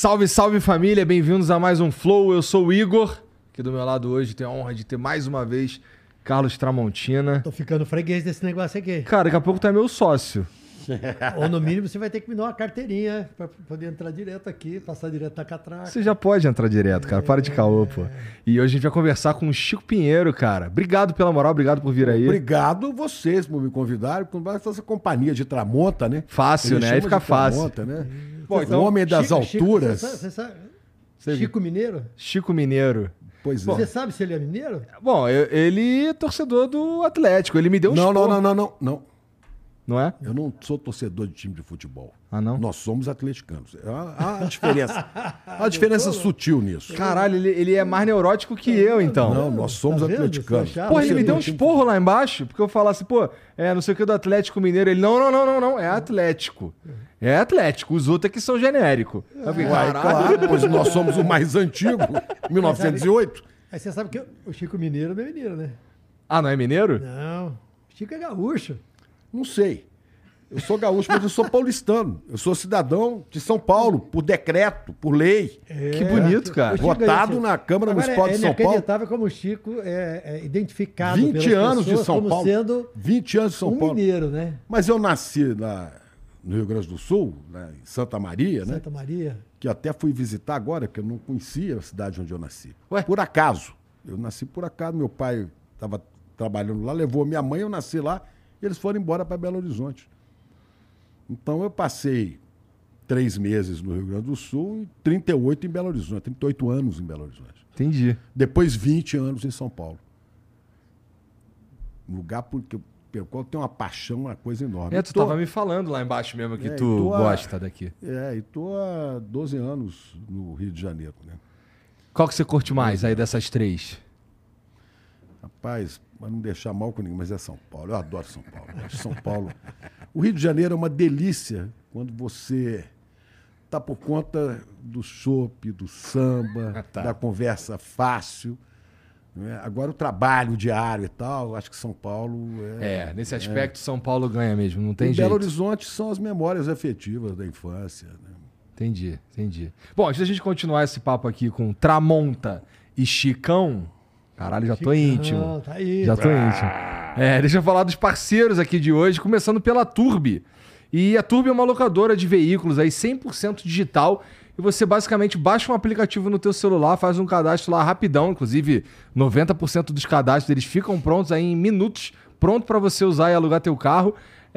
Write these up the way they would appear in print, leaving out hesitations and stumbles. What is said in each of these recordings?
Salve, salve família, bem-vindos a mais um Flow, eu sou o Igor, aqui do meu lado hoje tenho a honra de ter mais uma vez Carlos Tramontina. Tô ficando freguês desse negócio aqui. Cara, daqui a pouco tu é meu sócio. Ou no mínimo você vai ter que me dar uma carteirinha pra poder entrar direto aqui, passar direto na catraca. Você já pode entrar direto, cara, para de caô, pô. E hoje a gente vai conversar com o Chico Pinheiro, cara. Obrigado pela moral, obrigado por vir aí. Obrigado vocês por me convidarem, por essa companhia de Tramonta, né? Fácil, né? Aí fica fácil. Tramonta, né? Bom, então, o homem das alturas. Você sabe? Chico Mineiro? Chico Mineiro. Pois é. Você sabe se ele é mineiro? Bom, ele é torcedor do Atlético, ele me deu um Não. Não é? Eu não sou torcedor de time de futebol. Ah, não? Nós somos atleticanos. Há uma diferença. Há uma diferença sutil nisso. Caralho, ele é mais neurótico que eu, então. Não, nós somos Tá vendo? atleticanos. Você achava? Porra, ele me deu um Torcedor de esporro lá embaixo, porque eu falasse, pô, não sei o que do Atlético Mineiro. Ele, não, é Atlético. É Atlético, os outros é que são genéricos. Eu fiquei, Uai, caralho. claro, pois nós somos o mais antigo, 1908. Aí você sabe que o Chico Mineiro não é mineiro, né? Ah, não é mineiro? Não. Chico é gaúcho. Não sei. Eu sou gaúcho, mas eu sou paulistano. Eu sou cidadão de São Paulo, por decreto, por lei. Que bonito, cara. O Chico Votado ganhou, na Câmara Agora, Municipal de São Paulo. É inacreditável como o Chico é identificado 20 pelas anos de pessoas São como Paulo. sendo 20 anos de São um Paulo. mineiro, né? Mas eu nasci no Rio Grande do Sul, em Santa Maria, né? Santa Maria. Que eu até fui visitar agora, porque eu não conhecia a cidade onde eu nasci. Ué? Por acaso. Eu nasci por acaso. Meu pai estava trabalhando lá, levou minha mãe, eu nasci lá, e eles foram embora para Belo Horizonte. Então eu passei 3 meses no Rio Grande do Sul e 38 em Belo Horizonte, 38 anos em Belo Horizonte. Entendi. Depois 20 anos em São Paulo. Um lugar pelo qual tem uma paixão, uma coisa enorme. Tu tava me falando lá embaixo mesmo que e tu tô gosta daqui. E tô há 12 anos no Rio de Janeiro, né? Qual que você curte mais aí dessas 3? Rapaz, para não deixar mal com ninguém, mas é São Paulo. Eu adoro São Paulo. Eu acho São Paulo. O Rio de Janeiro é uma delícia quando você tá por conta do chopp, do samba, da conversa fácil. Né? Agora o trabalho diário e tal, acho que São Paulo Nesse aspecto São Paulo ganha mesmo, não tem em jeito. Belo Horizonte são as memórias afetivas da infância. Né? Entendi. Bom, antes da gente continuar esse papo aqui com Tramonta e Chicão, caralho, já tô íntimo. Tá aí. Já tô íntimo. Deixa eu falar dos parceiros aqui de hoje, começando pela Turbi. E a Turbi é uma locadora de veículos aí 100% digital. E você basicamente baixa um aplicativo no teu celular, faz um cadastro lá rapidão. Inclusive, 90% dos cadastros eles ficam prontos aí em minutos, pronto para você usar e alugar teu carro.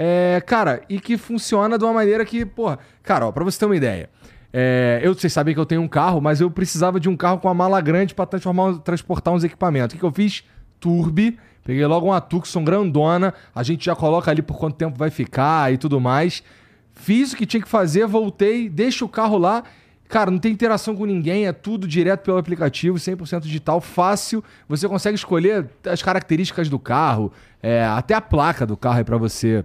Cara, e que funciona de uma maneira que, porra... Cara, ó, pra você ter uma ideia. Vocês sabem que eu tenho um carro, mas eu precisava de um carro com uma mala grande para transportar uns equipamentos. O que eu fiz? Turbi. Peguei logo uma Tucson grandona. A gente já coloca ali por quanto tempo vai ficar e tudo mais. Fiz o que tinha que fazer, voltei, deixo o carro lá. Cara, não tem interação com ninguém, é tudo direto pelo aplicativo, 100% digital, fácil. Você consegue escolher as características do carro, até a placa do carro é para você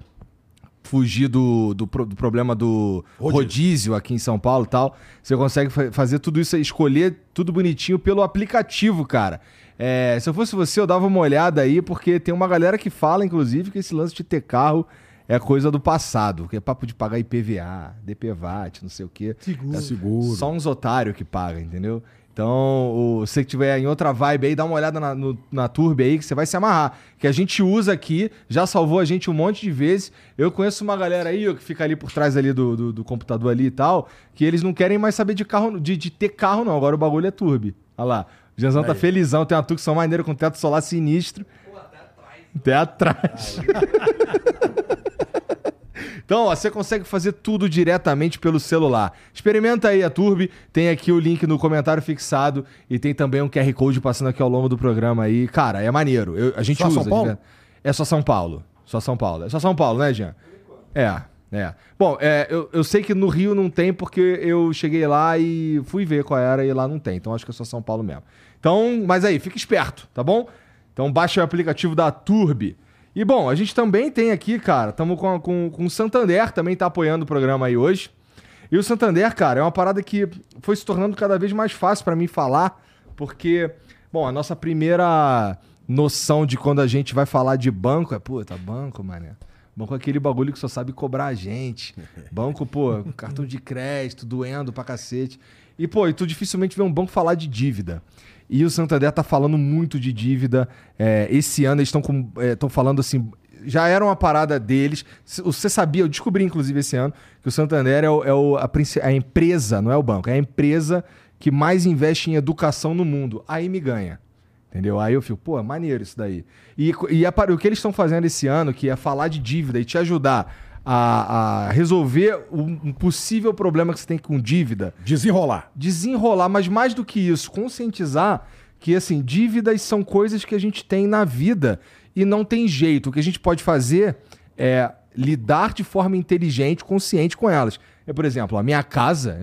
fugir do problema do rodízio aqui em São Paulo e tal. Você consegue fazer tudo isso, escolher tudo bonitinho pelo aplicativo, cara. Se eu fosse você, eu dava uma olhada aí, porque tem uma galera que fala, inclusive, que esse lance de ter carro é coisa do passado, que é papo de pagar IPVA, DPVAT, não sei o quê. Seguro. Só uns otários que pagam, entendeu? Então, se você estiver em outra vibe aí, dá uma olhada na Turbi aí, que você vai se amarrar. Que a gente usa aqui, já salvou a gente um monte de vezes. Eu conheço uma galera aí, ó, que fica ali por trás ali do computador ali e tal, que eles não querem mais saber de carro, de ter carro não. Agora o bagulho é Turbi. Olha lá. O Janzão tá felizão, tem uma Tucson maneira com teto solar sinistro. Pô, até atrás. Então, ó, você consegue fazer tudo diretamente pelo celular. Experimenta aí a Turbi, tem aqui o link no comentário fixado e tem também um QR Code passando aqui ao longo do programa aí. Cara, é maneiro. A gente Só usa. São Paulo? É só São Paulo. Só São Paulo. É só São Paulo, né, Jean? Bom, eu sei que no Rio não tem porque eu cheguei lá e fui ver qual era e lá não tem. Então acho que é só São Paulo mesmo. Então, mas aí, fica esperto, tá bom? Então baixa o aplicativo da Turbi. E bom, a gente também tem aqui, cara, estamos com o Santander, também tá apoiando o programa aí hoje. E o Santander, cara, é uma parada que foi se tornando cada vez mais fácil para mim falar, porque, bom, a nossa primeira noção de quando a gente vai falar de banco é, puta, banco, mané. Banco é aquele bagulho que só sabe cobrar a gente. Banco, pô, cartão de crédito, doendo pra cacete. E, pô, tu dificilmente vê um banco falar de dívida. E o Santander tá falando muito de dívida. Esse ano eles estão falando assim... Já era uma parada deles. Você sabia, eu descobri inclusive esse ano, que o Santander a empresa, não é o banco, é a empresa que mais investe em educação no mundo. Aí me ganha. Entendeu? Aí eu fico, pô, maneiro isso daí. E o que eles estão fazendo esse ano, que é falar de dívida e te ajudar a resolver um possível problema que você tem com dívida. Desenrolar, mas mais do que isso, conscientizar que, assim, dívidas são coisas que a gente tem na vida e não tem jeito. O que a gente pode fazer é lidar de forma inteligente, consciente com elas. Por exemplo, a minha casa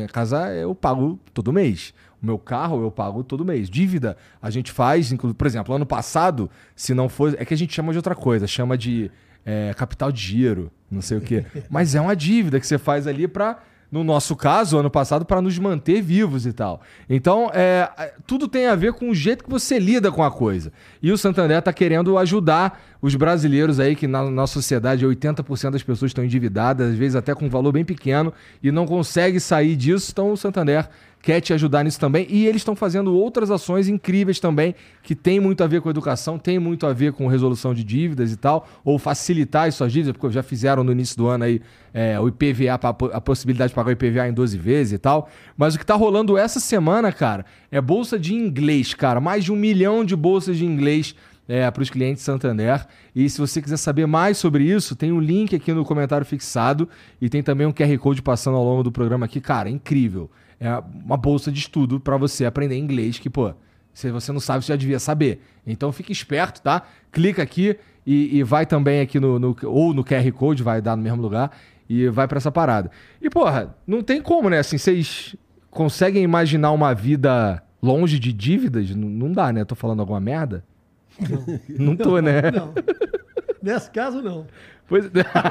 eu pago todo mês. O meu carro eu pago todo mês. Dívida a gente faz, por exemplo, ano passado, se não fosse... É que a gente chama de outra coisa, chama de capital de giro, não sei o quê. Mas é uma dívida que você faz ali para, no nosso caso, ano passado, para nos manter vivos e tal. Então, tudo tem a ver com o jeito que você lida com a coisa. E o Santander está querendo ajudar os brasileiros aí, que na nossa sociedade 80% das pessoas estão endividadas, às vezes até com um valor bem pequeno, e não consegue sair disso. Então, o Santander quer te ajudar nisso também. E eles estão fazendo outras ações incríveis também, que tem muito a ver com educação, tem muito a ver com resolução de dívidas e tal, ou facilitar as suas dívidas, porque já fizeram no inío do ano aí o IPVA, a possibilidade de pagar o IPVA em 12 vezes e tal. Mas o que tá rolando essa semana, cara, é bolsa de inglês, cara. Mais de 1 milhão de bolsas de inglês para os clientes Santander. E se você quiser saber mais sobre isso, tem um link aqui no comentário fixado e tem também um QR Code passando ao longo do programa aqui. Cara, é incrível. É uma bolsa de estudo para você aprender inglês que, pô, se você não sabe, você já devia saber. Então fique esperto, tá? Clica aqui e vai também aqui ou no QR Code, vai dar no mesmo lugar, e vai para essa parada. E, porra, não tem como, né? Assim, vocês conseguem imaginar uma vida longe de dívidas? Não dá, né? Eu tô falando alguma merda? Não tô, né? Não. Nesse caso, não. Pois...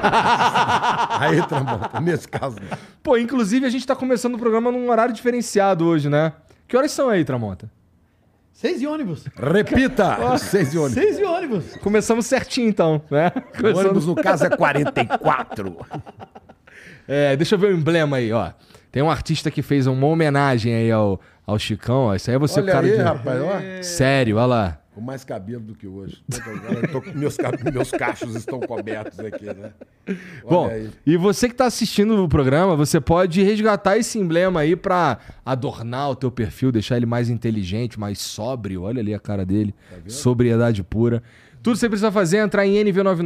Aí, Tramonta, nesse caso não. Pô, inclusive a gente tá começando o programa num horário diferenciado hoje, né? Que horas são aí, Tramonta? 6 e ônibus. Repita! 6 e ônibus. 6 e ônibus. Começamos certinho, então, né? O ônibus, no caso, é 44. Deixa eu ver o emblema aí, ó. Tem um artista que fez uma homenagem aí ao Chicão, ó. Isso aí é você, olha o cara aí, de... rapaz, ó. Sério, olha lá. Com mais cabelo do que hoje. Meus cachos estão cobertos aqui, né? Olha. Bom, aí. E você que está assistindo o programa, você pode resgatar esse emblema aí para adornar o teu perfil, deixar ele mais inteligente, mais sóbrio. Olha ali a cara dele. Tá vendo? Sobriedade pura. Tudo que você precisa fazer é entrar em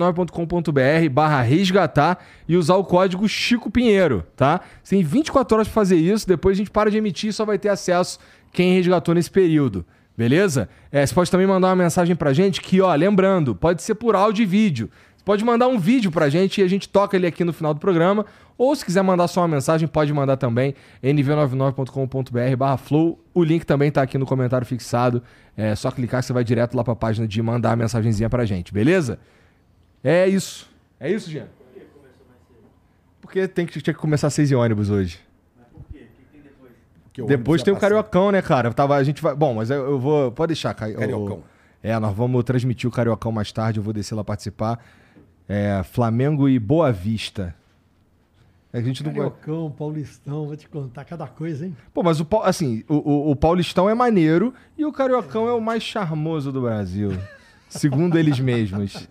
nv99.com.br/resgatar e usar o código Chico Pinheiro, tá? Você tem 24 horas para fazer isso, depois a gente para de emitir e só vai ter acesso quem resgatou nesse período. Beleza? Você pode também mandar uma mensagem pra gente que, ó, lembrando, pode ser por áudio e vídeo. Você pode mandar um vídeo pra gente e a gente toca ele aqui no final do programa. Ou se quiser mandar só uma mensagem, pode mandar também, nv99.com.br/flow. O link também tá aqui no comentário fixado. É só clicar que você vai direto lá pra página de mandar a mensagenzinha pra gente, beleza? É isso. É isso, Jean? Por que começou mais cedo? Porque tinha que começar 6 e ônibus hoje. Depois tem o Cariocão, né, cara? A gente vai... Bom, mas eu vou... Pode deixar, Cariocão. Nós vamos transmitir o Cariocão mais tarde, eu vou descer lá participar. Flamengo e Boa Vista. A gente não... Cariocão, Paulistão, vou te contar cada coisa, hein? Pô, mas o Paulistão é maneiro e o Cariocão é o mais charmoso do Brasil. Segundo eles mesmos.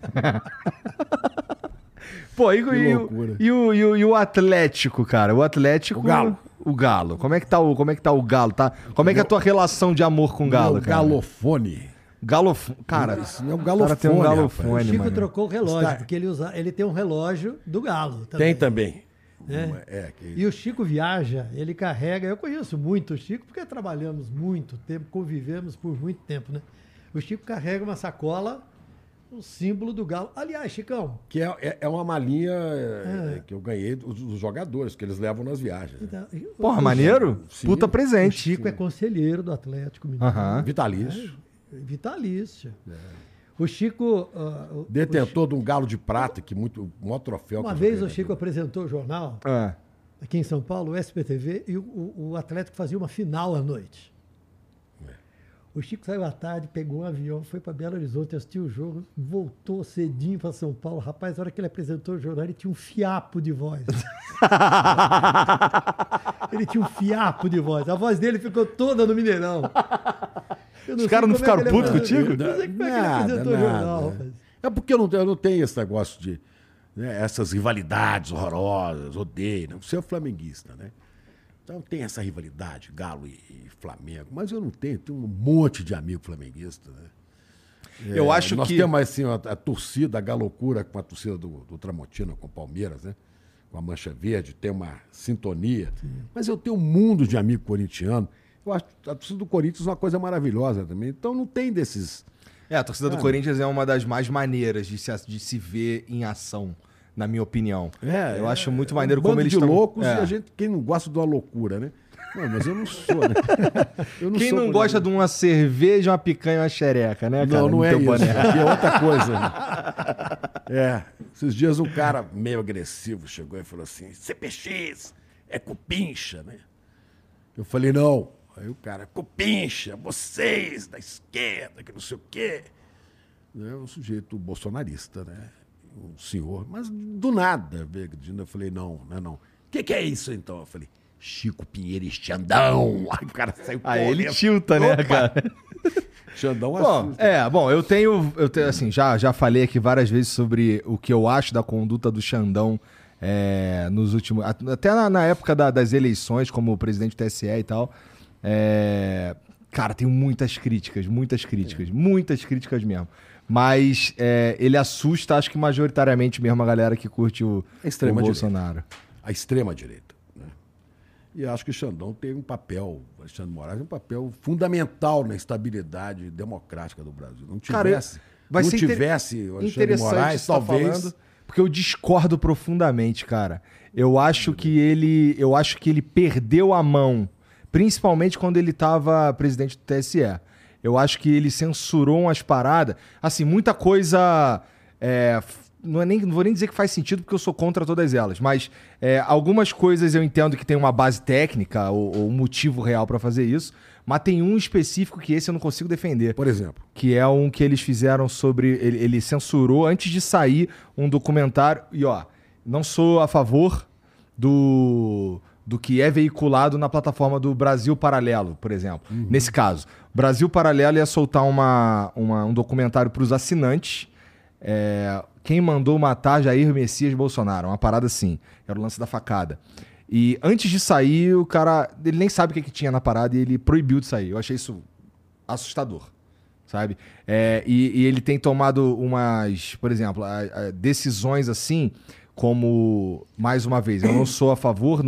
Pô, e o Atlético, cara? O Atlético... O Galo. O Galo. Como é que tá o Galo, tá? Como é que é a tua relação de amor com o Galo, cara? Galofone. Cara, isso não é um galofone, cara tem um galofone, O Chico mano. trocou o relógio, porque ele tem um relógio do Galo também. Tem também. E o Chico viaja, ele carrega... Eu conheço muito o Chico, porque trabalhamos muito tempo, convivemos por muito tempo, né? O Chico carrega uma sacola, um símbolo do Galo. Aliás, Chicão... Que é uma malinha que eu ganhei dos jogadores, que eles levam nas viagens. Então, Porra, maneiro? Sim. Puta O presente. Chico é conselheiro do Atlético Mineiro. Aham. Vitalício. Vitalício. O Chico... Detentor de um galo de prata, que o maior troféu. Uma vez o Chico apresentou o jornal, É. aqui em São Paulo, o SPTV, e o Atlético fazia uma final à noite. O Chico saiu à tarde, pegou um avião, foi para Belo Horizonte, assistiu o jogo, voltou cedinho para São Paulo. Rapaz, na hora que ele apresentou o jornal, ele tinha um fiapo de voz. Ele tinha um fiapo de voz. A voz dele ficou toda no Mineirão. Os caras não ficaram putos contigo? Não sei como é que ele apresentou o jornal, rapaz. É porque eu não tenho esse negócio de... né, essas rivalidades horrorosas, odeio. Né? Você é flamenguista, né? Então tem essa rivalidade, Galo e Flamengo. Mas eu não tenho um monte de amigo flamenguista, né? Eu acho nós que... temos assim, a torcida, a galocura com a torcida do Tramontina, com o Palmeiras, né? Com a Mancha Verde, tem uma sintonia. Sim. Mas eu tenho um mundo de amigo corintiano. Eu acho a torcida do Corinthians uma coisa maravilhosa também. Então não tem desses... a torcida do Corinthians é uma das mais maneiras de se ver em ação, na minha opinião. Eu acho muito maneiro como eles estão... loucos e a gente, quem não gosta de uma loucura, né? Não, mas eu não sou, né? Quem não gosta de uma cerveja, uma picanha e uma xereca, né, cara? Não é isso. Aqui é outra coisa. Né? Esses dias um cara meio agressivo chegou e falou assim, CPX, é cupincha, né? Eu falei, não. Aí o cara, cupincha, vocês da esquerda, que não sei o quê. É um sujeito bolsonarista, né? Um senhor, mas do nada veio agredindo. Eu falei, não. O que é isso então? Eu falei, Chico Pinheiro e Xandão. Aí o cara saiu correndo. Aí ele tilta, né, cara? Xandão assusta. Eu tenho assim, já falei aqui várias vezes sobre o que eu acho da conduta do Xandão nos últimos... Até na época das eleições, como presidente do TSE e tal. Cara, tenho muitas críticas mesmo. Mas ele assusta, acho que majoritariamente mesmo a galera que curte o Bolsonaro. A extrema-direita. Né? E acho que o Xandão tem um papel, Alexandre Moraes, um papel fundamental na estabilidade democrática do Brasil. Não tivesse, o Alexandre Moraes, talvez... Falando, porque eu discordo profundamente, cara. Eu acho que ele perdeu a mão, principalmente quando ele estava presidente do TSE. Eu acho que ele censurou umas paradas. Assim, muita coisa... não vou nem dizer que faz sentido, porque eu sou contra todas elas. Mas algumas coisas eu entendo que tem uma base técnica ou um motivo real para fazer isso. Mas tem um específico que esse eu não consigo defender. Por exemplo? Que é um que eles fizeram sobre... Ele censurou antes de sair um documentário. E, não sou a favor do que é veiculado na plataforma do Brasil Paralelo, por exemplo. Uhum. Nesse caso, Brasil Paralelo ia soltar um documentário para os assinantes. Quem mandou matar Jair Messias Bolsonaro? Uma parada assim. Era o lance da facada. E antes de sair, o cara... Ele nem sabe o que tinha na parada e ele proibiu de sair. Eu achei isso assustador, sabe? E ele tem tomado umas... Por exemplo, decisões assim... Como, mais uma vez, eu não sou a favor,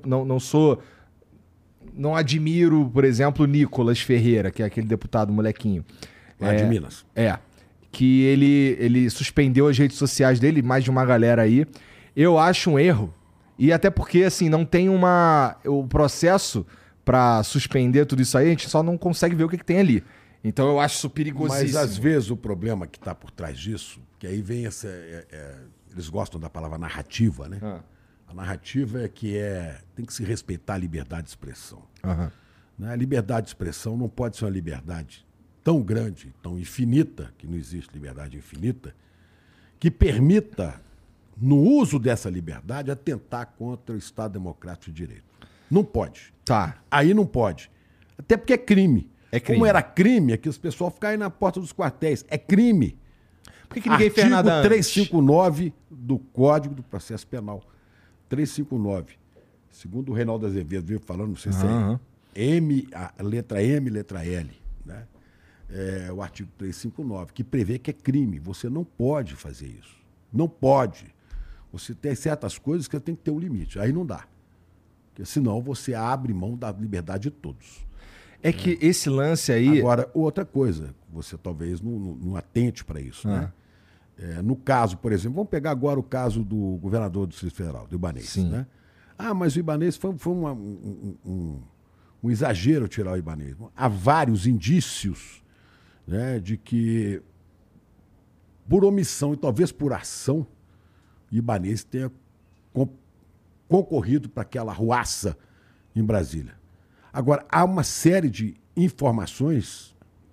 não admiro, por exemplo, o Nicolas Ferreira, que é aquele deputado molequinho. Lá de Minas. Que ele suspendeu as redes sociais dele, mais de uma galera aí. Eu acho um erro. E até porque, assim, não tem o processo para suspender tudo isso aí, a gente só não consegue ver o que tem ali. Então eu acho isso perigosíssimo. Mas às vezes o problema que está por trás disso, que aí vem essa... eles gostam da palavra narrativa, né? A narrativa tem que se respeitar a liberdade de expressão. Né? A liberdade de expressão não pode ser uma liberdade tão grande, tão infinita, que não existe liberdade infinita, que permita, no uso dessa liberdade, atentar contra o Estado Democrático de Direito. Não pode. Tá. Aí não pode. Até porque é crime. Como era crime, é que os pessoal ficavam aí na porta dos quartéis. É crime. Por que ninguém fez nada antes? Artigo 359 do Código do Processo Penal. 359. Segundo o Reinaldo Azevedo veio falando, não sei se é letra M, letra L. Né? O artigo 359, que prevê que é crime. Você não pode fazer isso. Não pode. Você tem certas coisas que tem que ter um limite. Aí não dá. Porque senão você abre mão da liberdade de todos. Que esse lance aí... Agora, outra coisa, você talvez não atente para isso, né? No caso, por exemplo, vamos pegar agora o caso do governador do Distrito Federal, do Ibanez. Sim. Né? Mas o Ibanez foi um exagero tirar o Ibanez. Há vários indícios, né, de que, por omissão e talvez por ação, o Ibanez tenha concorrido para aquela ruaça em Brasília. Agora, há uma série de informações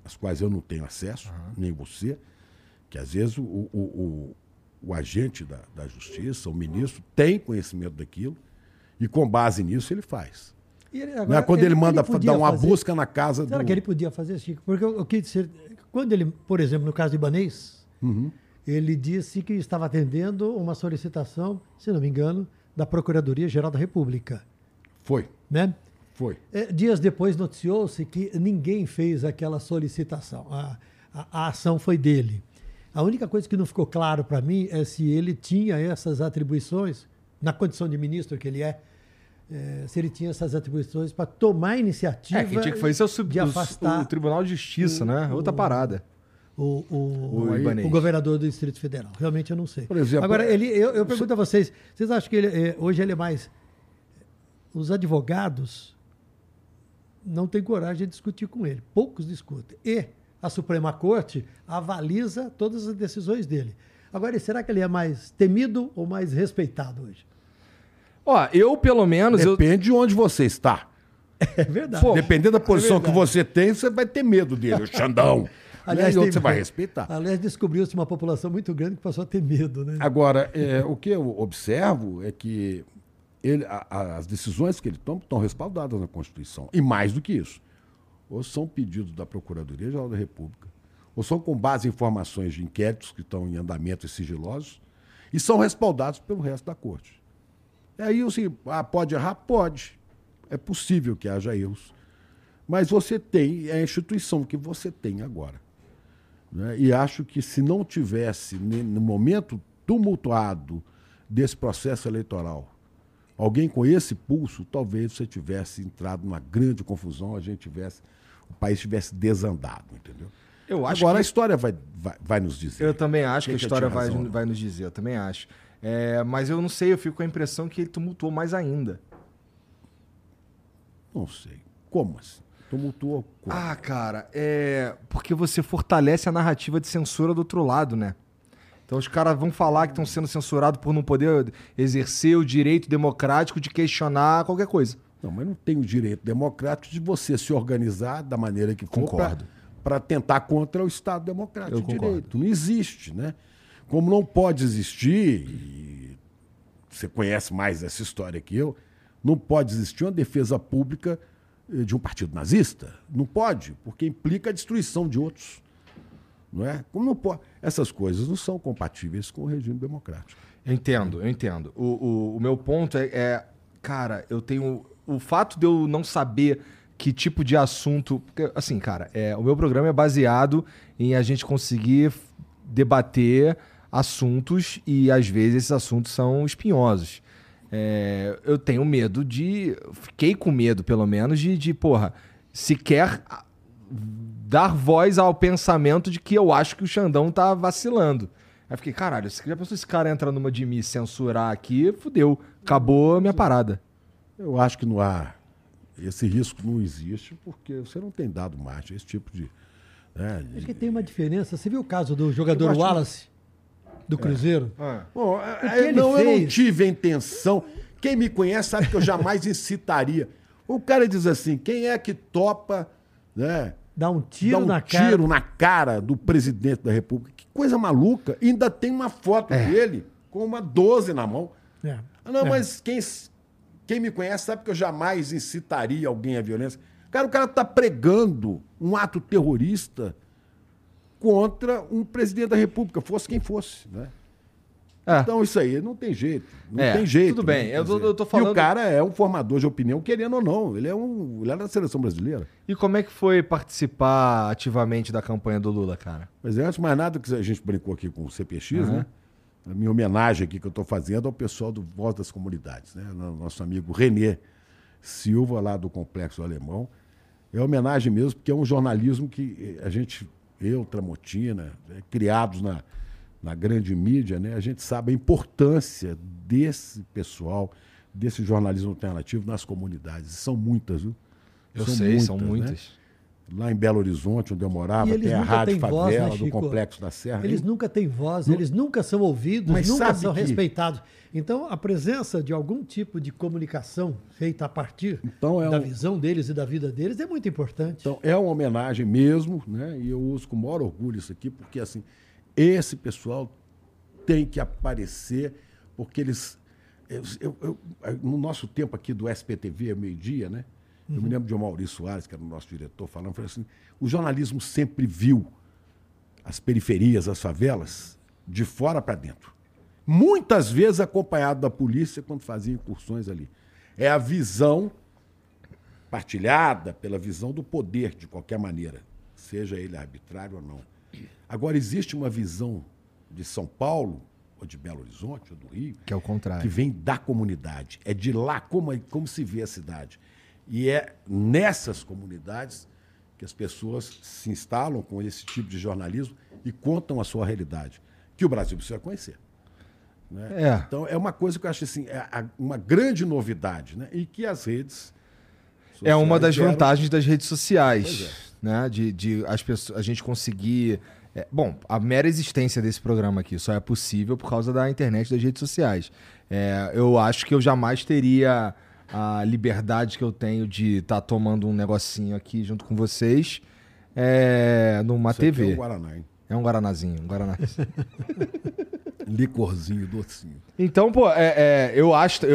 às quais eu não tenho acesso, nem você, que às vezes o agente da justiça, o ministro, tem conhecimento daquilo e com base nisso ele faz. Agora, quando ele manda dar uma busca na casa Será que ele podia fazer, Chico? Porque o que quando ele, por exemplo, no caso do Ibanez, ele disse que estava atendendo uma solicitação, se não me engano, da Procuradoria-Geral da República. Foi. Né? Foi. Dias depois noticiou-se que ninguém fez aquela solicitação. A ação foi dele. A única coisa que não ficou claro para mim é se ele tinha essas atribuições, na condição de ministro que ele se ele tinha essas atribuições para tomar iniciativa quem tinha que fazer isso de afastar o Tribunal de Justiça, né? Outra parada. O governador do Distrito Federal. Realmente eu não sei. Por exemplo, agora, eu pergunto a vocês acham que hoje ele é mais... Os advogados não têm coragem de discutir com ele. Poucos discutem. E a Suprema Corte avaliza todas as decisões dele. Agora, será que ele é mais temido ou mais respeitado hoje? Ó, eu pelo menos... Depende de onde você está. É verdade. Dependendo da posição que você tem, você vai ter medo dele, o Xandão. Aliás, você vai respeitar. Aliás, descobriu-se uma população muito grande que passou a ter medo, né? Agora, o que eu observo é que as decisões que ele toma estão respaldadas na Constituição. E mais do que isso. Ou são pedidos da Procuradoria-Geral da República, ou são com base em informações de inquéritos que estão em andamento e sigilosos, e são respaldados pelo resto da Corte. E aí, assim, pode errar? Pode. É possível que haja erros. Mas você tem a instituição que você tem agora. Né? E acho que se não tivesse, no momento tumultuado desse processo eleitoral, alguém com esse pulso, talvez você tivesse entrado numa grande confusão, o país tivesse desandado, entendeu? Eu acho Agora a história vai nos dizer. Eu também acho que a história vai nos dizer, eu também acho. Mas eu não sei, eu fico com a impressão que ele tumultuou mais ainda. Não sei. Como assim? Tumultuou como? Cara, porque você fortalece a narrativa de censura do outro lado, né? Então os caras vão falar que estão sendo censurados por não poder exercer o direito democrático de questionar qualquer coisa. Não, mas não tem o direito democrático de você se organizar da maneira que for. Concordo. Para tentar contra o Estado democrático. Eu concordo. Direito. Não existe, né? Como não pode existir, e você conhece mais essa história que eu, não pode existir uma defesa pública de um partido nazista. Não pode, porque implica a destruição de outros. Não é? Como não pode? Essas coisas não são compatíveis com o regime democrático. Eu entendo. O meu ponto cara, eu tenho... O fato de eu não saber que tipo de assunto... Porque, assim, cara, o meu programa é baseado em a gente conseguir debater assuntos e, às vezes, esses assuntos são espinhosos. Eu tenho medo fiquei com medo, pelo menos, porra, sequer dar voz ao pensamento de que eu acho que o Xandão tá vacilando. Aí fiquei, caralho, já pensou se esse cara entra numa de me censurar aqui, fudeu, acabou a minha parada. Eu acho que não há... Esse risco não existe porque você não tem dado marcha, esse tipo de... Acho que tem uma diferença. Você viu o caso do jogador Wallace, do Cruzeiro? Bom, eu não tive a intenção. Quem me conhece sabe que eu jamais incitaria. O cara diz assim, quem é que topa, né, dar um tiro na cara do presidente da República? Que coisa maluca. E ainda tem uma foto dele com uma 12 na mão. Mas quem me conhece sabe que eu jamais incitaria alguém à violência. O cara está pregando um ato terrorista contra um presidente da República, fosse quem fosse, né? Então isso aí não tem jeito. Não tem jeito. Tudo bem, eu tô falando... E o cara é um formador de opinião, querendo ou não. Ele é da seleção brasileira. E como é que foi participar ativamente da campanha do Lula, cara? Mas antes de mais nada, que a gente brincou aqui com o CPX, né? A minha homenagem aqui que eu estou fazendo ao pessoal do Voz das Comunidades, né? Nosso amigo Renê Silva, lá do Complexo Alemão. É homenagem mesmo, porque é um jornalismo que eu, Tramontina, criados na grande mídia, né? A gente sabe a importância desse pessoal, desse jornalismo alternativo nas comunidades. São muitas, viu? São muitas. lá em Belo Horizonte, onde eu morava, E eles tem a nunca Rádio têm voz, Favela, né, do Chico? Complexo da Serra. Eles nunca têm voz, eles nunca são ouvidos, Mas nunca sabe são que- respeitados. Então, a presença de algum tipo de comunicação feita a partir Então, da visão deles e da vida deles é muito importante. Então, é uma homenagem mesmo, né? E eu uso com o maior orgulho isso aqui, porque assim, esse pessoal tem que aparecer, porque eles. No nosso tempo aqui do SPTV, meio-dia, né? Eu me lembro de Maurício Soares, que era o nosso diretor, falando, falou assim: o jornalismo sempre viu as periferias, as favelas, de fora para dentro. Muitas vezes acompanhado da polícia quando fazia incursões ali. É a visão partilhada pela visão do poder, de qualquer maneira, seja ele arbitrário ou não. Agora, existe uma visão de São Paulo, ou de Belo Horizonte, ou do Rio, Que é o contrário. que vem da comunidade. É de lá como se vê a cidade. E é nessas comunidades que as pessoas se instalam com esse tipo de jornalismo e contam a sua realidade, que o Brasil precisa conhecer. Né? É. Então, é uma coisa que eu acho assim, uma grande novidade, né? E que as redes É uma sociais das deram- vantagens das redes sociais, Pois né? De as pessoas, a gente conseguir... bom, a mera existência desse programa aqui só é possível por causa da internet e das redes sociais. Eu acho que eu jamais teria a liberdade que eu tenho de estar tomando um negocinho aqui junto com vocês numa Isso aqui TV. É um Guaraná, hein? É um guaranazinho, um guaranazinho. Licorzinho, docinho. Então, pô, eu acho,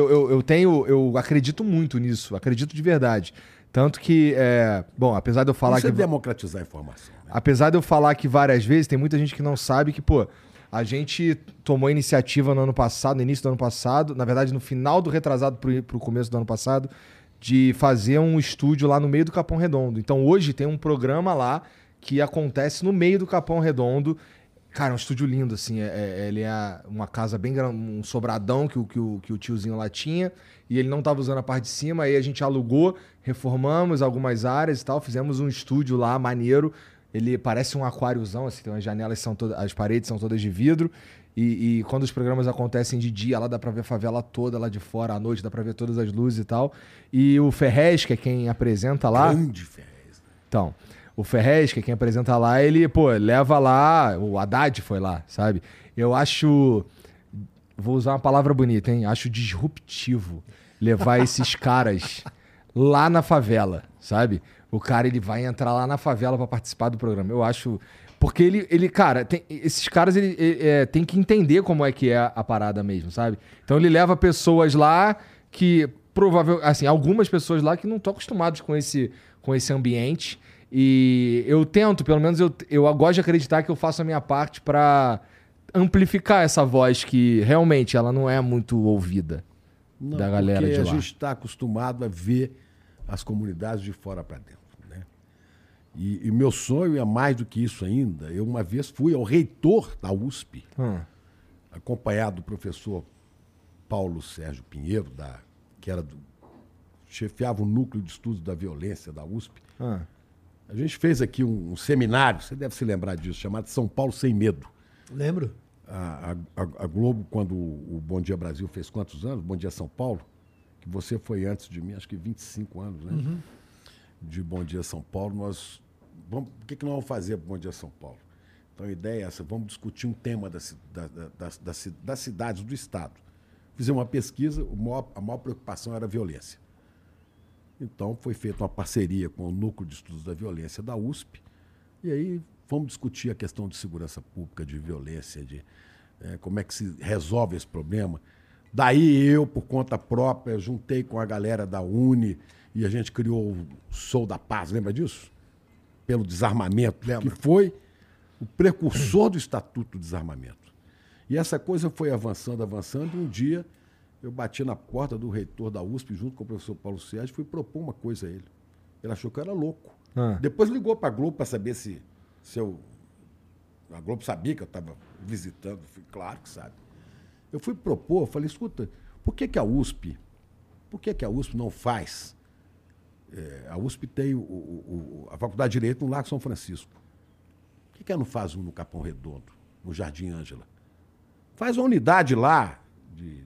eu acredito muito nisso, acredito de verdade. Tanto que, bom, apesar de eu falar Isso é que... democratizar a informação. Né? Apesar de eu falar que várias vezes, tem muita gente que não sabe que, pô, a gente tomou iniciativa no ano passado, no início do ano passado, na verdade no final do retrasado pro começo do ano passado, de fazer um estúdio lá no meio do Capão Redondo. Então hoje tem um programa lá que acontece no meio do Capão Redondo. Cara, é um estúdio lindo, assim. Ele é uma casa bem grande, um sobradão que o tiozinho lá tinha. E ele não estava usando a parte de cima. Aí a gente alugou, reformamos algumas áreas e tal. Fizemos um estúdio lá, maneiro. Ele parece um aquáriozão, assim. Tem umas janelas, as paredes são todas de vidro. E quando os programas acontecem de dia, lá dá pra ver a favela toda lá de fora. À noite dá pra ver todas as luzes e tal. E o Ferrez, que é quem apresenta lá... Grande Ferrez. Então... O Ferrez, que é quem apresenta lá, ele, pô, leva lá... O Haddad foi lá, sabe? Eu acho... Vou usar uma palavra bonita, hein? Acho disruptivo levar esses caras lá na favela, sabe? O cara, ele vai entrar lá na favela pra participar do programa. Eu acho... Porque ele cara, esses caras, ele tem que entender como é que é a parada mesmo, sabe? Então ele leva pessoas lá que... Assim, algumas pessoas lá que não estão acostumadas com esse ambiente... E eu tento, pelo menos eu gosto de acreditar que eu faço a minha parte pra amplificar essa voz que realmente ela não é muito ouvida da galera de porque lá. a gente está acostumado a ver as comunidades de fora para dentro. Né? E meu sonho é mais do que isso ainda. Eu uma vez fui ao reitor da USP, acompanhado do professor Paulo Sérgio Pinheiro, que chefiava o núcleo de estudos da violência da USP. A gente fez aqui um seminário, você deve se lembrar disso, chamado São Paulo Sem Medo. Lembro. A Globo, quando o Bom Dia Brasil fez quantos anos? Bom Dia São Paulo, que você foi antes de mim, acho que 25 anos, né? Uhum. De Bom Dia São Paulo. O que nós vamos fazer para Bom Dia São Paulo? Então a ideia é essa, vamos discutir um tema das cidades do Estado. Fizemos uma pesquisa, a maior preocupação era a violência. Então, foi feita uma parceria com o Núcleo de Estudos da Violência da USP, e aí vamos discutir a questão de segurança pública, de violência, como é que se resolve esse problema. Daí eu, por conta própria, juntei com a galera da Uni e a gente criou o Sou da Paz, lembra disso? Pelo desarmamento, que foi o precursor do Estatuto do Desarmamento. E essa coisa foi avançando, e um dia... Eu bati na porta do reitor da USP, junto com o professor Paulo Sérgio, e fui propor uma coisa a ele. Ele achou que eu era louco. Depois ligou para a Globo para saber se a Globo sabia que eu estava visitando. Eu falei, claro que sabe. Eu fui propor, falei, escuta, por que a USP não faz? A USP tem a Faculdade de Direito no Largo São Francisco. Por que ela não faz um no Capão Redondo, no Jardim Ângela? Faz uma unidade lá de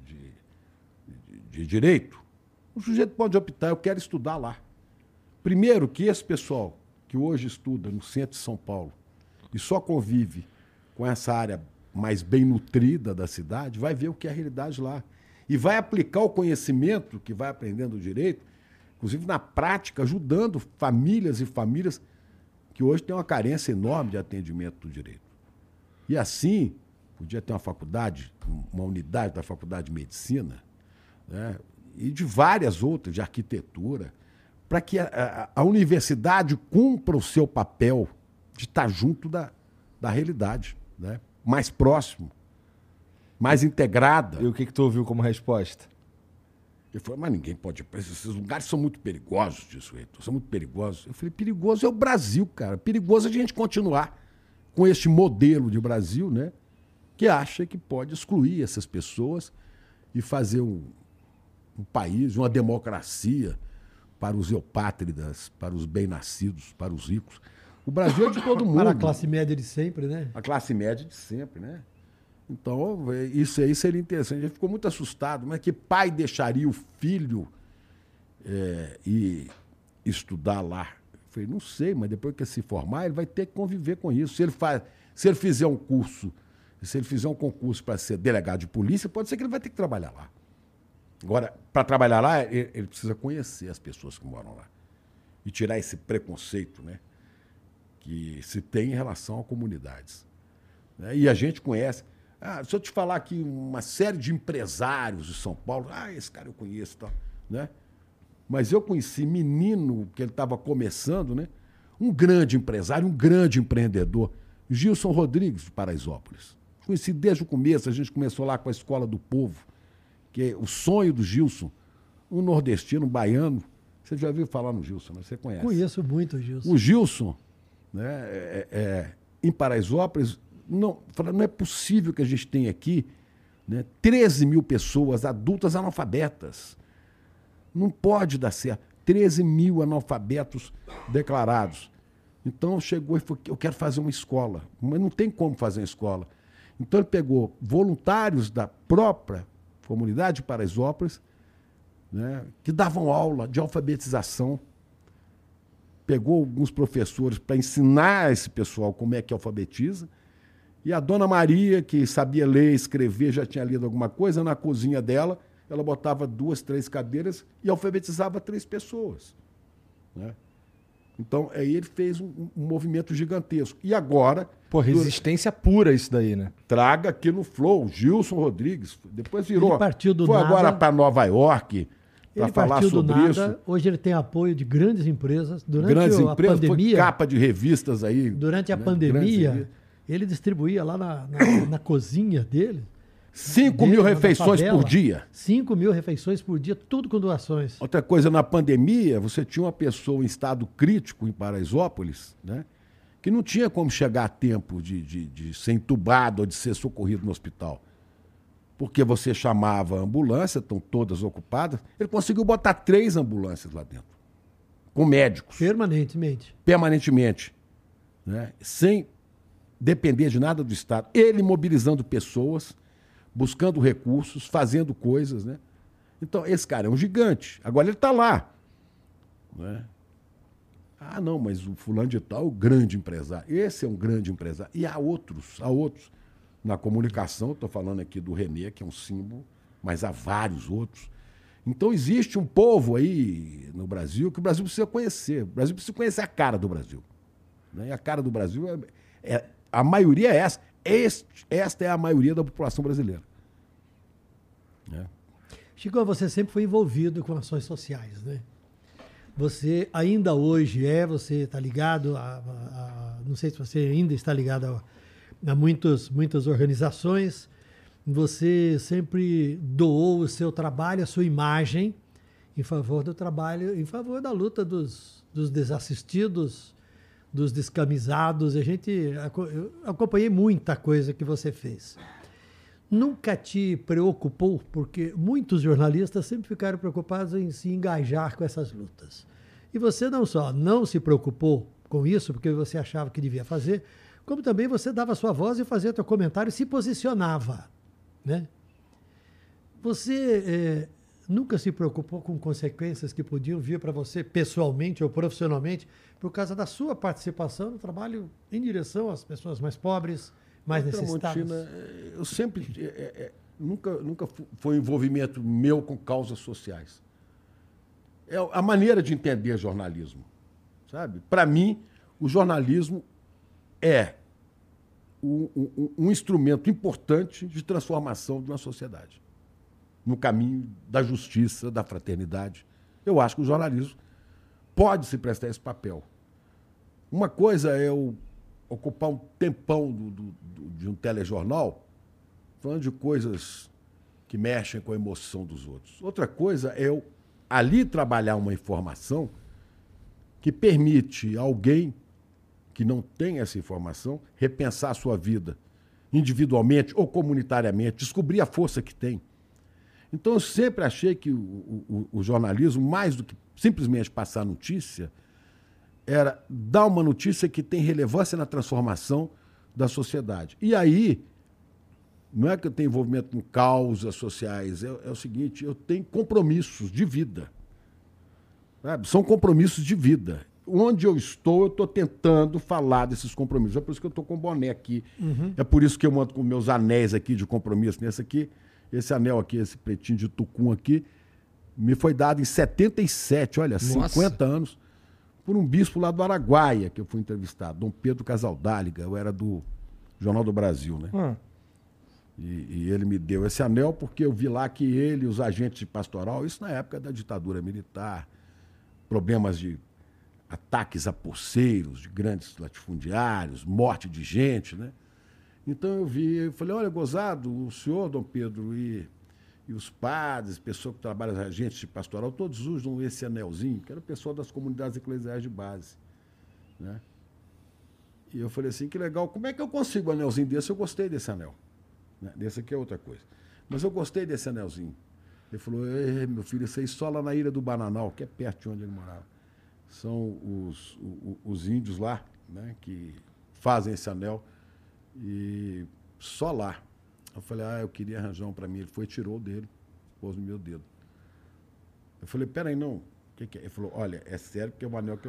direito, o sujeito pode optar, eu quero estudar lá. Primeiro, que esse pessoal que hoje estuda no centro de São Paulo e só convive com essa área mais bem nutrida da cidade, vai ver o que é a realidade lá. E vai aplicar o conhecimento que vai aprendendo o direito, inclusive na prática, ajudando famílias e famílias que hoje têm uma carência enorme de atendimento do direito. E assim, podia ter uma faculdade, uma unidade da Faculdade de Medicina, né, e de várias outras, de arquitetura, para que a universidade cumpra o seu papel de estar junto da realidade, né, mais próximo, mais integrada. E o que tu ouviu como resposta? Ele falou, mas ninguém pode... Esses lugares são muito perigosos, disse o reitor, são muito perigosos. Eu falei, perigoso é o Brasil, cara. Perigoso é a gente continuar com este modelo de Brasil, né, que acha que pode excluir essas pessoas e fazer um país, uma democracia para os eupátridas, para os bem-nascidos, para os ricos. O Brasil é de todo mundo. Para a classe média de sempre, né? A classe média de sempre, né? Então, isso aí seria interessante. A gente ficou muito assustado. Mas que pai deixaria o filho ir estudar lá? Eu falei, não sei, mas depois que ele se formar, ele vai ter que conviver com isso. Se ele fizer um curso, se ele fizer um concurso para ser delegado de polícia, pode ser que ele vai ter que trabalhar lá. Agora, para trabalhar lá, ele precisa conhecer as pessoas que moram lá. E tirar esse preconceito, né, que se tem em relação a comunidades. Né? E a gente conhece... se eu te falar aqui uma série de empresários de São Paulo, esse cara eu conheço, tá, né? Mas eu conheci menino que ele estava começando, né? Um grande empresário, um grande empreendedor, Gilson Rodrigues, de Paraisópolis. Conheci desde o começo, a gente começou lá com a Escola do Povo, que é o sonho do Gilson, um nordestino, um baiano. Você já ouviu falar no Gilson, né? Você conhece? Conheço muito o Gilson. O Gilson, né, em Paraisópolis, não é possível que a gente tenha aqui, né, 13 mil pessoas adultas analfabetas. Não pode dar certo. 13 mil analfabetos declarados. Então chegou e falou, eu quero fazer uma escola. Mas não tem como fazer uma escola. Então ele pegou voluntários da própria comunidade de Paraisópolis, né, que davam aula de alfabetização. Pegou alguns professores para ensinar esse pessoal como é que alfabetiza. E a dona Maria, que sabia ler, escrever, já tinha lido alguma coisa, na cozinha dela, ela botava 2, 3 cadeiras e alfabetizava 3 pessoas. Né? Então, aí ele fez um movimento gigantesco. E agora... Pô, resistência pura isso daí, né? Traga aqui no Flow, Gilson Rodrigues. Depois virou... Ele partiu do foi nada, agora para Nova York para falar sobre isso. Hoje ele tem apoio de grandes empresas. Durante grandes a empresas, pandemia... foi capa de revistas aí. Durante a pandemia, ele distribuía lá na cozinha dele... 5 mil refeições por dia. 5 mil refeições por dia, tudo com doações. Outra coisa, na pandemia, você tinha uma pessoa em estado crítico em Paraisópolis, né, que não tinha como chegar a tempo de ser entubado ou de ser socorrido no hospital. Porque você chamava a ambulância, estão todas ocupadas, ele conseguiu botar 3 ambulâncias lá dentro, com médicos. Permanentemente. Né, sem depender de nada do Estado. Ele mobilizando pessoas, buscando recursos, fazendo coisas, né? Então, esse cara é um gigante. Agora ele está lá. Né? Não, mas o fulano de tal é o grande empresário. Esse é um grande empresário. E há outros. Na comunicação, estou falando aqui do Renê, que é um símbolo, mas há vários outros. Então, existe um povo aí no Brasil que o Brasil precisa conhecer. O Brasil precisa conhecer a cara do Brasil. Né? E a cara do Brasil, a maioria é essa. Esta é a maioria da população brasileira. Chico, você sempre foi envolvido com ações sociais, né? Você ainda hoje você está ligado não sei se você ainda está ligado a muitas organizações. Você sempre doou o seu trabalho, a sua imagem em favor do trabalho, em favor da luta dos desassistidos, dos descamisados. Eu acompanhei muita coisa que você fez. Nunca te preocupou, porque muitos jornalistas sempre ficaram preocupados em se engajar com essas lutas. E você não só não se preocupou com isso, porque você achava que devia fazer, como também você dava a sua voz e fazia seu comentário e se posicionava. Né? Você nunca se preocupou com consequências que podiam vir para você pessoalmente ou profissionalmente por causa da sua participação no trabalho em direção às pessoas mais pobres, mais necessitadas? Eu sempre... nunca foi um envolvimento meu com causas sociais. É a maneira de entender jornalismo, sabe? Para mim, o jornalismo é um instrumento importante de transformação de uma sociedade, no caminho da justiça, da fraternidade. Eu acho que o jornalismo pode se prestar esse papel. Uma coisa é eu ocupar um tempão de um telejornal falando de coisas que mexem com a emoção dos outros. Outra coisa é eu ali trabalhar uma informação que permite a alguém que não tem essa informação repensar a sua vida individualmente ou comunitariamente, descobrir a força que tem. Então, eu sempre achei que o jornalismo, mais do que simplesmente passar notícia, era dar uma notícia que tem relevância na transformação da sociedade. E aí, não é que eu tenho envolvimento com causas sociais, é o seguinte, eu tenho compromissos de vida. Sabe? São compromissos de vida. Onde eu estou tentando falar desses compromissos. É por isso que eu estou com o boné aqui. Uhum. É por isso que eu ando com meus anéis aqui de compromisso. Nesse aqui, esse anel aqui, esse pretinho de tucum aqui, me foi dado em 77, olha, Nossa. 50 anos, por um bispo lá do Araguaia, que eu fui entrevistado, Dom Pedro Casaldáliga, eu era do Jornal do Brasil, né? E ele me deu esse anel porque eu vi lá que ele e os agentes de pastoral, isso na época da ditadura militar, problemas de ataques a poceiros, de grandes latifundiários, morte de gente, né? Então eu vi, eu falei, olha, gozado, o senhor, Dom Pedro, e os padres, pessoas que trabalham, agentes de pastoral, todos usam esse anelzinho, que era o pessoal das comunidades eclesiais de base, né? E eu falei assim, que legal, como é que eu consigo um anelzinho desse? Eu gostei desse anel. Desse aqui é outra coisa. Mas eu gostei desse anelzinho. Ele falou, meu filho, isso aí só lá na Ilha do Bananal, que é perto de onde ele morava. São os índios lá, né, que fazem esse anel, e só lá. Eu falei, eu queria arranjar um para mim. Ele foi e tirou dele, pôs no meu dedo. Eu falei, peraí, não, o que é? Ele falou, olha, é sério, porque é um anel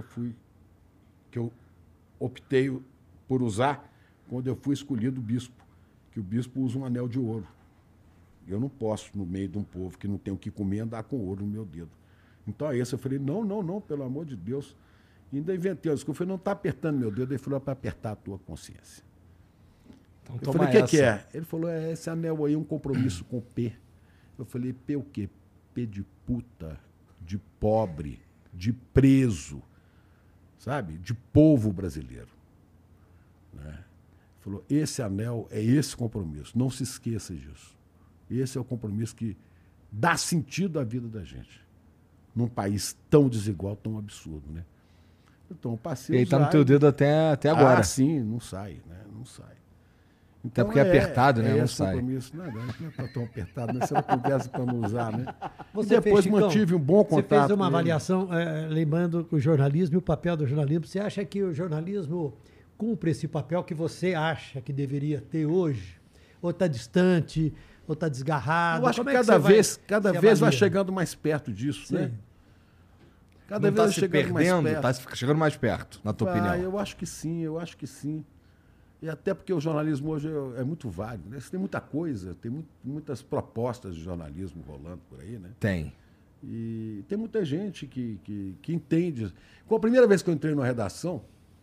que eu optei por usar quando eu fui escolhido bispo, que o bispo usa um anel de ouro. Eu não posso, no meio de um povo que não tem o que comer, andar com ouro no meu dedo. Então é esse. Eu falei, não, pelo amor de Deus. E ainda inventei uma desculpa. Eu falei, não está apertando meu dedo. Ele falou, é para apertar a tua consciência. Então, eu falei, o que é? Ele falou, esse anel aí é um compromisso com P. Eu falei, P o quê? P de puta, de pobre, de preso, sabe? De povo brasileiro. Né? Ele falou, esse anel é esse compromisso. Não se esqueça disso. Esse é o compromisso que dá sentido à vida da gente. Num país tão desigual, tão absurdo, né? Então, passei. E aí tá no teu dedo até agora. Sim, não sai, né? Não sai. Então, até porque é apertado, né? Não sai. Compromisso. Não é tão apertado, né? Você não conversa para não usar, né? Você e depois mantive um bom contato. Você fez uma avaliação, lembrando que o jornalismo e o papel do jornalismo. Você acha que o jornalismo cumpre esse papel que você acha que deveria ter hoje? Ou está distante? Ou está desgarrado? Eu acho que cada vez vai chegando mais perto disso, né? Cada vez vai chegando mais perto. Está chegando mais perto, na tua opinião? Eu acho que sim. E até porque o jornalismo hoje é muito válido, né? Você tem muita coisa, tem muitas propostas de jornalismo rolando por aí, né? Tem. E tem muita gente que entende. Com a primeira vez que eu entrei numa redação,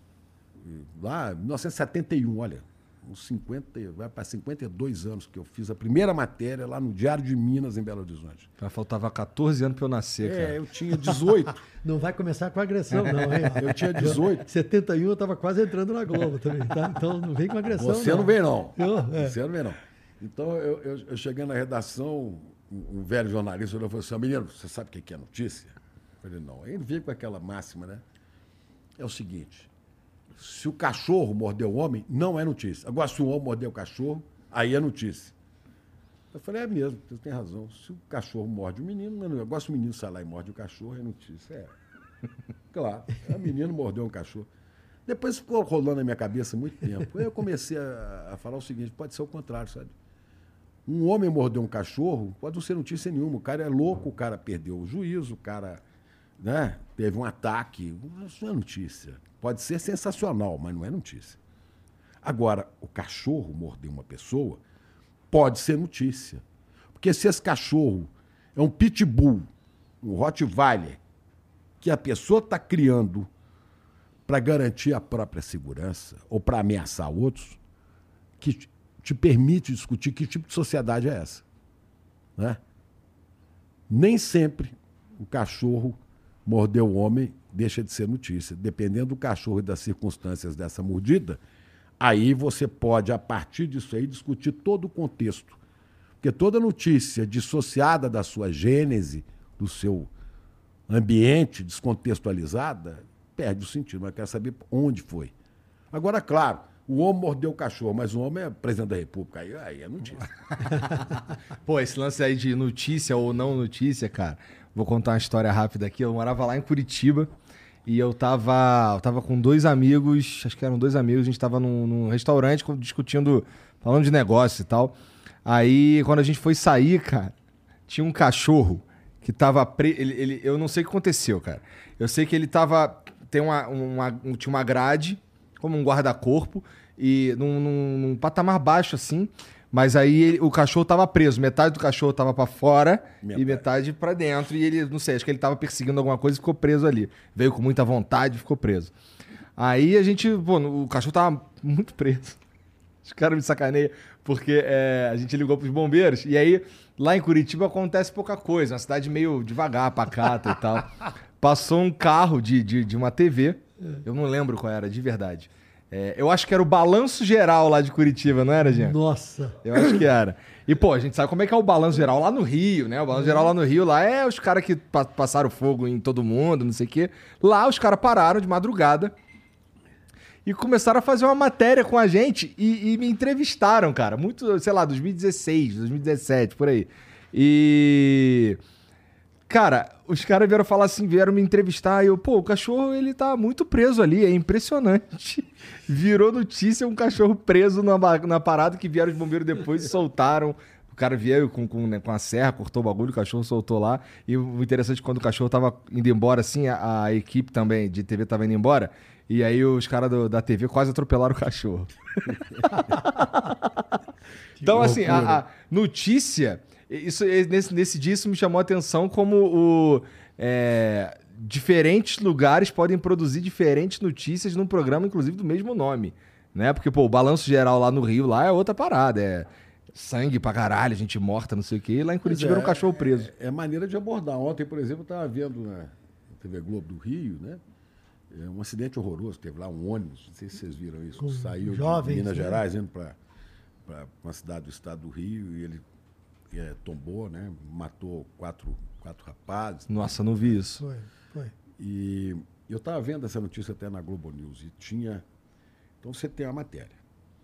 lá em 1971, olha, uns 50, vai para 52 anos que eu fiz a primeira matéria lá no Diário de Minas, em Belo Horizonte. Faltava 14 anos para eu nascer, cara. Eu tinha 18. Não vai começar com agressão, não, hein? Eu tinha 18. 71 eu estava quase entrando na Globo também, tá? Então não vem com agressão, Você não vem, não. Você não vem, não. Então, eu cheguei na redação, um velho jornalista falou assim, menino, você sabe o que é notícia? Eu falei, não. Aí ele veio com aquela máxima, né? É o seguinte... Se o cachorro mordeu o homem, não é notícia. Agora, se o homem mordeu o cachorro, aí é notícia. Eu falei, é mesmo, você tem razão. Se o cachorro morde o menino, não é notícia. Agora, se o menino sai lá e morde o cachorro, é notícia. Claro, o menino mordeu um cachorro. Depois ficou rolando na minha cabeça muito tempo. Aí eu comecei a falar o seguinte, pode ser o contrário, sabe? Um homem mordeu um cachorro, pode não ser notícia nenhuma. O cara é louco, o cara perdeu o juízo, o cara, né, teve um ataque. Isso não é notícia. Pode ser sensacional, mas não é notícia. Agora, o cachorro morder uma pessoa pode ser notícia. Porque se esse cachorro é um pitbull, um Rottweiler, que a pessoa está criando para garantir a própria segurança ou para ameaçar outros, que te permite discutir que tipo de sociedade é essa. Né? Nem sempre o cachorro mordeu o homem deixa de ser notícia. Dependendo do cachorro e das circunstâncias dessa mordida, aí você pode, a partir disso aí, discutir todo o contexto. Porque toda notícia dissociada da sua gênese, do seu ambiente, descontextualizada, perde o sentido. Mas quer saber onde foi. Agora, claro, o homem mordeu o cachorro, mas o homem é presidente da República. Aí é notícia. Pô, esse lance aí de notícia ou não notícia, cara, vou contar uma história rápida aqui. Eu morava lá em Curitiba e eu tava com 2 amigos, acho que eram 2 amigos, a gente tava num restaurante discutindo, falando de negócio e tal. Aí, quando a gente foi sair, cara, tinha um cachorro que tava preso. Eu não sei o que aconteceu, cara. Eu sei que ele tava. Tinha uma grade, como um guarda-corpo, e num patamar baixo, assim. Mas aí o cachorro tava preso. Metade do cachorro tava pra fora e metade pra dentro. E ele, não sei, acho que ele tava perseguindo alguma coisa e ficou preso ali. Veio com muita vontade e ficou preso. Aí a gente. Pô, o cachorro tava muito preso. Os caras me sacaneiam, porque a gente ligou pros bombeiros, e aí lá em Curitiba acontece pouca coisa, uma cidade meio devagar, pacata e tal. Passou um carro de uma TV, eu não lembro qual era, de verdade. Eu acho que era o Balanço Geral lá de Curitiba, não era, Jean? Nossa! Eu acho que era. E, pô, a gente sabe como é que é o Balanço Geral lá no Rio, né? O Balanço Geral lá no Rio, lá é os caras que passaram fogo em todo mundo, não sei o quê. Lá os caras pararam de madrugada e começaram a fazer uma matéria com a gente e me entrevistaram, cara. Muito, sei lá, 2016, 2017, por aí. E... Cara, os caras vieram falar assim, vieram me entrevistar e eu, pô, o cachorro, ele tá muito preso ali, é impressionante. Virou notícia um cachorro preso na parada que vieram os bombeiros depois e soltaram. O cara veio com a serra, cortou o bagulho, o cachorro soltou lá. E o interessante é que quando o cachorro tava indo embora, assim, a equipe também de TV tava indo embora. E aí os caras da TV quase atropelaram o cachorro. Então, assim, a notícia... Nesse dia isso me chamou a atenção como diferentes lugares podem produzir diferentes notícias num programa, inclusive, do mesmo nome. Né? Porque, pô, o Balanço Geral lá no Rio lá é outra parada. É sangue pra caralho, gente morta, não sei o quê. E lá em Curitiba era um cachorro preso. É maneira de abordar. Ontem, por exemplo, eu estava vendo na TV Globo do Rio, né? Um acidente horroroso. Teve lá um ônibus, não sei se vocês viram isso, que saiu de Minas Gerais, indo para uma cidade do estado do Rio, e ele tombou, né? Matou quatro rapazes. Nossa, não vi isso. Foi. E eu estava vendo essa notícia até na Globo News, e tinha... Então você tem a matéria.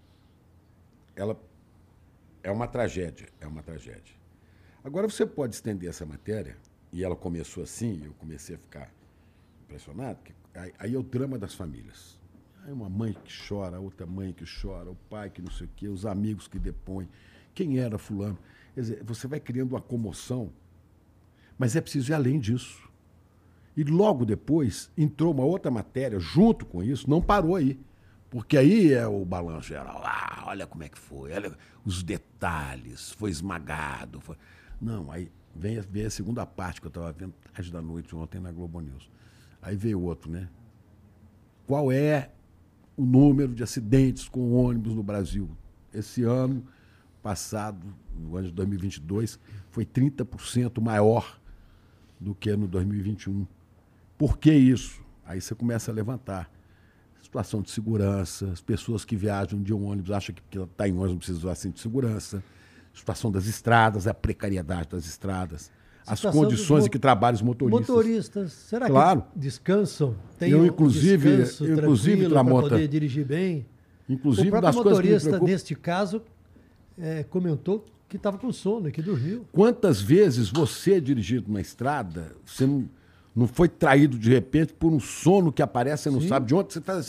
Ela é uma tragédia, Agora você pode estender essa matéria, e ela começou assim, eu comecei a ficar impressionado, que aí é o drama das famílias. Aí uma mãe que chora, outra mãe que chora, o pai que não sei o quê, os amigos que depõem, quem era fulano. Quer dizer, você vai criando uma comoção, mas é preciso ir além disso. E logo depois entrou uma outra matéria junto com isso, não parou aí. Porque aí é o balanço geral. Olha como é que foi, olha os detalhes, foi esmagado. Não, aí vem a segunda parte que eu estava vendo tarde da noite ontem na Globo News. Aí veio outro, né? Qual é o número de acidentes com ônibus no Brasil? Esse ano passado, no ano de 2022, foi 30% maior do que no 2021. Por que isso? Aí você começa a levantar. Situação de segurança, as pessoas que viajam de um ônibus acham que porque está em ônibus não precisa usar cinto de segurança. Situação das estradas, a precariedade das estradas. As condições em que trabalham os motoristas. Será claro. Que descansam? Tem inclusive, para poder dirigir bem? Inclusive, o próprio das coisas que me motorista, neste caso, comentou que estava com sono, que dormiu. Quantas vezes você, dirigindo uma estrada, você não foi traído de repente por um sono que aparece, você não sabe de onde, você faz assim,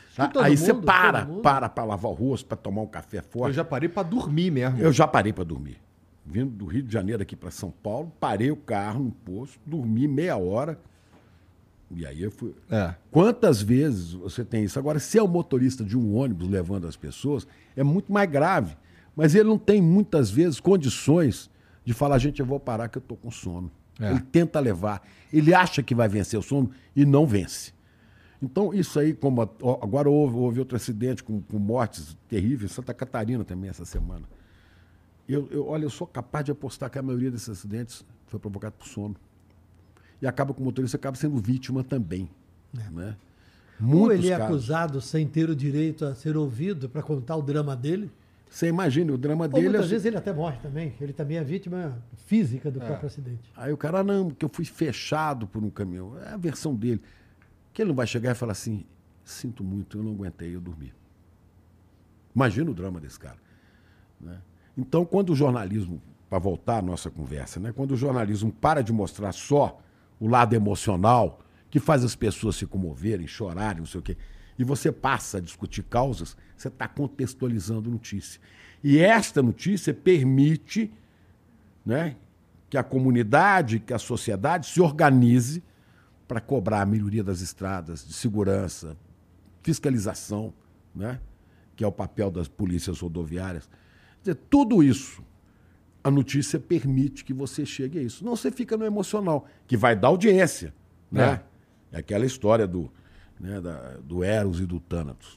Aí você para lavar o rosto, para tomar um café forte. Eu já parei para dormir mesmo. Eu já parei para dormir. Vindo do Rio de Janeiro aqui para São Paulo, parei o carro no posto, dormi meia hora. E aí eu fui. Quantas vezes você tem isso? Agora, se é o motorista de um ônibus levando as pessoas, é muito mais grave. Mas ele não tem, muitas vezes, condições de falar, gente, eu vou parar que eu estou com sono. Ele tenta levar. Ele acha que vai vencer o sono e não vence. Então, isso aí, como agora houve outro acidente com mortes terríveis, Santa Catarina também essa semana. Olha, eu sou capaz de apostar que a maioria desses acidentes foi provocado por sono. E acaba com o motorista, acaba sendo vítima também. Né? Ou ele é acusado sem ter o direito a ser ouvido para contar o drama dele. Você imagina, o drama dele... Muitas vezes ele até morre também. Ele também é vítima física do próprio acidente. Aí o cara, não, porque eu fui fechado por um caminhão. É a versão dele. Que ele não vai chegar e falar assim, sinto muito, eu não aguentei, eu dormi. Imagina o drama desse cara. Né? Então, quando o jornalismo, para voltar à nossa conversa, né? Quando o jornalismo para de mostrar só o lado emocional, que faz as pessoas se comoverem, chorarem, não sei o quê, e você passa a discutir causas, você está contextualizando notícia. E esta notícia permite, né, que a comunidade, que a sociedade se organize para cobrar a melhoria das estradas, de segurança, fiscalização, né, que é o papel das polícias rodoviárias. Quer dizer, tudo isso, a notícia permite que você chegue a isso. Não, você fica no emocional, que vai dar audiência. Né? É aquela história do Eros e do Thanatos,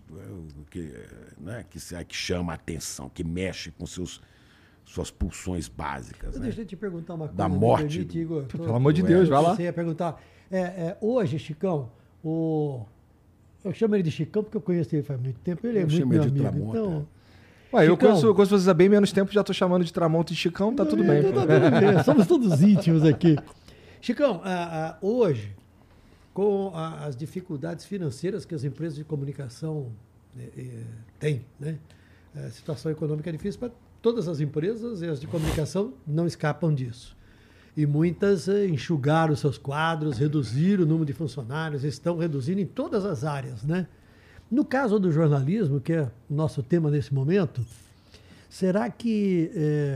que chama a atenção, que mexe com suas pulsões básicas. Deixa eu te perguntar uma coisa. Da morte. Igor, pelo amor de Deus, vai lá. Você ia perguntar. Hoje, Chicão, eu chamo ele de Chicão porque eu conheço ele faz muito tempo. Ele é muito meu amigo. Tramonta, então... Ué, eu conheço vocês há bem menos tempo, já estou chamando de Tramonta e Chicão, tá tudo bem. Tá tudo bem, somos todos íntimos aqui. Chicão, hoje, com as dificuldades financeiras que as empresas de comunicação têm, né? A situação econômica é difícil para todas as empresas e as de comunicação não escapam disso. E muitas enxugaram os seus quadros, reduziram o número de funcionários, estão reduzindo em todas as áreas, né? No caso do jornalismo, que é o nosso tema nesse momento, será que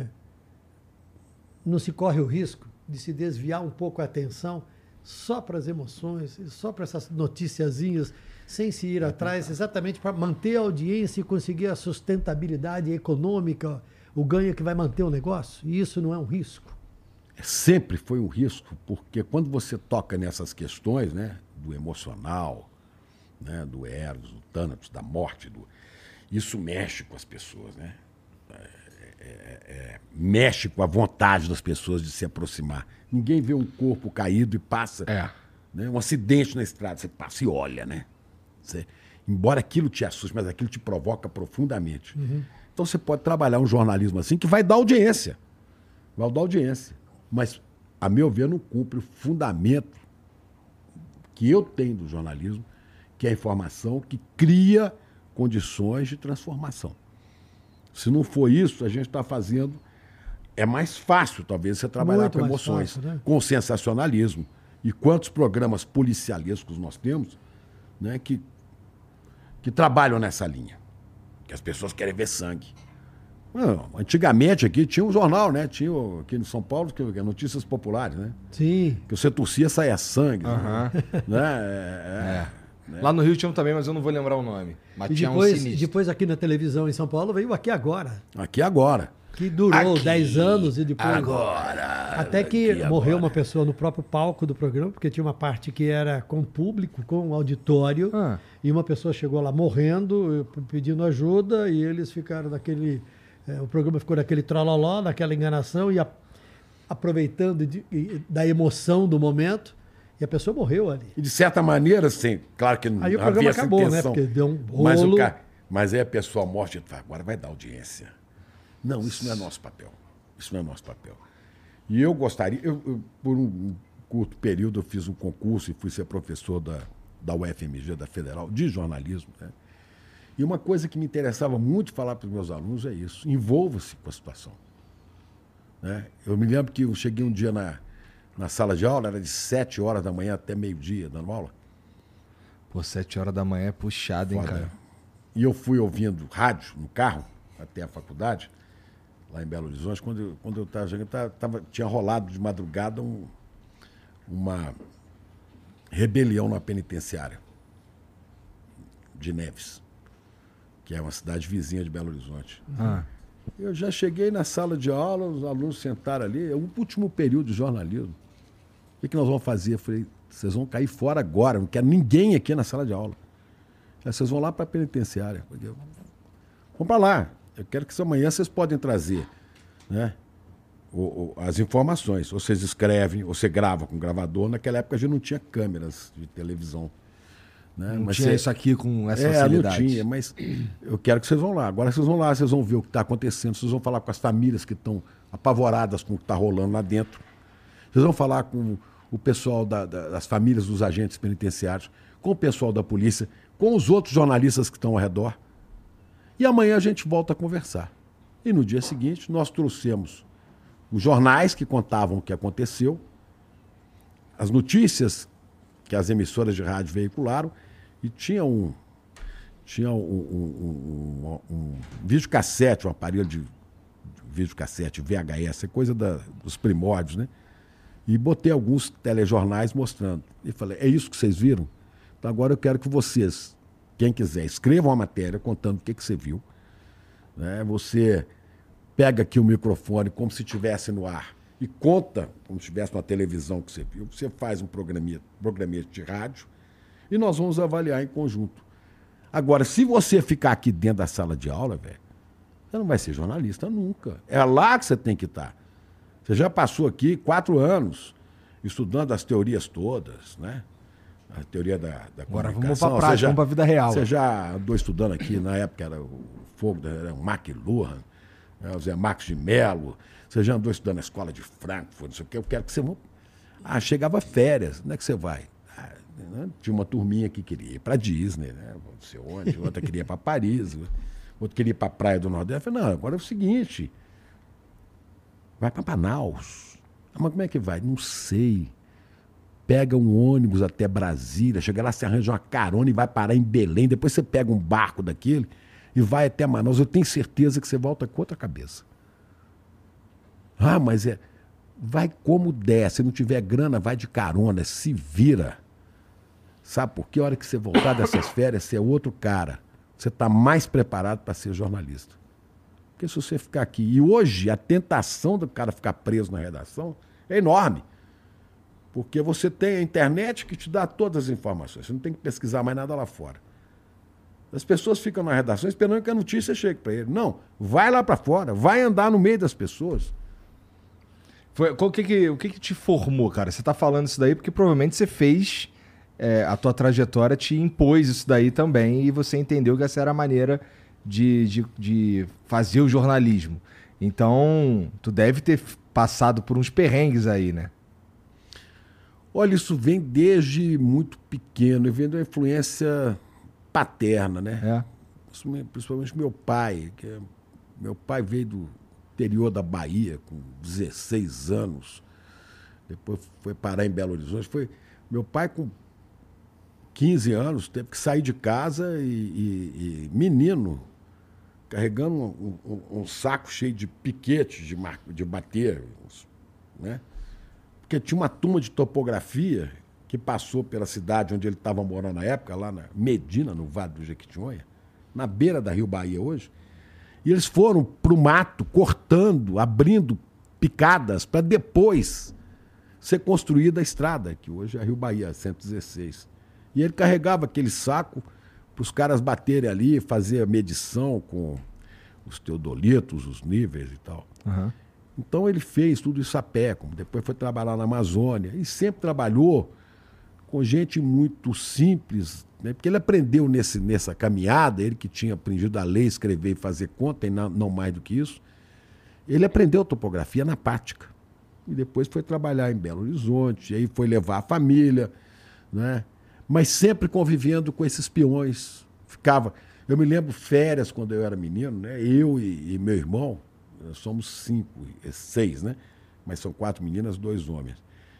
não se corre o risco de se desviar um pouco a atenção só para as emoções, só para essas noticiazinhas, sem se ir atrás, exatamente para manter a audiência e conseguir a sustentabilidade econômica, o ganho que vai manter o negócio? E isso não é um risco? Sempre foi um risco, porque quando você toca nessas questões, né, do emocional, né, do Eros, do Thanatos, da morte, isso mexe com as pessoas, né? Mexe com a vontade das pessoas de se aproximar. Ninguém vê um corpo caído e passa, né, um acidente na estrada, você passa e olha, né? Embora aquilo te assuste, mas aquilo te provoca profundamente. Uhum. Então você pode trabalhar um jornalismo assim que vai dar audiência. Vai dar audiência. Mas, a meu ver, não cumpre o fundamento que eu tenho do jornalismo, que é a informação que cria condições de transformação. Se não for isso, a gente está fazendo... É mais fácil, talvez, você trabalhar muito com emoções, fácil, né? Com sensacionalismo. E quantos programas policialescos nós temos, né, que trabalham nessa linha. Que as pessoas querem ver sangue. Não, antigamente aqui tinha um jornal, né? Tinha aqui em São Paulo, que é Notícias Populares, né? Sim. Que você torcia, saia sangue. Né? Lá no Rio tinha um também, mas eu não vou lembrar o nome. Mas e tinha depois aqui na televisão em São Paulo veio Aqui Agora. Aqui Agora. Que durou 10 anos e depois... Agora! Até que morreu uma pessoa no próprio palco do programa, porque tinha uma parte que era com público, com auditório, e uma pessoa chegou lá morrendo, pedindo ajuda, e eles ficaram naquele... o programa ficou naquele trololó, naquela enganação, e aproveitando da emoção do momento, e a pessoa morreu ali. E de certa maneira, sim, claro que não aí o programa acabou, intenção, né? Porque deu um rolo. Mas aí a pessoa morre e agora vai dar audiência. Não, isso não é nosso papel. Isso não é nosso papel. E eu gostaria... por um curto período, eu fiz um concurso e fui ser professor da UFMG, da Federal, de jornalismo, né? E uma coisa que me interessava muito falar para os meus alunos é isso. Envolva-se com a situação. Né? Eu me lembro que eu cheguei um dia na sala de aula, era de 7 horas da manhã até meio-dia, dando aula. Pô, 7 horas da manhã é puxado, hein, Foda. cara? E eu fui ouvindo rádio no carro, até a faculdade, lá em Belo Horizonte, quando eu estava chegando, tinha rolado de madrugada uma rebelião na penitenciária de Neves, que é uma cidade vizinha de Belo Horizonte. Eu já cheguei na sala de aula, os alunos sentaram ali, é o último período de jornalismo. O que nós vamos fazer? Eu falei, vocês vão cair fora agora, não quero ninguém aqui na sala de aula. Vocês vão lá para a penitenciária. Vamos para lá. Eu quero que amanhã vocês podem trazer, né, as informações. Ou vocês escrevem, ou você grava com gravador. Naquela época a gente não tinha câmeras de televisão. Né? Não tinha isso aqui com essa facilidade. Não tinha, mas eu quero que vocês vão lá. Agora vocês vão lá, vocês vão ver o que está acontecendo, vocês vão falar com as famílias que estão apavoradas com o que está rolando lá dentro. Vocês vão falar com o pessoal das famílias dos agentes penitenciários, com o pessoal da polícia, com os outros jornalistas que estão ao redor. E amanhã a gente volta a conversar. E no dia seguinte nós trouxemos os jornais que contavam o que aconteceu, as notícias que as emissoras de rádio veicularam, e tinha um videocassete, um aparelho de videocassete, VHS, é coisa dos primórdios, né? E botei alguns telejornais mostrando. E falei, é isso que vocês viram? Então agora eu quero que vocês, quem quiser, escrevam uma matéria contando o que você viu. Né? Você pega aqui o microfone como se estivesse no ar e conta como se estivesse na televisão que você viu. Você faz um programinha de rádio e nós vamos avaliar em conjunto. Agora, se você ficar aqui dentro da sala de aula, velho, você não vai ser jornalista nunca. É lá que você tem que estar. Você já passou aqui 4 anos estudando as teorias todas, né? A teoria da Agora comunicação. vamos para a prática, vamos para a vida real. Você já andou estudando aqui, na época era o fogo, era o McLuhan, né? O Zé Marcos de Mello. Você já andou estudando na escola de Frankfurt, não sei o quê. Eu quero que você... chegava férias, onde é que você vai? Né? Tinha uma turminha que queria ir para Disney, né? Não sei onde, outra queria ir para Paris, outra queria ir para a Praia do Nordeste. Eu falei, não, agora é o seguinte, vai para Manaus. Mas como é que vai? Não sei. Pega um ônibus até Brasília, chega lá, você arranja uma carona e vai parar em Belém, depois você pega um barco daquele e vai até Manaus. Eu tenho certeza que você volta com outra cabeça. Mas vai como der, se não tiver grana, vai de carona, se vira. Sabe por quê? A hora que você voltar dessas férias, você é outro cara. Você está mais preparado para ser jornalista. Porque se você ficar aqui... E hoje, a tentação do cara ficar preso na redação é enorme. Porque você tem a internet que te dá todas as informações. Você não tem que pesquisar mais nada lá fora. As pessoas ficam na redação esperando que a notícia chegue para ele. Não, vai lá para fora, vai andar no meio das pessoas. O que te formou, cara? Você tá falando isso daí porque provavelmente você fez... a tua trajetória te impôs isso daí também e você entendeu que essa era a maneira de fazer o jornalismo. Então, tu deve ter passado por uns perrengues aí, né? Olha, isso vem desde muito pequeno, vem de uma influência paterna, né? Principalmente meu pai. Meu pai veio do interior da Bahia com 16 anos, depois foi parar em Belo Horizonte. Meu pai, com 15 anos, teve que sair de casa e menino, carregando um saco cheio de piquetes de bater, né? Porque tinha uma turma de topografia que passou pela cidade onde ele estava morando na época, lá na Medina, no Vale do Jequitinhonha, na beira da Rio Bahia hoje, e eles foram para o mato, cortando, abrindo picadas para depois ser construída a estrada, que hoje é a Rio Bahia, 116. E ele carregava aquele saco para os caras baterem ali, fazer a medição com os teodolitos, os níveis e tal. Uhum. Então ele fez tudo isso a pé, como depois foi trabalhar na Amazônia, e sempre trabalhou com gente muito simples, né? Porque ele aprendeu nessa caminhada, ele que tinha aprendido a ler, escrever e fazer conta, e não mais do que isso, ele aprendeu topografia na prática. E depois foi trabalhar em Belo Horizonte, e aí foi levar a família, né? Mas sempre convivendo com esses peões. Eu me lembro férias quando eu era menino, né? Eu e meu irmão, nós somos 6, né? Mas são 4 meninas, 2 homens.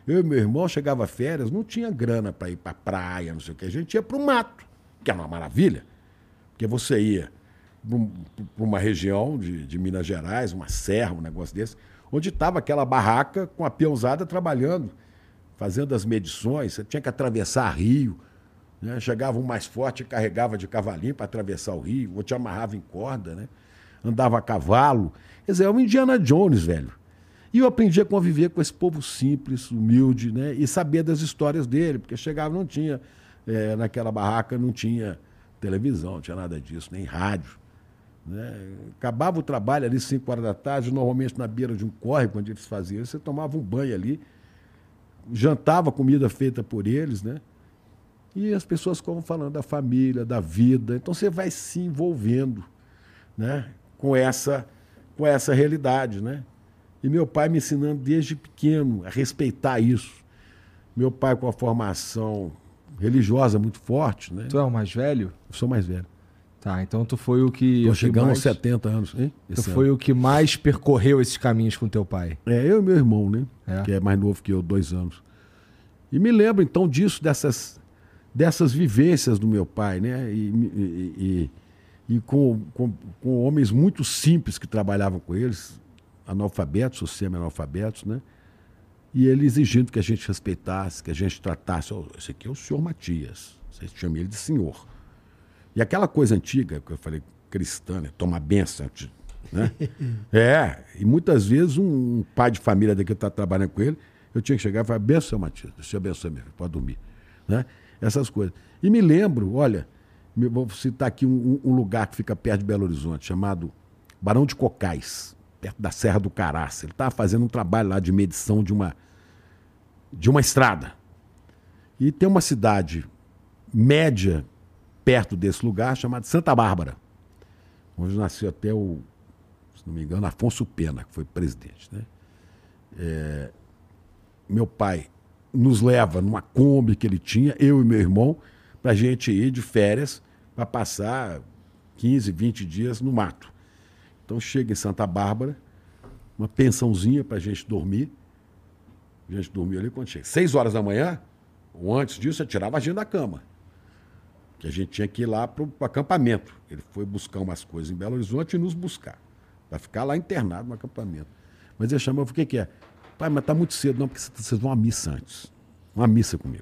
Eu e meu irmão chegava férias, não tinha grana para ir para praia, não sei o que. A gente ia para o mato, que era uma maravilha. Porque você ia para uma região de Minas Gerais, uma serra, um negócio desse, onde estava aquela barraca com a peãozada trabalhando, fazendo as medições. Você tinha que atravessar rio, né? Chegava um mais forte e carregava de cavalinho para atravessar o rio, ou te amarrava em corda, né? Andava a cavalo. Quer dizer, é um Indiana Jones, velho. E eu aprendi a conviver com esse povo simples, humilde, né? E saber das histórias dele, porque chegava, não tinha, naquela barraca não tinha televisão, não tinha nada disso, nem rádio. Né? Acabava o trabalho ali 5 horas da tarde, normalmente na beira de um córrego, onde eles faziam, você tomava um banho ali, jantava comida feita por eles, né? E as pessoas ficam falando da família, da vida. Então você vai se envolvendo, né? com essa realidade, né? E meu pai me ensinando desde pequeno a respeitar isso. Meu pai com a formação religiosa muito forte, né? Tu é o mais velho? Eu sou mais velho. Tá, então tu foi o que... Estou chegando aos 70 anos, hein? Tu foi o que mais percorreu esses caminhos com teu pai. Eu e meu irmão, né? Que é mais novo que eu, 2 anos. E me lembro, então, disso, dessas vivências do meu pai, né? E com homens muito simples que trabalhavam com eles, analfabetos ou semi-analfabetos, né? E ele exigindo que a gente respeitasse, que a gente tratasse. Esse aqui é o senhor Matias. Vocês chamam ele de senhor. E aquela coisa antiga, que eu falei, cristã, né? Tomar bênção, né? E muitas vezes um pai de família daqui que está trabalhando com ele, eu tinha que chegar e falar, benção, senhor Matias, Deus te abençoe, meu filho, pode dormir. Né? Essas coisas. E me lembro, olha, vou citar aqui um lugar que fica perto de Belo Horizonte, chamado Barão de Cocais, perto da Serra do Caraça. Ele estava fazendo um trabalho lá de medição de uma estrada. E tem uma cidade média perto desse lugar, chamada Santa Bárbara, onde nasceu até se não me engano, Afonso Pena, que foi presidente. Né? Meu pai nos leva numa Kombi que ele tinha, eu e meu irmão, para a gente ir de férias para passar 15, 20 dias no mato. Então chega em Santa Bárbara, uma pensãozinha para a gente dormir. A gente dormiu ali quando chega. 6 horas da manhã, ou antes disso, eu tirava a gente da cama. Que a gente tinha que ir lá para o acampamento. Ele foi buscar umas coisas em Belo Horizonte e nos buscar. Para ficar lá internado no acampamento. Mas ele chamou, o que é? Pai, mas está muito cedo. Não, porque vocês vão à missa antes. Uma missa comigo.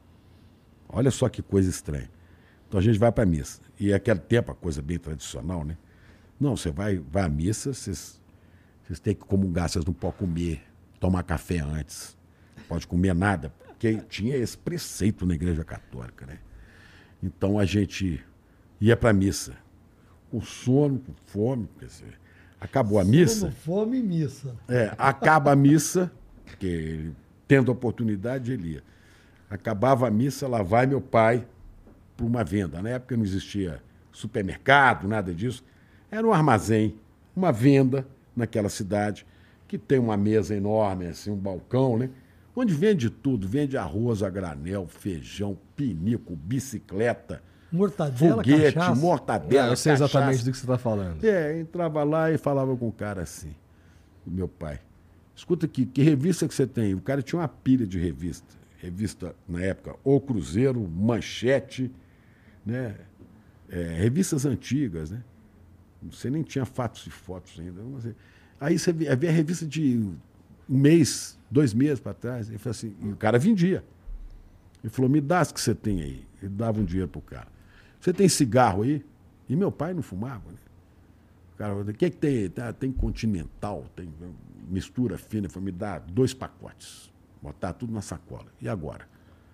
Olha só que coisa estranha. Então a gente vai para a missa. E aquele tempo, a coisa bem tradicional, né? Não, você vai à missa, vocês têm que comungar, vocês não podem comer, tomar café antes. Não pode comer nada. Porque tinha esse preceito na Igreja Católica, né? Então a gente ia para a missa com sono, com fome. Quer dizer, acabou a missa. Sono, fome e missa. Acaba a missa, porque ele, tendo a oportunidade, ele ia. Acabava a missa, lá vai meu pai para uma venda. Na época não existia supermercado, nada disso. Era um armazém, uma venda naquela cidade, que tem uma mesa enorme, assim, um balcão, né? Onde vende tudo, vende arroz a granel, feijão, pinico, bicicleta, mortadela, foguete, cachaça. mortadela, eu sei exatamente do que você está falando. Entrava lá e falava com o cara assim, meu pai, escuta aqui, que revista que você tem? O cara tinha uma pilha de revista na época, O Cruzeiro, Manchete, né? Revistas antigas, né? Você nem tinha fatos e fotos ainda. Aí você via a revista de 1 mês, 2 meses para trás. Ele falou assim, e o cara vendia. Ele falou, me dá as que você tem aí. Ele dava um dinheiro pro cara. Você tem cigarro aí? E meu pai não fumava, né? O cara falou, o que tem? Tem Continental, tem mistura fina. Ele falou, me dá 2 pacotes. Botar tudo na sacola. E agora?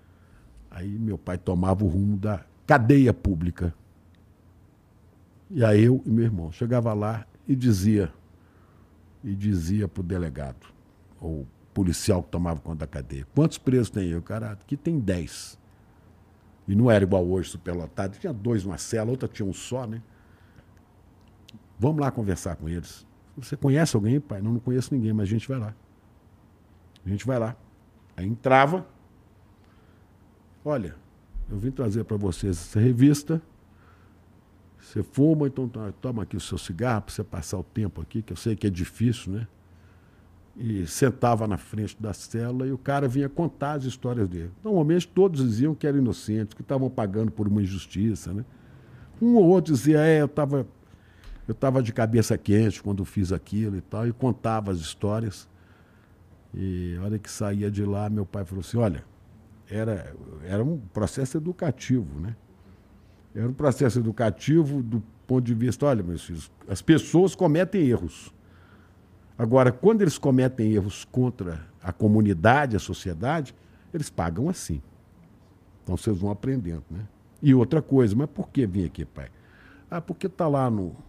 Aí meu pai tomava o rumo da cadeia pública. E aí eu e meu irmão chegava lá e dizia pro delegado, ou policial que tomava conta da cadeia, quantos presos tem aí? O cara, aqui tem 10. E não era igual hoje, superlotado. Tinha 2 numa cela, outra tinha um só, né? Vamos lá conversar com eles. Você conhece alguém, pai? Não conheço ninguém, mas a gente vai lá. A gente vai lá. Aí entrava. Olha, eu vim trazer para vocês essa revista. Você fuma, então toma aqui o seu cigarro para você passar o tempo aqui, que eu sei que é difícil, né? e sentava na frente da cela e o cara vinha contar as histórias dele. Normalmente todos diziam que eram inocentes, que estavam pagando por uma injustiça, né? Um ou outro dizia, eu estava de cabeça quente quando fiz aquilo e tal, e contava as histórias. E a hora que saía de lá, meu pai falou assim, olha, era um processo educativo, né? Era um processo educativo do ponto de vista, olha, meus filhos, as pessoas cometem erros. Agora, quando eles cometem erros contra a comunidade, a sociedade, eles pagam assim. Então vocês vão aprendendo, né? E outra coisa, mas por que vim aqui, pai? Porque está lá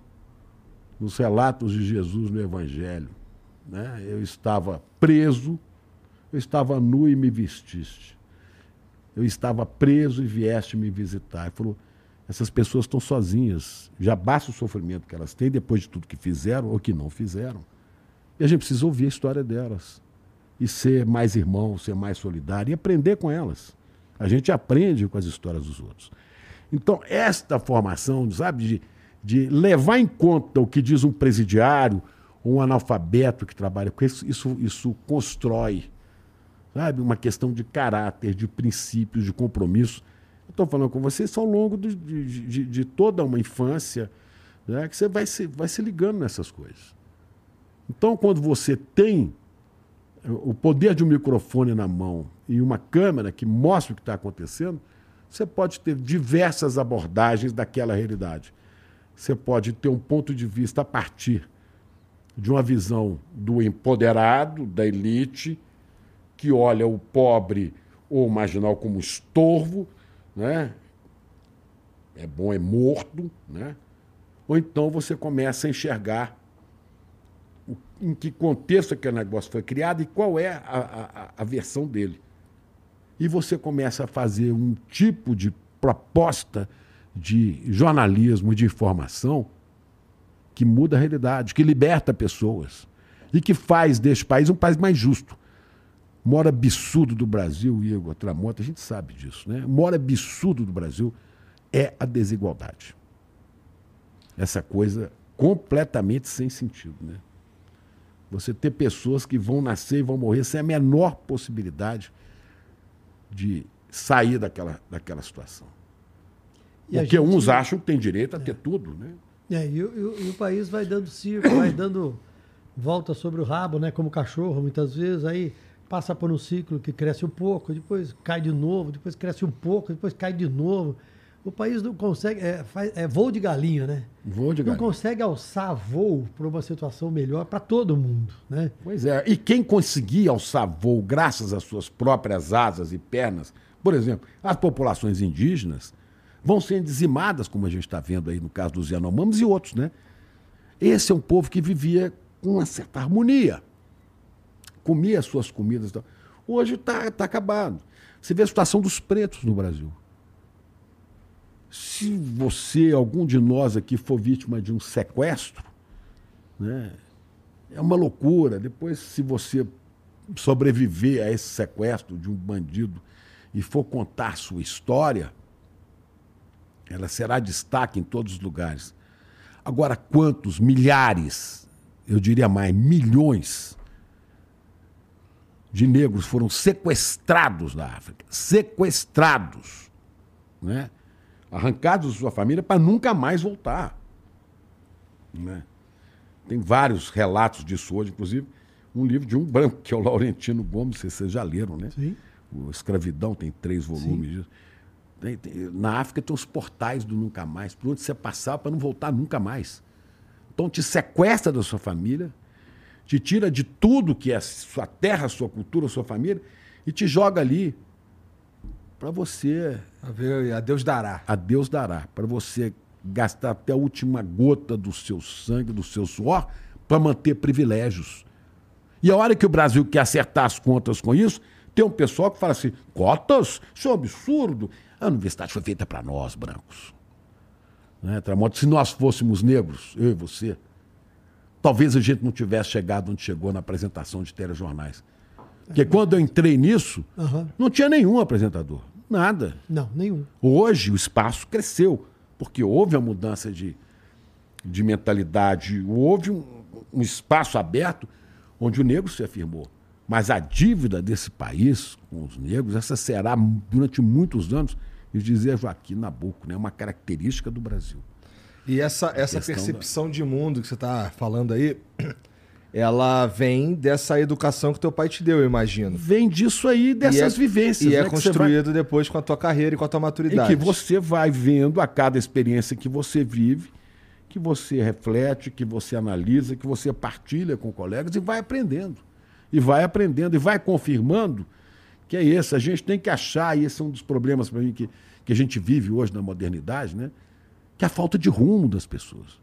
nos relatos de Jesus no Evangelho, né? Eu estava preso, eu estava nu e me vestiste. Eu estava preso e vieste me visitar. Ele falou, essas pessoas estão sozinhas, já basta o sofrimento que elas têm depois de tudo que fizeram ou que não fizeram. E a gente precisa ouvir a história delas e ser mais irmão, ser mais solidário e aprender com elas. A gente aprende com as histórias dos outros. Então, esta formação, sabe, de levar em conta o que diz um presidiário, um analfabeto que trabalha com isso constrói, sabe, uma questão de caráter, de princípios, de compromisso. Eu estou falando com vocês ao longo de toda uma infância, né, que você vai se ligando nessas coisas. Então, quando você tem o poder de um microfone na mão e uma câmera que mostra o que está acontecendo, você pode ter diversas abordagens daquela realidade. Você pode ter um ponto de vista a partir de uma visão do empoderado, da elite, que olha o pobre ou o marginal como estorvo, né? É bom, é morto, né? Ou então você começa a enxergar em que contexto aquele negócio foi criado e qual é a versão dele. E você começa a fazer um tipo de proposta de jornalismo, de informação, que muda a realidade, que liberta pessoas e que faz deste país um país mais justo. O maior absurdo do Brasil, Igor Tramonta, a gente sabe disso, né? O maior absurdo do Brasil é a desigualdade. Essa coisa completamente sem sentido, né? Você ter pessoas que vão nascer e vão morrer sem a menor possibilidade de sair daquela situação. Porque uns acham que tem direito a ter tudo, né? E o país vai dando circo, vai dando volta sobre o rabo, né? Como cachorro, muitas vezes, aí passa por um ciclo que cresce um pouco, depois cai de novo, depois cresce um pouco, depois cai de novo. O país não consegue, é voo de galinha, né? Voo de galinha. Não consegue alçar voo para uma situação melhor para todo mundo, né? Pois é, e quem conseguir alçar voo graças às suas próprias asas e pernas, por exemplo, as populações indígenas, vão sendo dizimadas, como a gente está vendo aí no caso dos Yanomamis e outros, né? Esse é um povo que vivia com uma certa harmonia, comia as suas comidas e tal. Hoje está acabado. Você vê a situação dos pretos no Brasil. Se você, algum de nós aqui, for vítima de um sequestro, né, é uma loucura. Depois, se você sobreviver a esse sequestro de um bandido e for contar sua história, ela será destaque em todos os lugares. Agora, quantos milhares, eu diria mais, milhões de negros foram sequestrados da África? Sequestrados, né? Arrancados da sua família para nunca mais voltar, né? Tem vários relatos disso hoje, inclusive um livro de um branco, que é o Laurentino Gomes, vocês já leram, né? Sim. O Escravidão tem 3 volumes disso. Na África tem os portais do nunca mais, por onde você passar para não voltar nunca mais. Então te sequestra da sua família, te tira de tudo que é a sua terra, a sua cultura, a sua família, e te joga ali para você... A Deus dará. A Deus dará. Para você gastar até a última gota do seu sangue, do seu suor, para manter privilégios. E a hora que o Brasil quer acertar as contas com isso, tem um pessoal que fala assim, cotas? Isso é um absurdo. A universidade foi feita para nós, brancos. Né, Tramonta? Se nós fôssemos negros, eu e você, talvez a gente não tivesse chegado onde chegou na apresentação de telejornais. Porque quando eu entrei nisso, não tinha nenhum apresentador. Nada. Não, nenhum. Hoje o espaço cresceu, porque houve a mudança de mentalidade, houve um espaço aberto onde o negro se afirmou. Mas a dívida desse país com os negros, essa será durante muitos anos, e dizia Joaquim Nabuco, né, uma característica do Brasil. E essa percepção de mundo que você está falando aí, ela vem dessa educação que teu pai te deu, eu imagino. Vem disso aí, dessas vivências. E é né, construído depois com a tua carreira e com a tua maturidade. E que você vai vendo a cada experiência que você vive, que você reflete, que você analisa, que você partilha com colegas e vai aprendendo. E vai confirmando que é esse. A gente tem que achar, e esse é um dos problemas para mim que a gente vive hoje na modernidade, né? Que é a falta de rumo das pessoas.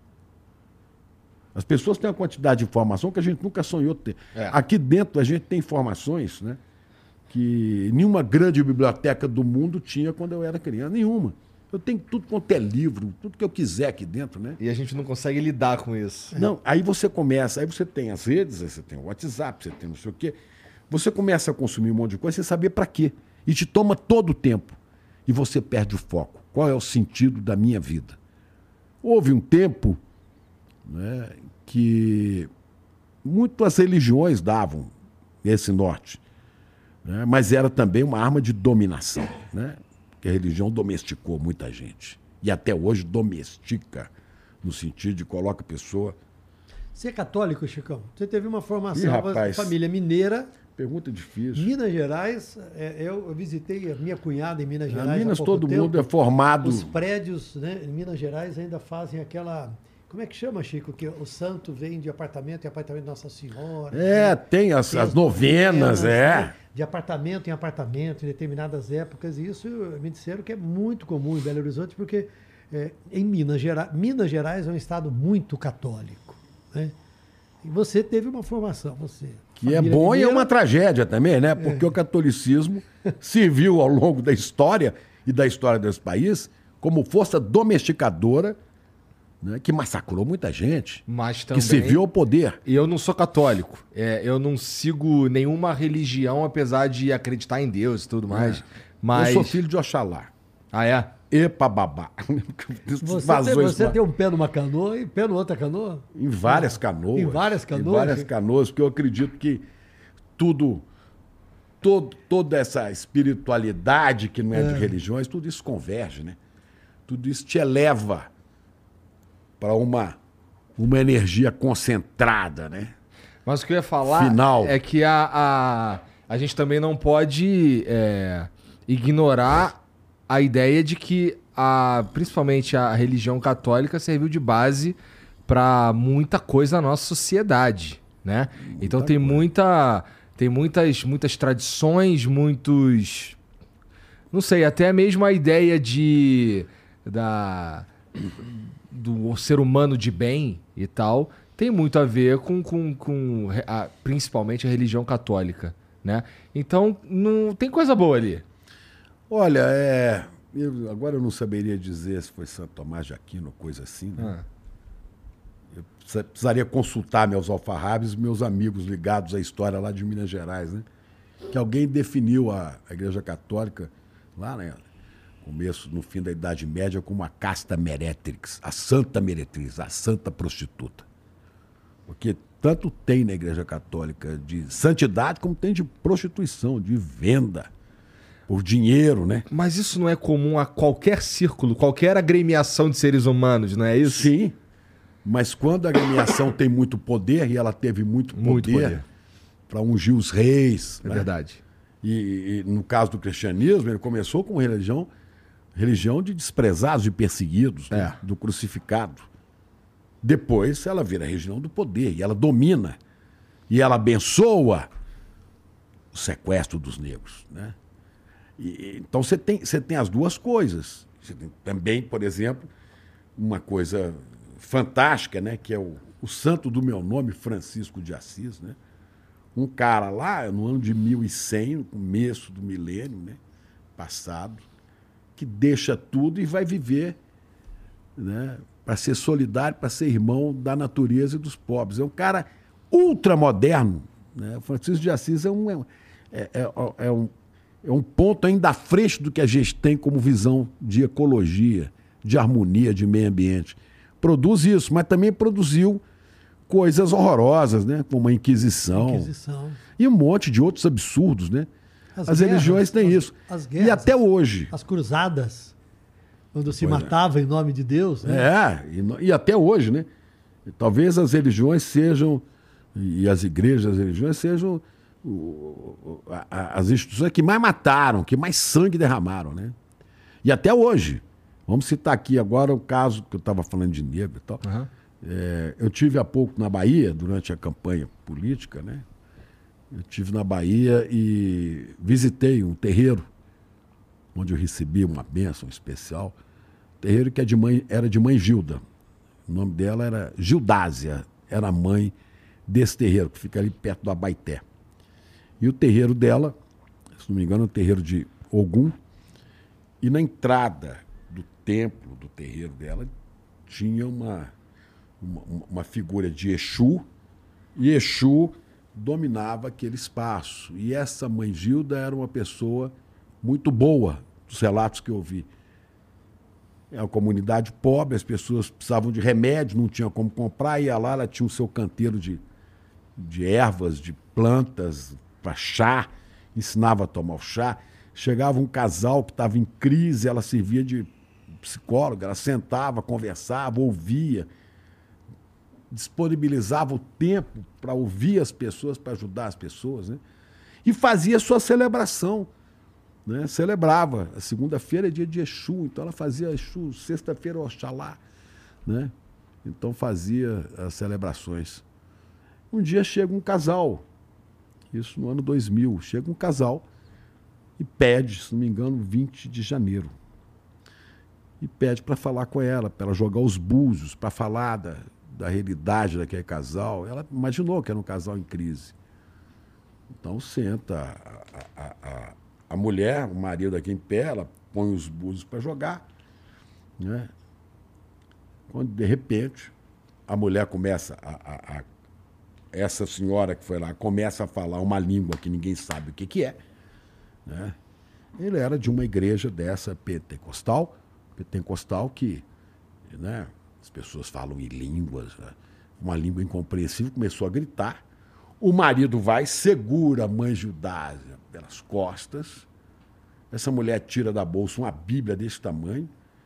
As pessoas têm uma quantidade de informação que a gente nunca sonhou ter. Aqui dentro a gente tem informações, né, que nenhuma grande biblioteca do mundo tinha quando eu era criança. Nenhuma. Eu tenho tudo quanto é livro, tudo que eu quiser aqui dentro, né? E a gente não consegue lidar com isso. Não, aí você começa, aí você tem as redes, aí você tem o WhatsApp, você tem não sei o quê. Você começa a consumir um monte de coisa sem saber para quê. E te toma todo o tempo. E você perde o foco. Qual é o sentido da minha vida? Houve um tempo, né, que muitas religiões davam esse norte, né, mas era também uma arma de dominação, né? Que a religião domesticou muita gente. E até hoje domestica, no sentido de coloca a pessoa... Você é católico, Chicão? Você teve uma formação rapaz, família mineira. Pergunta difícil. Minas Gerais, eu visitei a minha cunhada em Minas Gerais. Em Minas todo mundo é formado... Os prédios, né, em Minas Gerais ainda fazem aquela... Como é que chama, Chico? Que o santo vem de apartamento em apartamento de Nossa Senhora. Tem as novenas, né? De apartamento em apartamento, em determinadas épocas. E isso me disseram que é muito comum em Belo Horizonte, porque em Minas Gerais é um estado muito católico, né? E você teve uma formação, você. Que é bom mineira, e é uma tragédia também, né? Porque o catolicismo serviu ao longo da história e da história desse país como força domesticadora, né, que massacrou muita gente, mas também, que serviu ao poder. E eu não sou católico, eu não sigo nenhuma religião, apesar de acreditar em Deus e tudo mais. Mas... Eu sou filho de Oxalá. Ah, é? Epa, babá. Você tem um pé numa canoa e pé no outra canoa? Em várias canoas. Em várias canoas? Em várias canoas, porque eu acredito que toda essa espiritualidade que não é de religiões, tudo isso converge, né? Tudo isso te eleva para uma energia concentrada, né? Mas o que eu ia falar é que a gente também não pode ignorar a ideia de que principalmente a religião católica serviu de base para muita coisa na nossa sociedade, né? Então tem muitas tradições, não sei, até mesmo a ideia do ser humano de bem e tal, tem muito a ver com principalmente a religião católica, né? Então, não tem coisa boa ali. Olha, agora eu não saberia dizer se foi Santo Tomás de Aquino, coisa assim, né? Eu precisaria consultar meus alfarrábios e meus amigos ligados à história lá de Minas Gerais, né? Que alguém definiu a Igreja Católica lá, né? No fim da Idade Média, como a casta meretrix, a santa meretriz, a santa prostituta. Porque tanto tem na Igreja Católica de santidade, como tem de prostituição, de venda, por dinheiro, né? Mas isso não é comum a qualquer círculo, qualquer agremiação de seres humanos, não é isso? Sim, mas quando a agremiação tem muito poder, e ela teve muito poder para ungir os reis. É, né? Verdade. E no caso do cristianismo, ele começou com religião de desprezados e perseguidos, né? Do crucificado. Depois ela vira a religião do poder, e ela domina, e ela abençoa o sequestro dos negros, né? Então você tem as duas coisas. Você tem também, por exemplo, uma coisa fantástica, né? Que é o santo do meu nome, Francisco de Assis, né? Um cara lá no ano de 1100, no começo do milênio, né? Passado, que deixa tudo e vai viver, né, para ser solidário, para ser irmão da natureza e dos pobres. É um cara ultramoderno, né? O Francisco de Assis é um ponto ainda à frente do que a gente tem como visão de ecologia, de harmonia, de meio ambiente. Produz isso, mas também produziu coisas horrorosas, né? Como a Inquisição. E um monte de outros absurdos, né? As religiões têm isso. As guerras, e até hoje. As cruzadas, quando se matava em nome de Deus. Né? E até hoje, né? Talvez as religiões sejam, e as igrejas, as religiões sejam as instituições que mais mataram, que mais sangue derramaram, né? E até hoje. Vamos citar aqui agora o caso que eu estava falando de negro e tal. Uhum. Eu tive há pouco na Bahia, durante a campanha política, né? Eu tive na Bahia e visitei um terreiro, onde eu recebi uma bênção especial. Terreiro que era de mãe Gilda. O nome dela era Gildásia, era a mãe desse terreiro, que fica ali perto do Abaeté. E o terreiro dela, se não me engano, é um terreiro de Ogum, e na entrada do templo, do terreiro dela, tinha uma figura de Exu, e Exu dominava aquele espaço. E essa mãe Gilda era uma pessoa muito boa, dos relatos que eu ouvi. É uma comunidade pobre, as pessoas precisavam de remédio, não tinham como comprar, ia lá, ela tinha o seu canteiro de ervas, de plantas, para chá, ensinava a tomar o chá. Chegava um casal que estava em crise, ela servia de psicóloga, ela sentava, conversava, ouvia, disponibilizava o tempo para ouvir as pessoas, para ajudar as pessoas, né? E fazia a sua celebração. Né? Celebrava. A segunda-feira é dia de Exu, então ela fazia Exu, sexta-feira Oxalá, né? Então fazia as celebrações. Um dia chega um casal, isso no ano 2000, chega um casal e pede, se não me engano, 20 de janeiro. E pede para falar com ela, para ela jogar os búzios, para falar da realidade daquele casal. Ela imaginou que era um casal em crise. Então senta a mulher, o marido aqui em pé, ela põe os búzios para jogar, né? Quando, de repente, a mulher começa essa senhora que foi lá começa a falar uma língua que ninguém sabe o que é, né? Ele era de uma igreja dessa pentecostal que, né, as pessoas falam em línguas, né? Uma língua incompreensível, começou a gritar. O marido vai, segura a mãe Gildásia pelas costas. Essa mulher tira da bolsa uma Bíblia desse tamanho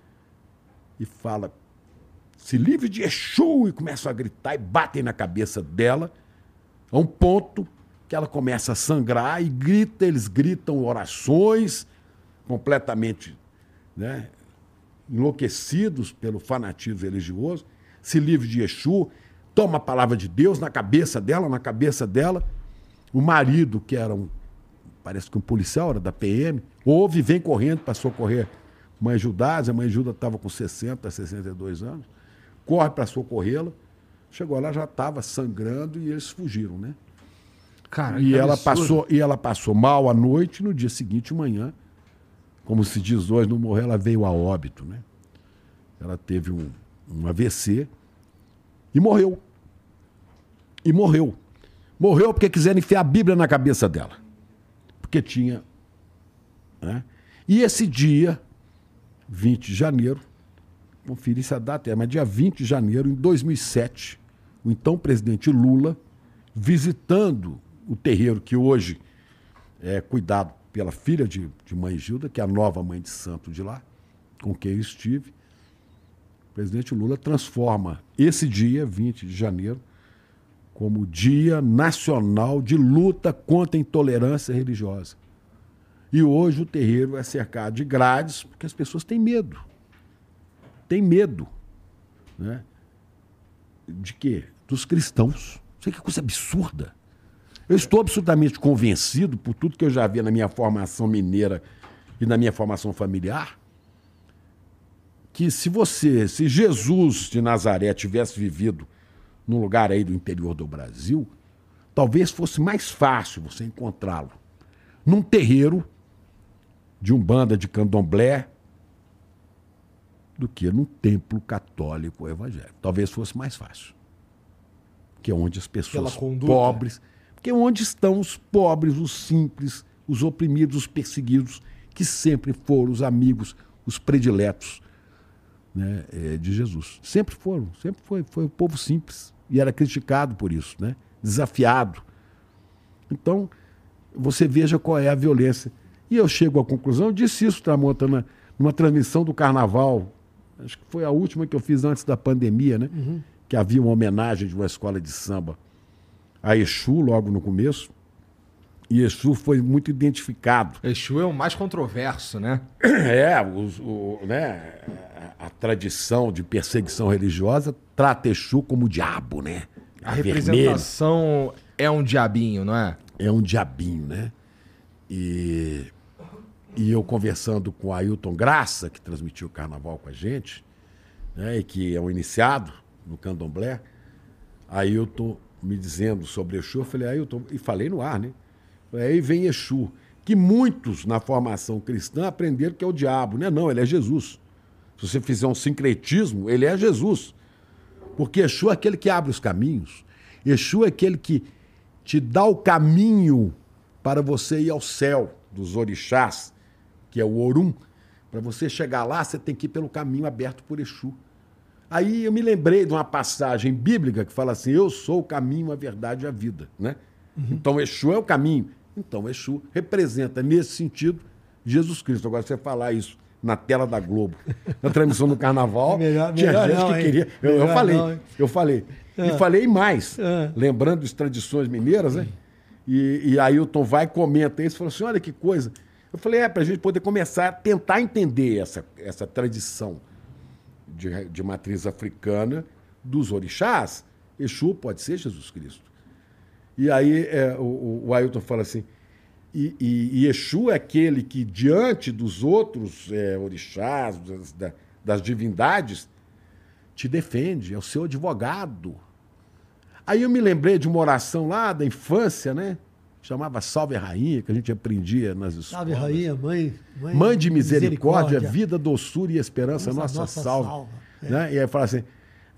e fala: se livre de Exu, e começam a gritar e batem na cabeça dela, a um ponto que ela começa a sangrar e grita, eles gritam orações completamente, né, enlouquecidos pelo fanatismo religioso, se livre de Exu, toma a palavra de Deus na cabeça dela. O marido, que era parece que um policial, era da PM, ouve e vem correndo para socorrer mãe Gildásia. A mãe Gilda estava com 60, 62 anos, corre para socorrê-la, chegou lá, já estava sangrando e eles fugiram, né? Cara, e ela passou mal à noite, no dia seguinte, de manhã, como se diz hoje, não morreu, ela veio a óbito, né? Ela teve um AVC e morreu. Morreu porque quiseram enfiar a Bíblia na cabeça dela. Porque tinha... né? E esse dia, 20 de janeiro, conferi se a data mas dia 20 de janeiro, em 2007, o então presidente Lula, visitando o terreiro que hoje é cuidado pela filha de mãe Gilda, que é a nova mãe de santo de lá, com quem eu estive, o presidente Lula transforma esse dia, 20 de janeiro, como Dia Nacional de Luta contra a Intolerância Religiosa. E hoje o terreiro é cercado de grades, porque as pessoas têm medo. Tem medo, né? De quê? Dos cristãos. Isso que coisa absurda. Eu estou absolutamente convencido, por tudo que eu já vi na minha formação mineira e na minha formação familiar, que se Jesus de Nazaré tivesse vivido num lugar aí do interior do Brasil, talvez fosse mais fácil você encontrá-lo num terreiro de umbanda, de candomblé, do que num templo católico evangélico. Talvez fosse mais fácil. Que é onde as pessoas pobres... Porque é onde estão os pobres, os simples, os oprimidos, os perseguidos, que sempre foram os amigos, os prediletos, né, de Jesus. Sempre foram, sempre foi o povo simples. E era criticado por isso, né? Desafiado. Então, você veja qual é a violência. E eu chego à conclusão, eu disse isso, Tramontana, numa transmissão do Carnaval, acho que foi a última que eu fiz antes da pandemia, né? Que havia uma homenagem de uma escola de samba a Exu, logo no começo. E Exu foi muito identificado. Exu é o mais controverso, né? Né? A tradição de perseguição religiosa trata Exu como diabo, né? A representação é um diabinho, não é? É um diabinho, né? E eu conversando com o Ailton Graça, que transmitiu o Carnaval com a gente, né? E que é um iniciado no candomblé, Ailton me dizendo sobre Exu, eu falei, Ailton, e falei no ar, né? Aí vem Exu, que muitos na formação cristã aprenderam que é o diabo. Não, ele é Jesus. Se você fizer um sincretismo, ele é Jesus. Porque Exu é aquele que abre os caminhos. Exu é aquele que te dá o caminho para você ir ao céu dos orixás, que é o Orum. Para você chegar lá, você tem que ir pelo caminho aberto por Exu. Aí eu me lembrei de uma passagem bíblica que fala assim, eu sou o caminho, a verdade e a vida, né? Então Exu é o caminho. Então Exu representa, nesse sentido, Jesus Cristo. Agora, você falar isso na tela da Globo, na transmissão do Carnaval, tinha gente não, que queria... Eu falei. E falei mais, lembrando das tradições mineiras, né? E Ailton vai e comenta isso, falou assim, olha que coisa. Eu falei, para a gente poder começar a tentar entender essa tradição de matriz africana dos orixás, Exu pode ser Jesus Cristo. E aí o Ailton fala assim, e Exu é aquele que, diante dos outros orixás, das divindades, te defende, é o seu advogado. Aí eu me lembrei de uma oração lá da infância, né? Chamava Salve Rainha, que a gente aprendia nas escolas. Salve Rainha, mãe de misericórdia, vida, doçura e esperança, nossa salva. Né? E aí fala assim,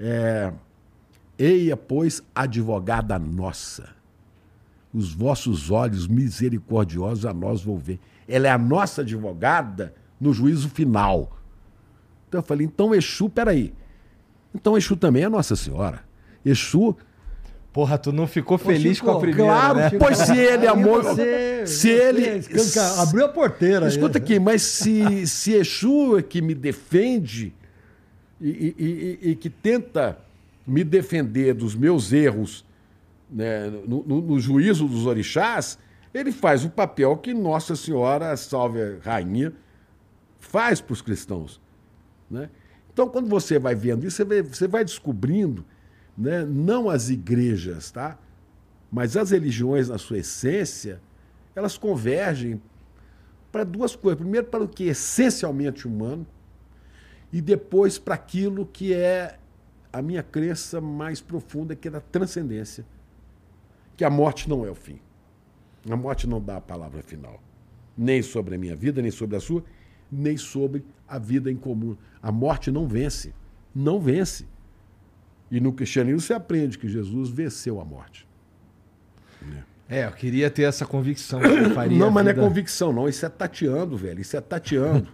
eia, pois, advogada nossa, os vossos olhos misericordiosos a nós volver. Ela é a nossa advogada no juízo final. Então eu falei, então Exu, peraí. Então Exu também é Nossa Senhora. Exu... Porra, tu não ficou feliz com a primeira, claro, né? Pois se ele amor... Se ele... Abriu a porteira. Escuta aqui, mas se Exu é que me defende e que tenta me defender dos meus erros, né, no juízo dos orixás, ele faz o papel que Nossa Senhora, Salve Rainha, faz para os cristãos. Né? Então, quando você vai vendo isso, você vai descobrindo, né, não as igrejas, tá? Mas as religiões, na sua essência, elas convergem para duas coisas. Primeiro, para o que é essencialmente humano, e depois para aquilo que é a minha crença mais profunda, que é da transcendência. Que a morte não é o fim. A morte não dá a palavra final. Nem sobre a minha vida, nem sobre a sua, nem sobre a vida em comum. A morte não vence. Não vence. E no cristianismo você aprende que Jesus venceu a morte. Eu queria ter essa convicção. Não, mas não é convicção, não. Isso é tateando, velho. Isso é tateando.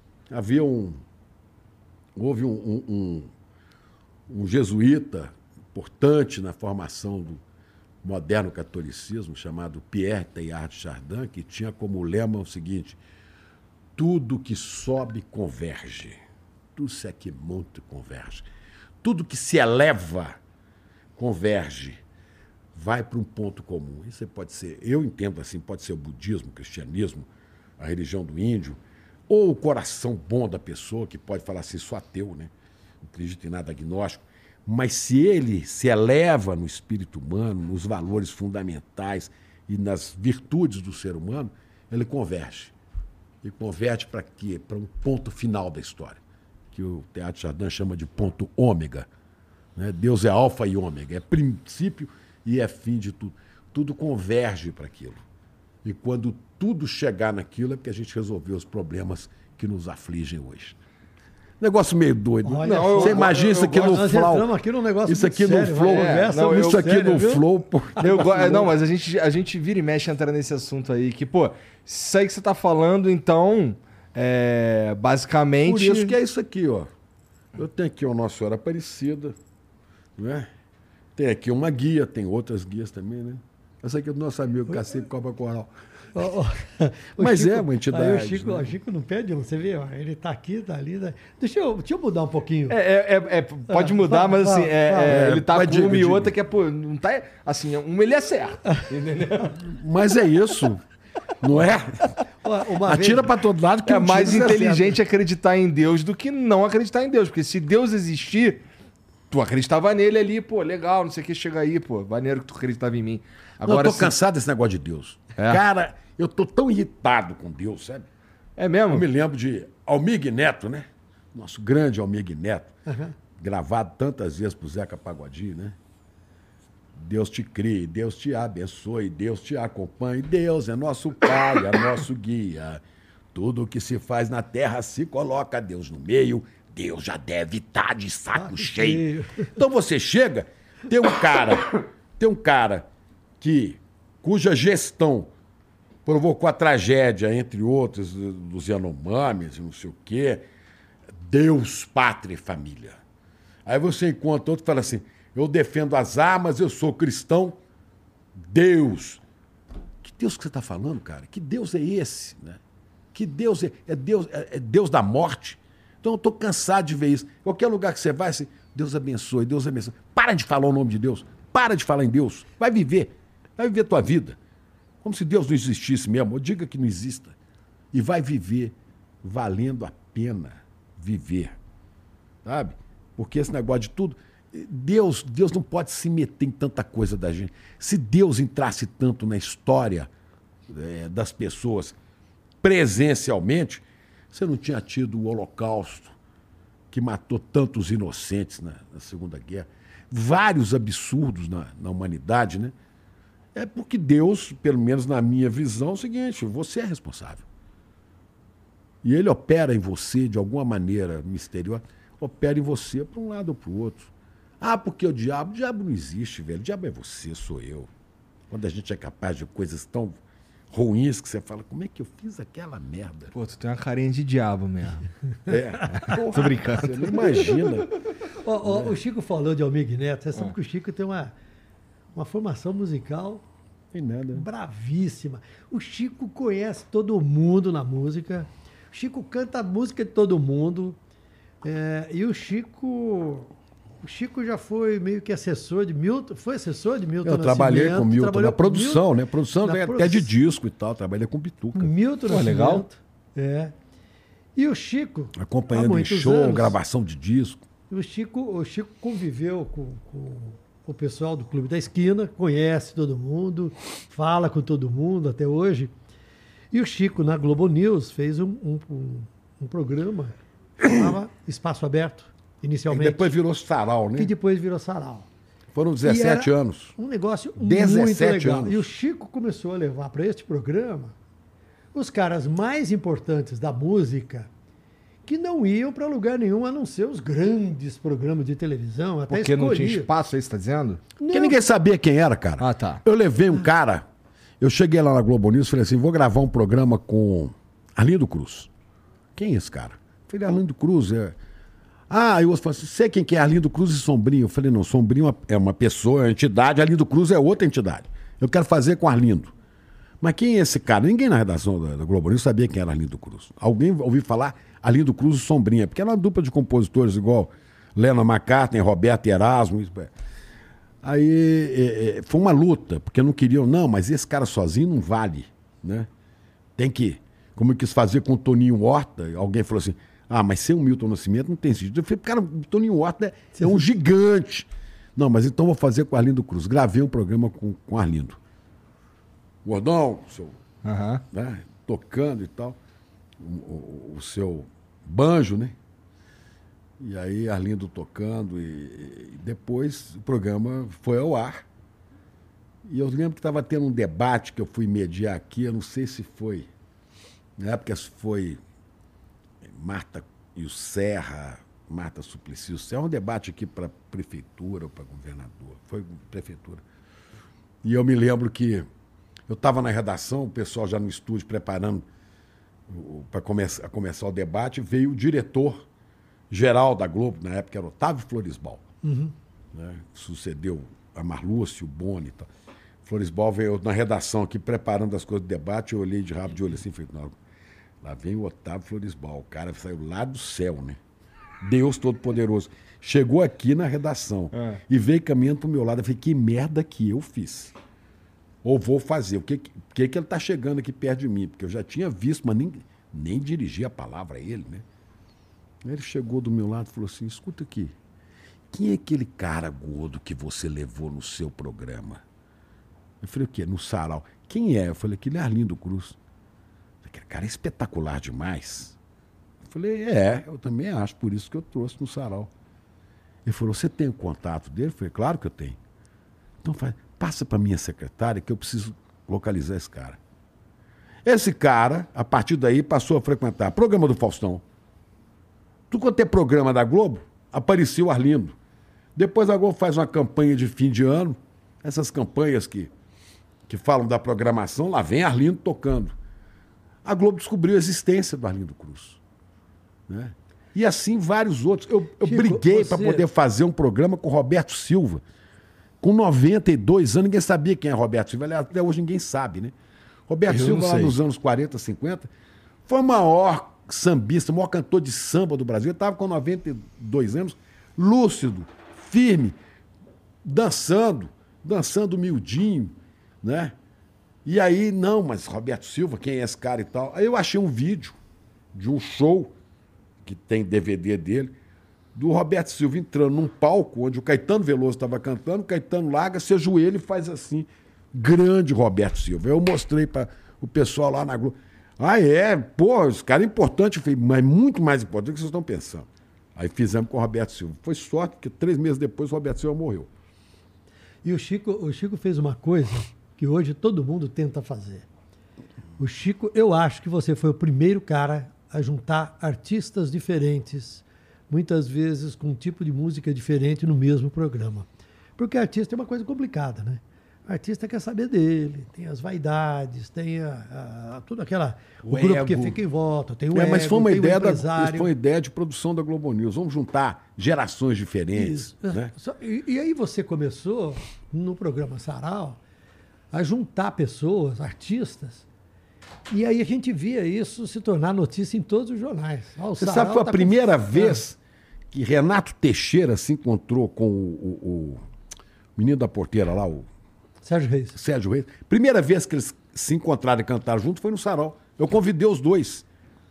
Houve um jesuíta importante na formação do moderno catolicismo, chamado Pierre Teilhard de Chardin, que tinha como lema o seguinte: tudo que sobe converge. Tudo se é que monta converge. Tudo que se eleva converge. Vai para um ponto comum. Isso pode ser, eu entendo assim, pode ser o budismo, o cristianismo, a religião do índio, ou o coração bom da pessoa, que pode falar assim, sou ateu, né? Não acredito em nada, agnóstico. Mas se ele se eleva no espírito humano, nos valores fundamentais e nas virtudes do ser humano, ele converge. Ele converte para quê? Para um ponto final da história, que o Teilhard de Chardin chama de ponto ômega. Né? Deus é alfa e ômega, é princípio e é fim de tudo. Tudo converge para aquilo. E quando tudo chegar naquilo é porque a gente resolveu os problemas que nos afligem hoje. Negócio meio doido. Olha, você imagina isso aqui no Flow. Aqui num negócio isso aqui no Flow. Isso aqui no Flow. Não, mas a gente vira e mexe entra nesse assunto aí. Que, pô, isso aí que você tá falando, então, basicamente... Por isso que é isso aqui, ó. Eu tenho aqui a Nossa Senhora Aparecida, né? Tem aqui uma guia, tem outras guias também, né? Essa aqui é do nosso amigo Cacique Cobra Coral. Mas Chico, é uma entidade. Aí o Chico não pede, você vê, ó, ele tá aqui, tá ali. Tá... Deixa eu mudar um pouquinho. Pode mudar, mas assim, ele tá com uma e outra que é, pô, não tá. Assim, uma ele é certo. Entendeu? Mas é isso. Não é? Atira para todo lado que é mais inteligente acreditar em Deus do que não acreditar em Deus. Porque se Deus existir, tu acreditava nele ali, pô, legal, não sei o que, chega aí, pô, maneiro que tu acreditava em mim. Agora, eu tô cansado desse negócio de Deus. Cara, eu tô tão irritado com Deus, sabe? É mesmo? Eu me lembro de Almir Neto, né? Nosso grande Almir Neto, gravado tantas vezes pro Zeca Pagodinho, né? Deus te crie, Deus te abençoe, Deus te acompanhe, Deus é nosso Pai, é nosso guia. Tudo que se faz na terra se coloca Deus no meio, Deus já deve estar de saco cheio. Então você chega, tem um cara cuja gestão provocou a tragédia, entre outros, dos Yanomamis, não sei o quê. Deus, pátria e família. Aí você encontra outro e fala assim, eu defendo as armas, eu sou cristão. Deus. Que Deus que você está falando, cara? Que Deus é esse? Né? Que Deus é Deus da morte? Então eu estou cansado de ver isso. Qualquer lugar que você vai, assim, Deus abençoe, Deus abençoe. Para de falar o nome de Deus. Para de falar em Deus. Vai viver a tua vida. Como se Deus não existisse mesmo. Ou diga que não exista. E vai viver valendo a pena viver. Sabe? Porque esse negócio de tudo... Deus não pode se meter em tanta coisa da gente. Se Deus entrasse tanto na história das pessoas presencialmente, você não tinha tido o Holocausto, que matou tantos inocentes na Segunda Guerra. Vários absurdos na humanidade, né? É porque Deus, pelo menos na minha visão, é o seguinte, você é responsável. E ele opera em você de alguma maneira misteriosa, opera em você para um lado ou para o outro. Ah, porque o diabo não existe, velho. O diabo é você, sou eu. Quando a gente é capaz de coisas tão ruins que você fala, como é que eu fiz aquela merda? Pô, tu tem uma carinha de diabo mesmo. Porra, tô brincando. Você não imagina. O Chico falou de Almir Neto. Você sabe que o Chico tem uma formação musical tem nada. Bravíssima. O Chico conhece todo mundo na música. O Chico canta a música de todo mundo. E o Chico já foi meio que assessor de Milton. Foi assessor de Milton Nascimento. Eu trabalhei com Milton na produção, né? Produção até de disco e tal. Trabalhei com Bituca. Milton Nascimento. Legal. E o Chico... Acompanhando em show, gravação de disco. O Chico conviveu com o pessoal do Clube da Esquina, conhece todo mundo, fala com todo mundo até hoje. E o Chico, na Globo News, fez um programa que chamava Espaço Aberto, inicialmente. E depois virou Sarau, né? Que depois virou Sarau. Foram 17 anos. Um negócio 17 muito legal. anos. E o Chico começou a levar para este programa os caras mais importantes da música que não iam para lugar nenhum, a não ser os grandes programas de televisão. Até porque não tinha espaço, aí você está dizendo? Porque ninguém sabia quem era, cara. Ah, tá. Eu levei um cara, eu cheguei lá na Globo News e falei assim, vou gravar um programa com Arlindo Cruz. Quem é esse cara? Eu falei, Arlindo Cruz Ah, e o outro falou assim, sei quem que é Arlindo Cruz e Sombrinho. Eu falei, não, Sombrinho é uma pessoa, é uma entidade, Arlindo Cruz é outra entidade. Eu quero fazer com Arlindo. Mas quem é esse cara? Ninguém na redação da Globo News sabia quem era Arlindo Cruz. Alguém ouviu falar Arlindo Cruz e Sombrinha, porque era uma dupla de compositores igual Lennon McCartney, Roberto Erasmo. Aí foi uma luta, porque não queriam, não, mas esse cara sozinho não vale, né? Tem que, como eu quis fazer com o Toninho Horta, alguém falou assim, mas sem o Milton Nascimento não tem sentido. Eu falei, cara, o Toninho Horta é um gigante. Não, mas então vou fazer com o Arlindo Cruz. Gravei um programa com Arlindo. Gordão, né, tocando e tal, o seu banjo, né? E aí Arlindo tocando e depois o programa foi ao ar. E eu lembro que estava tendo um debate que eu fui mediar aqui, eu não sei se foi, na época foi Marta e o Serra, Marta Suplicy, o Serra, um debate aqui para a prefeitura ou para governador, foi prefeitura. E eu me lembro que eu estava na redação, o pessoal já no estúdio preparando para começar o debate, veio o diretor-geral da Globo, na época era Otávio Floresbal, né? Sucedeu a Marlúcia, o Boni e tal. Floresbal veio na redação aqui, preparando as coisas do debate, eu olhei de rabo de olho assim, falei, não, lá vem o Otávio Floresbal, o cara saiu lá do céu, né? Deus Todo-Poderoso. Chegou aqui na redação e veio caminhando pro meu lado. Eu falei, que merda que eu fiz? Ou vou fazer? O que ele tá chegando aqui perto de mim? Porque eu já tinha visto, mas nem dirigi a palavra a ele, né? Aí ele chegou do meu lado e falou assim, escuta aqui, quem é aquele cara gordo que você levou no seu programa? Eu falei, o quê? No sarau. Quem é? Eu falei, aquele é Arlindo Cruz. Aquele cara é espetacular demais. Eu falei, eu também acho, por isso que eu trouxe no sarau. Ele falou, você tem o contato dele? Eu falei, claro que eu tenho. Então passa para minha secretária que eu preciso localizar esse cara. Esse cara, a partir daí, passou a frequentar programa do Faustão. Tudo quanto é programa da Globo, apareceu o Arlindo. Depois a Globo faz uma campanha de fim de ano, essas campanhas que falam da programação, lá vem Arlindo tocando. A Globo descobriu a existência do Arlindo Cruz. Né? E assim vários outros. Eu Chico, briguei para poder fazer um programa com o Roberto Silva. Com 92 anos, ninguém sabia quem é Roberto Silva. Até hoje ninguém sabe, né? Roberto Silva, lá nos anos 40, 50, foi o maior sambista, o maior cantor de samba do Brasil. Ele estava com 92 anos, lúcido, firme, dançando miudinho, né? E aí, não, mas Roberto Silva, quem é esse cara e tal? Aí eu achei um vídeo de um show, que tem DVD dele, do Roberto Silva entrando num palco onde o Caetano Veloso estava cantando, o Caetano larga, se ajoelha e faz assim. Grande Roberto Silva. Eu mostrei para o pessoal lá na Globo. Pô, esse cara é importante. Eu falei, mas muito mais importante do que vocês estão pensando. Aí fizemos com o Roberto Silva. Foi sorte que 3 meses depois o Roberto Silva morreu. E o Chico fez uma coisa que hoje todo mundo tenta fazer. O Chico, eu acho que você foi o primeiro cara a juntar artistas diferentes, muitas vezes com um tipo de música diferente no mesmo programa. Porque artista é uma coisa complicada, né? O artista quer saber dele, tem as vaidades, tem tudo aquela... O grupo ego. que fica em volta, tem o ego, mas foi uma tem ideia o empresário. foi uma ideia de produção da Globo News. Vamos juntar gerações diferentes. Né? E aí você começou, no programa Sarau, a juntar pessoas, artistas, e aí a gente via isso se tornar notícia em todos os jornais. Você sabe que foi a primeira vez que Renato Teixeira se encontrou com o menino da porteira lá, o Sérgio Reis. Primeira vez que eles se encontraram e cantaram junto foi no Sarau. Eu convidei os dois.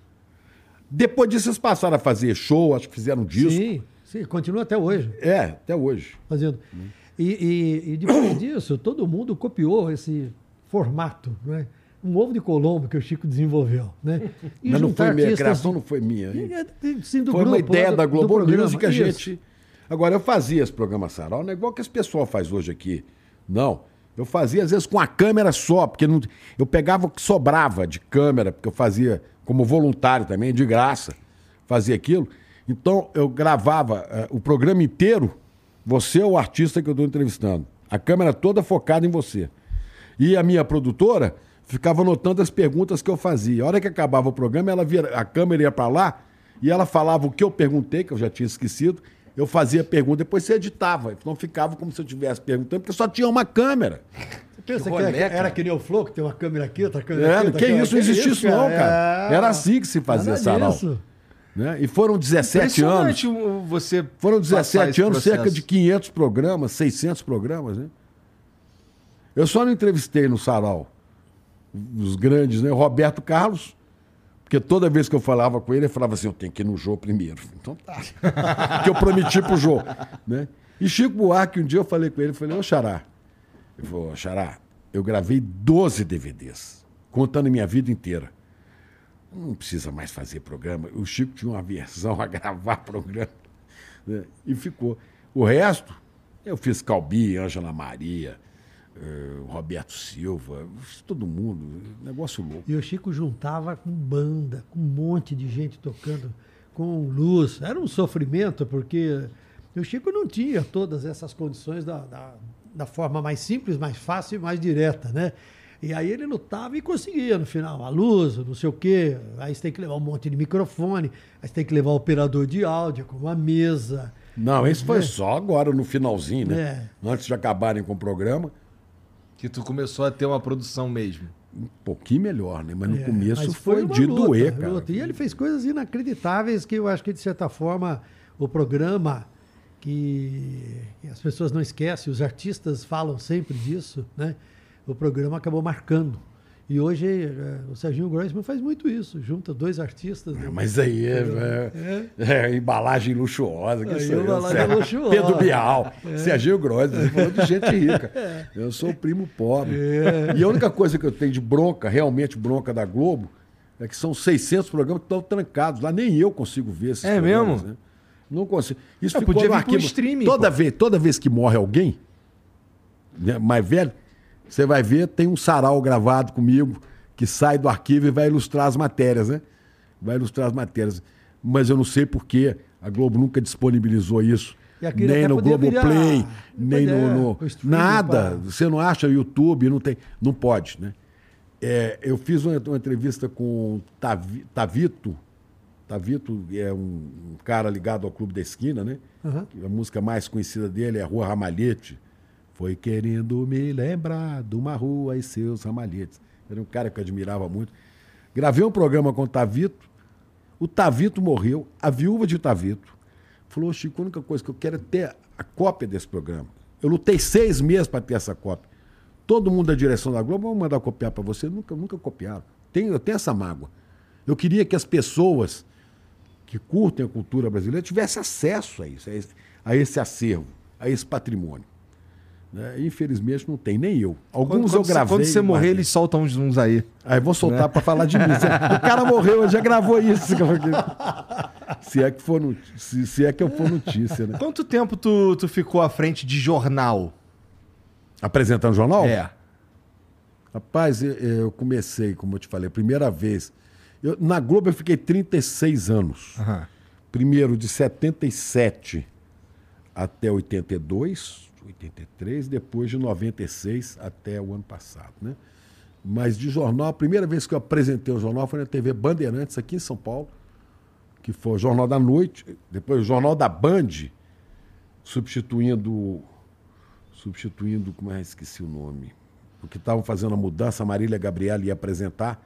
Depois disso, eles passaram a fazer show, acho que fizeram um disco. Sim, continua até hoje. Até hoje. Fazendo. E depois disso, todo mundo copiou esse formato, né? Um ovo de Colombo que o Chico desenvolveu, né? E mas não foi minha, a criação não foi minha. Foi uma ideia da Globo News que a gente... Agora, eu fazia esse programa Sarau, não é igual que esse pessoal faz hoje aqui. Não. Eu fazia, às vezes, com a câmera só, porque eu pegava o que sobrava de câmera, porque eu fazia como voluntário também, de graça, fazia aquilo. Então, eu gravava o programa inteiro, você é o artista que eu estou entrevistando. A câmera toda focada em você. E a minha produtora ficava anotando as perguntas que eu fazia. A hora que acabava o programa, a câmera ia para lá e ela falava o que eu perguntei, que eu já tinha esquecido. Eu fazia a pergunta, depois você editava. Então ficava como se eu estivesse perguntando, porque só tinha uma câmera. Você pensa que era que nem o Flow, que tem uma câmera aqui, outra câmera aqui? Que isso, não existia isso não, cara. Era assim que se fazia Sarau. Né? E foram 17 anos. Você foram 17 anos, cerca de 500 programas, 600 programas. Né? Eu só não entrevistei no Sarau os grandes, né? O Roberto Carlos. Porque toda vez que eu falava com ele, ele falava assim, eu tenho que ir no Jô primeiro. Então tá. Porque eu prometi pro Jô. Né? E Chico Buarque, um dia eu falei com ele, ô Xará. Ele falou, Xará, eu gravei 12 DVDs, contando minha vida inteira. Não precisa mais fazer programa. O Chico tinha uma aversão a gravar programa. Né? E ficou. O resto, eu fiz Calbi, Ângela Maria... Roberto Silva, todo mundo, negócio louco. E o Chico juntava com banda, com um monte de gente tocando, com luz. Era um sofrimento, porque o Chico não tinha todas essas condições da forma mais simples, mais fácil e mais direta, né? E aí ele lutava e conseguia no final, a luz, não sei o quê. Aí você tem que levar um monte de microfone, aí você tem que levar o operador de áudio com uma mesa. Não, esse foi só agora, no finalzinho, né? Antes de acabarem com o programa. Que tu começou a ter uma produção mesmo. Um pouquinho melhor, né? Mas no começo foi de luta, doer, cara. Luta. E ele fez coisas inacreditáveis que eu acho que, de certa forma, o programa que as pessoas não esquecem, os artistas falam sempre disso, né? O programa acabou marcando. E hoje o Serginho Groisman faz muito isso, junta dois artistas. Mas aí é embalagem luxuosa. Que Aí embalagem luxuosa. Pedro Bial, Serginho Groisman, você falou de gente rica. Eu sou o primo pobre. E a única coisa que eu tenho de bronca, realmente bronca da Globo, é que são 600 programas que estão trancados lá. Nem eu consigo ver esses programas. Mesmo? Né? Não consigo. Isso ficou no arquivo. Streaming, toda vez que morre alguém, né, mais velho, você vai ver, tem um sarau gravado comigo que sai do arquivo e vai ilustrar as matérias, né? Vai ilustrar as matérias. Mas eu não sei por que a Globo nunca disponibilizou isso. Nem no Globoplay, nem no nada. Você não acha YouTube, não tem. Não pode, né? Eu fiz uma entrevista com Tavito. Tavito é um cara ligado ao Clube da Esquina, né? A música mais conhecida dele é Rua Ramalhete. Foi querendo me lembrar de uma rua e seus ramalhetes. Era um cara que eu admirava muito. Gravei um programa com o Tavito. O Tavito morreu. A viúva de Tavito falou: Chico, a única coisa que eu quero é ter a cópia desse programa. Eu lutei 6 meses para ter essa cópia. Todo mundo da direção da Globo, vamos mandar copiar para você. Nunca copiaram. Eu tenho essa mágoa. Eu queria que as pessoas que curtem a cultura brasileira tivessem acesso a isso, a esse acervo, a esse patrimônio. Né? Infelizmente não tem, nem eu. Alguns eu gravei. Quando você morrer, eles soltam uns aí. Aí vou soltar, né? Para falar de mim. O cara morreu, já gravou isso. Se é que eu for notícia, né? Quanto tempo tu ficou à frente de jornal? Apresentando jornal? É. Rapaz, eu comecei, como eu te falei, a primeira vez. Na Globo eu fiquei 36 anos. Primeiro de 77 até 82. 83, depois de 96 até o ano passado, né? Mas de jornal, a primeira vez que eu apresentei o jornal foi na TV Bandeirantes, aqui em São Paulo, que foi o Jornal da Noite, depois o Jornal da Band, substituindo, como é, esqueci o nome, porque estavam fazendo a mudança, a Marília Gabriela ia apresentar,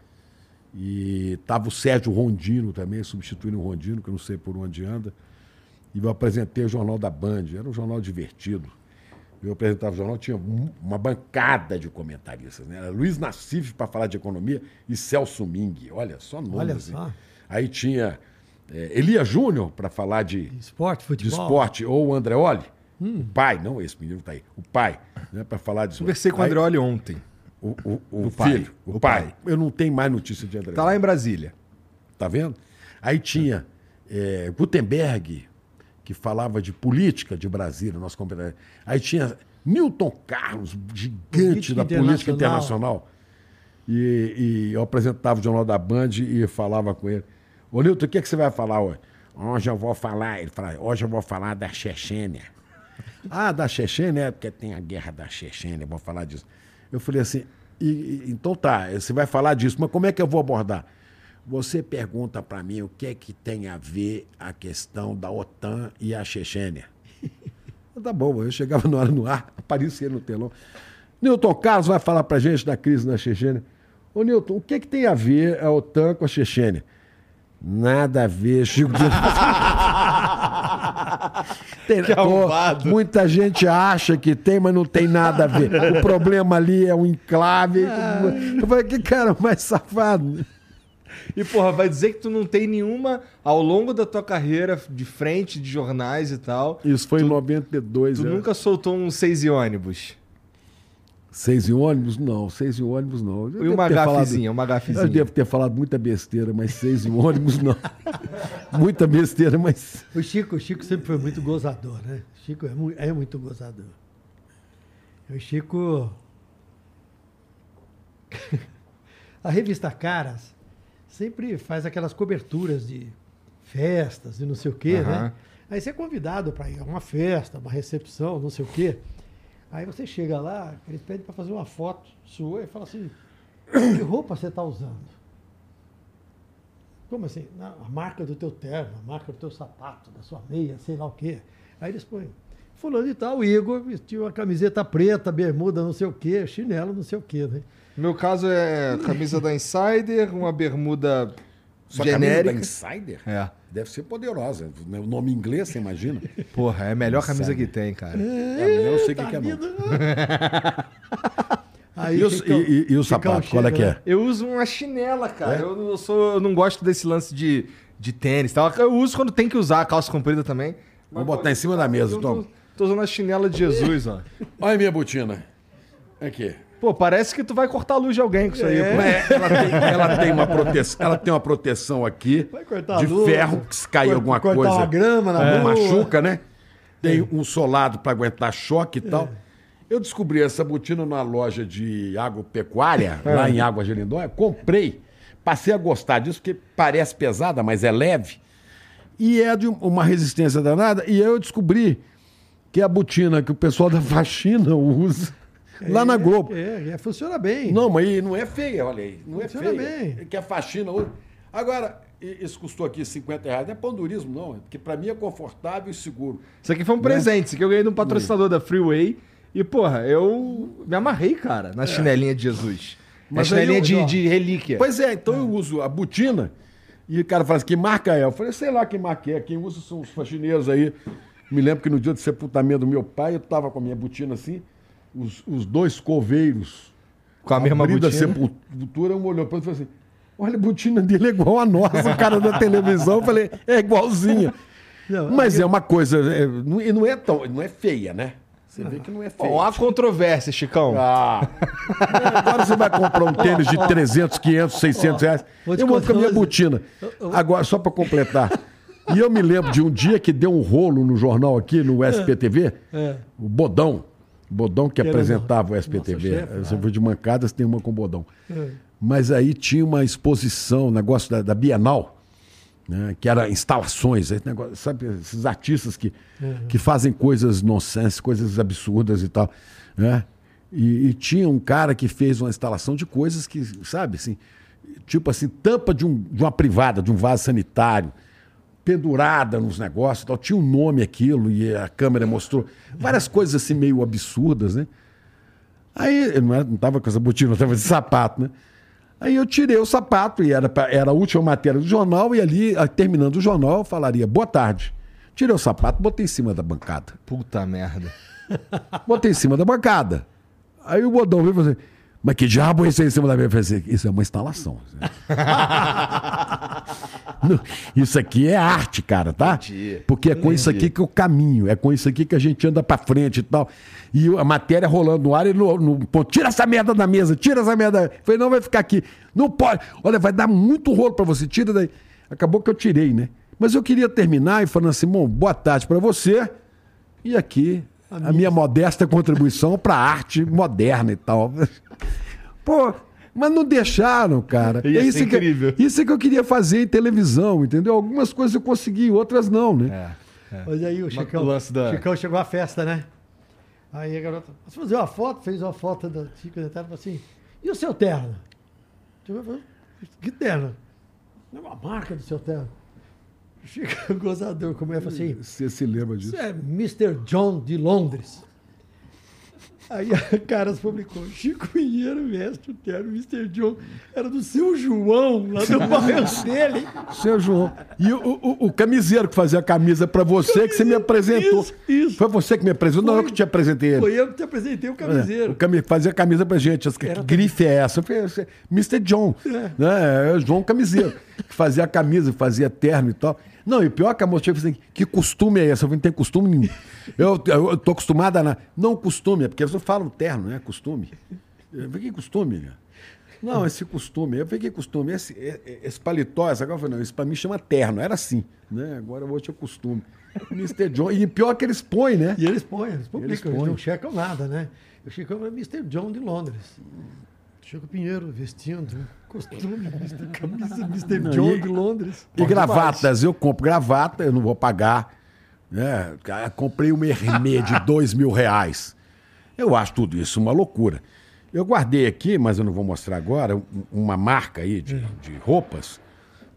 e estava o Sérgio Rondino também, substituindo o Rondino, que eu não sei por onde anda, e eu apresentei o Jornal da Band, era um jornal divertido. Eu apresentava o jornal, tinha uma bancada de comentaristas, né? Era Luiz Nassif para falar de economia e Celso Ming. Olha só nomes. Olha só. Aí tinha Elia Júnior para falar de esporte, futebol. De esporte, ou o Andreoli. O pai, não esse menino está aí. O pai, né, para falar de esporte. Conversei com o Andreoli ontem. O filho, o pai. Eu não tenho mais notícia de Andreoli. Está lá em Brasília. Tá vendo? Aí tinha Gutenberg, que falava de política de Brasília, nosso companheiro. Aí tinha Newton Carlos, gigante da política internacional. E eu apresentava o Jornal da Band e falava com ele: ô Newton, o que você vai falar hoje? Hoje eu vou falar, ele fala, hoje eu vou falar da Chechênia. Da Chechênia? Porque tem a guerra da Chechênia, eu vou falar disso. Eu falei assim, então tá, você vai falar disso, mas como é que eu vou abordar? Você pergunta para mim o que é que tem a ver a questão da OTAN e a Chechênia. Tá bom, eu chegava na hora no ar, aparecia no telão. Newton Carlos vai falar pra gente da crise na Chechênia. Ô Newton, o que é que tem a ver a OTAN com a Chechênia? Nada a ver, Chico. Muita gente acha que tem, mas não tem nada a ver. O problema ali é um enclave. Eu falei, que cara mais safado. E, porra, vai dizer que tu não tem nenhuma, ao longo da tua carreira, de frente de jornais e tal... Isso foi em 92. Tu nunca soltou um 6 e ônibus? 6 e ônibus? Não, 6 e ônibus não. E uma gafezinha, uma gafezinha. Eu devo ter falado muita besteira, mas 6 e ônibus não. Muita besteira, mas... O Chico sempre foi muito gozador, né? O Chico é muito gozador. O Chico... A revista Caras sempre faz aquelas coberturas de festas e não sei o quê, né? Aí você é convidado para ir a uma festa, uma recepção, não sei o quê. Aí você chega lá, eles pedem para fazer uma foto sua e fala assim, que roupa você está usando? Como assim? A marca do teu terno, a marca do teu sapato, da sua meia, sei lá o quê. Aí eles põem. Fulano e tal, o Igor vestiu uma camiseta preta, bermuda não sei o quê, chinelo não sei o quê, né? No meu caso é camisa da Insider, uma bermuda Sua genérica. camisa da Insider? É. Deve ser poderosa. O nome em inglês, você imagina? Porra, é a melhor camisa que tem, cara. Eu não sei o que é não. Aí, E o sapato, qual é que é? Eu uso uma chinela, cara. Eu não gosto desse lance de tênis e tal. Eu uso quando tem que usar, calça comprida também. Vou botar em cima da mesa, Tom. Tô usando a chinela de Jesus, ó. Olha a minha botina. Aqui. Pô, parece que tu vai cortar a luz de alguém com isso aí. Pô. Ela tem uma proteção, ela tem uma proteção aqui Vai cortar de a luz, ferro, que se cair alguma cortar coisa, uma grama na rua. machuca, né? Tem um solado para aguentar choque e tal. Eu descobri essa botina numa loja de agropecuária, lá em Águas de Lindóia. Comprei. Passei a gostar disso, porque parece pesada, mas é leve. E é de uma resistência danada. E aí eu descobri que é a botina que o pessoal da faxina usa lá na Globo. Funciona bem. Não, mas não é feia, olha aí. Não Funciona é feia. bem. Que a faxina usa. Agora, isso custou aqui R$50. Não é pandurismo, não. Porque para mim é confortável e seguro. Isso aqui foi um presente. Isso aqui eu ganhei de um patrocinador da Freeway. E, porra, eu me amarrei, cara, na chinelinha de Jesus. Na chinelinha de relíquia. Pois é, então eu uso a botina. E o cara fala assim, que marca é? Eu falei, sei lá que marca é. Quem usa são os faxineiros aí. Me lembro que no dia do sepultamento do meu pai, eu tava com a minha botina assim, os dois coveiros com a mesma botina. Da sepultura, um olhou para mim e falou assim, olha, a botina dele é igual a nossa, o cara da televisão. Eu falei, é igualzinha. Mas é uma coisa, não é feia, né? Você vê que não é feia. Bom, há controvérsia, Chicão. Agora você vai comprar um tênis de 300, 500, 600 reais. Eu vou com a minha botina. Agora, só para completar. E eu me lembro de um dia que deu um rolo no jornal aqui, no SPTV, o Bodão. Bodão que apresentava o SPTV. Você foi de Mancadas, tem uma com o Bodão. Mas aí tinha uma exposição, negócio da Bienal, né, que era instalações, esse negócio, sabe, esses artistas que fazem coisas nonsense, coisas absurdas e tal. Né? E tinha um cara que fez uma instalação de coisas que, sabe, assim, tipo assim, tampa de uma privada, de um vaso sanitário, pendurada nos negócios, tal. Tinha um nome aquilo e a câmera mostrou várias coisas assim meio absurdas, né? Aí, eu não estava com essa botina, eu estava de sapato, né? Aí eu tirei o sapato e era a última matéria do jornal e ali, terminando o jornal, eu falaria, boa tarde. Tirei o sapato, botei em cima da bancada. Puta merda. Botei em cima da bancada. Aí o Bodão veio e falou assim, mas que diabo é isso aí em cima da minha? Eu falei assim, isso é uma instalação. Isso aqui é arte, cara, tá? Porque é com isso aqui que eu caminho, é com isso aqui que a gente anda pra frente e tal. E a matéria rolando no ar, e no ponto, tira essa merda da mesa, tira essa merda. Eu falei, não vai ficar aqui. Não pode. Olha, vai dar muito rolo pra você, tira daí. Acabou que eu tirei, né? Mas eu queria terminar e falando assim, bom, boa tarde pra você. E aqui, a minha modesta contribuição pra arte moderna e tal. Pô, mas não deixaram, cara. Isso é incrível. Isso é que eu queria fazer em televisão, entendeu? Algumas coisas eu consegui, outras não, né? Mas aí o Chicão chegou à festa, né? Aí a garota, você fazer uma foto, fez uma foto da Chica e falou assim, e o seu terno? Que terno? Não é uma marca do seu terno. Chico gozador, como é, assim. Você se lembra disso? Isso é Mr. John de Londres. Aí a Caras publicou, Chico Pinheiro veste o terno Mr. John. Era do seu João, lá do bairro dele. Seu João. E o camiseiro que fazia a camisa pra você, que você me apresentou. Isso. Foi você que me apresentou? Não, eu que te apresentei ele. Foi eu que te apresentei o camiseiro. Fazia a camisa pra gente. Que grife é essa? Eu falei, Mr. John. É o João Camiseiro. Que fazia a camisa, fazia terno e tal. Não, e pior que a moça falou assim, que costume é esse? Eu falei, não tem costume nenhum. Eu tô acostumada a... Não costume, é porque você fala o terno, né? Costume. Eu falei, que costume? Né? Não, esse costume. Eu falei, que costume? Esse paletó, essa agora eu falei, não, isso pra mim chama terno. Era assim, né? Agora eu vou ter costume. Mr. John. E pior que eles põem, né? E eles publicam, eles não checam nada, né? Eu checam o Mr. John de Londres. Chico Pinheiro vestindo costume, camisa Mr. John de Londres. E gravatas, eu compro gravata, eu não vou pagar. Né? Comprei uma Hermès de R$2.000. Eu acho tudo isso uma loucura. Eu guardei aqui, mas eu não vou mostrar agora, uma marca aí de roupas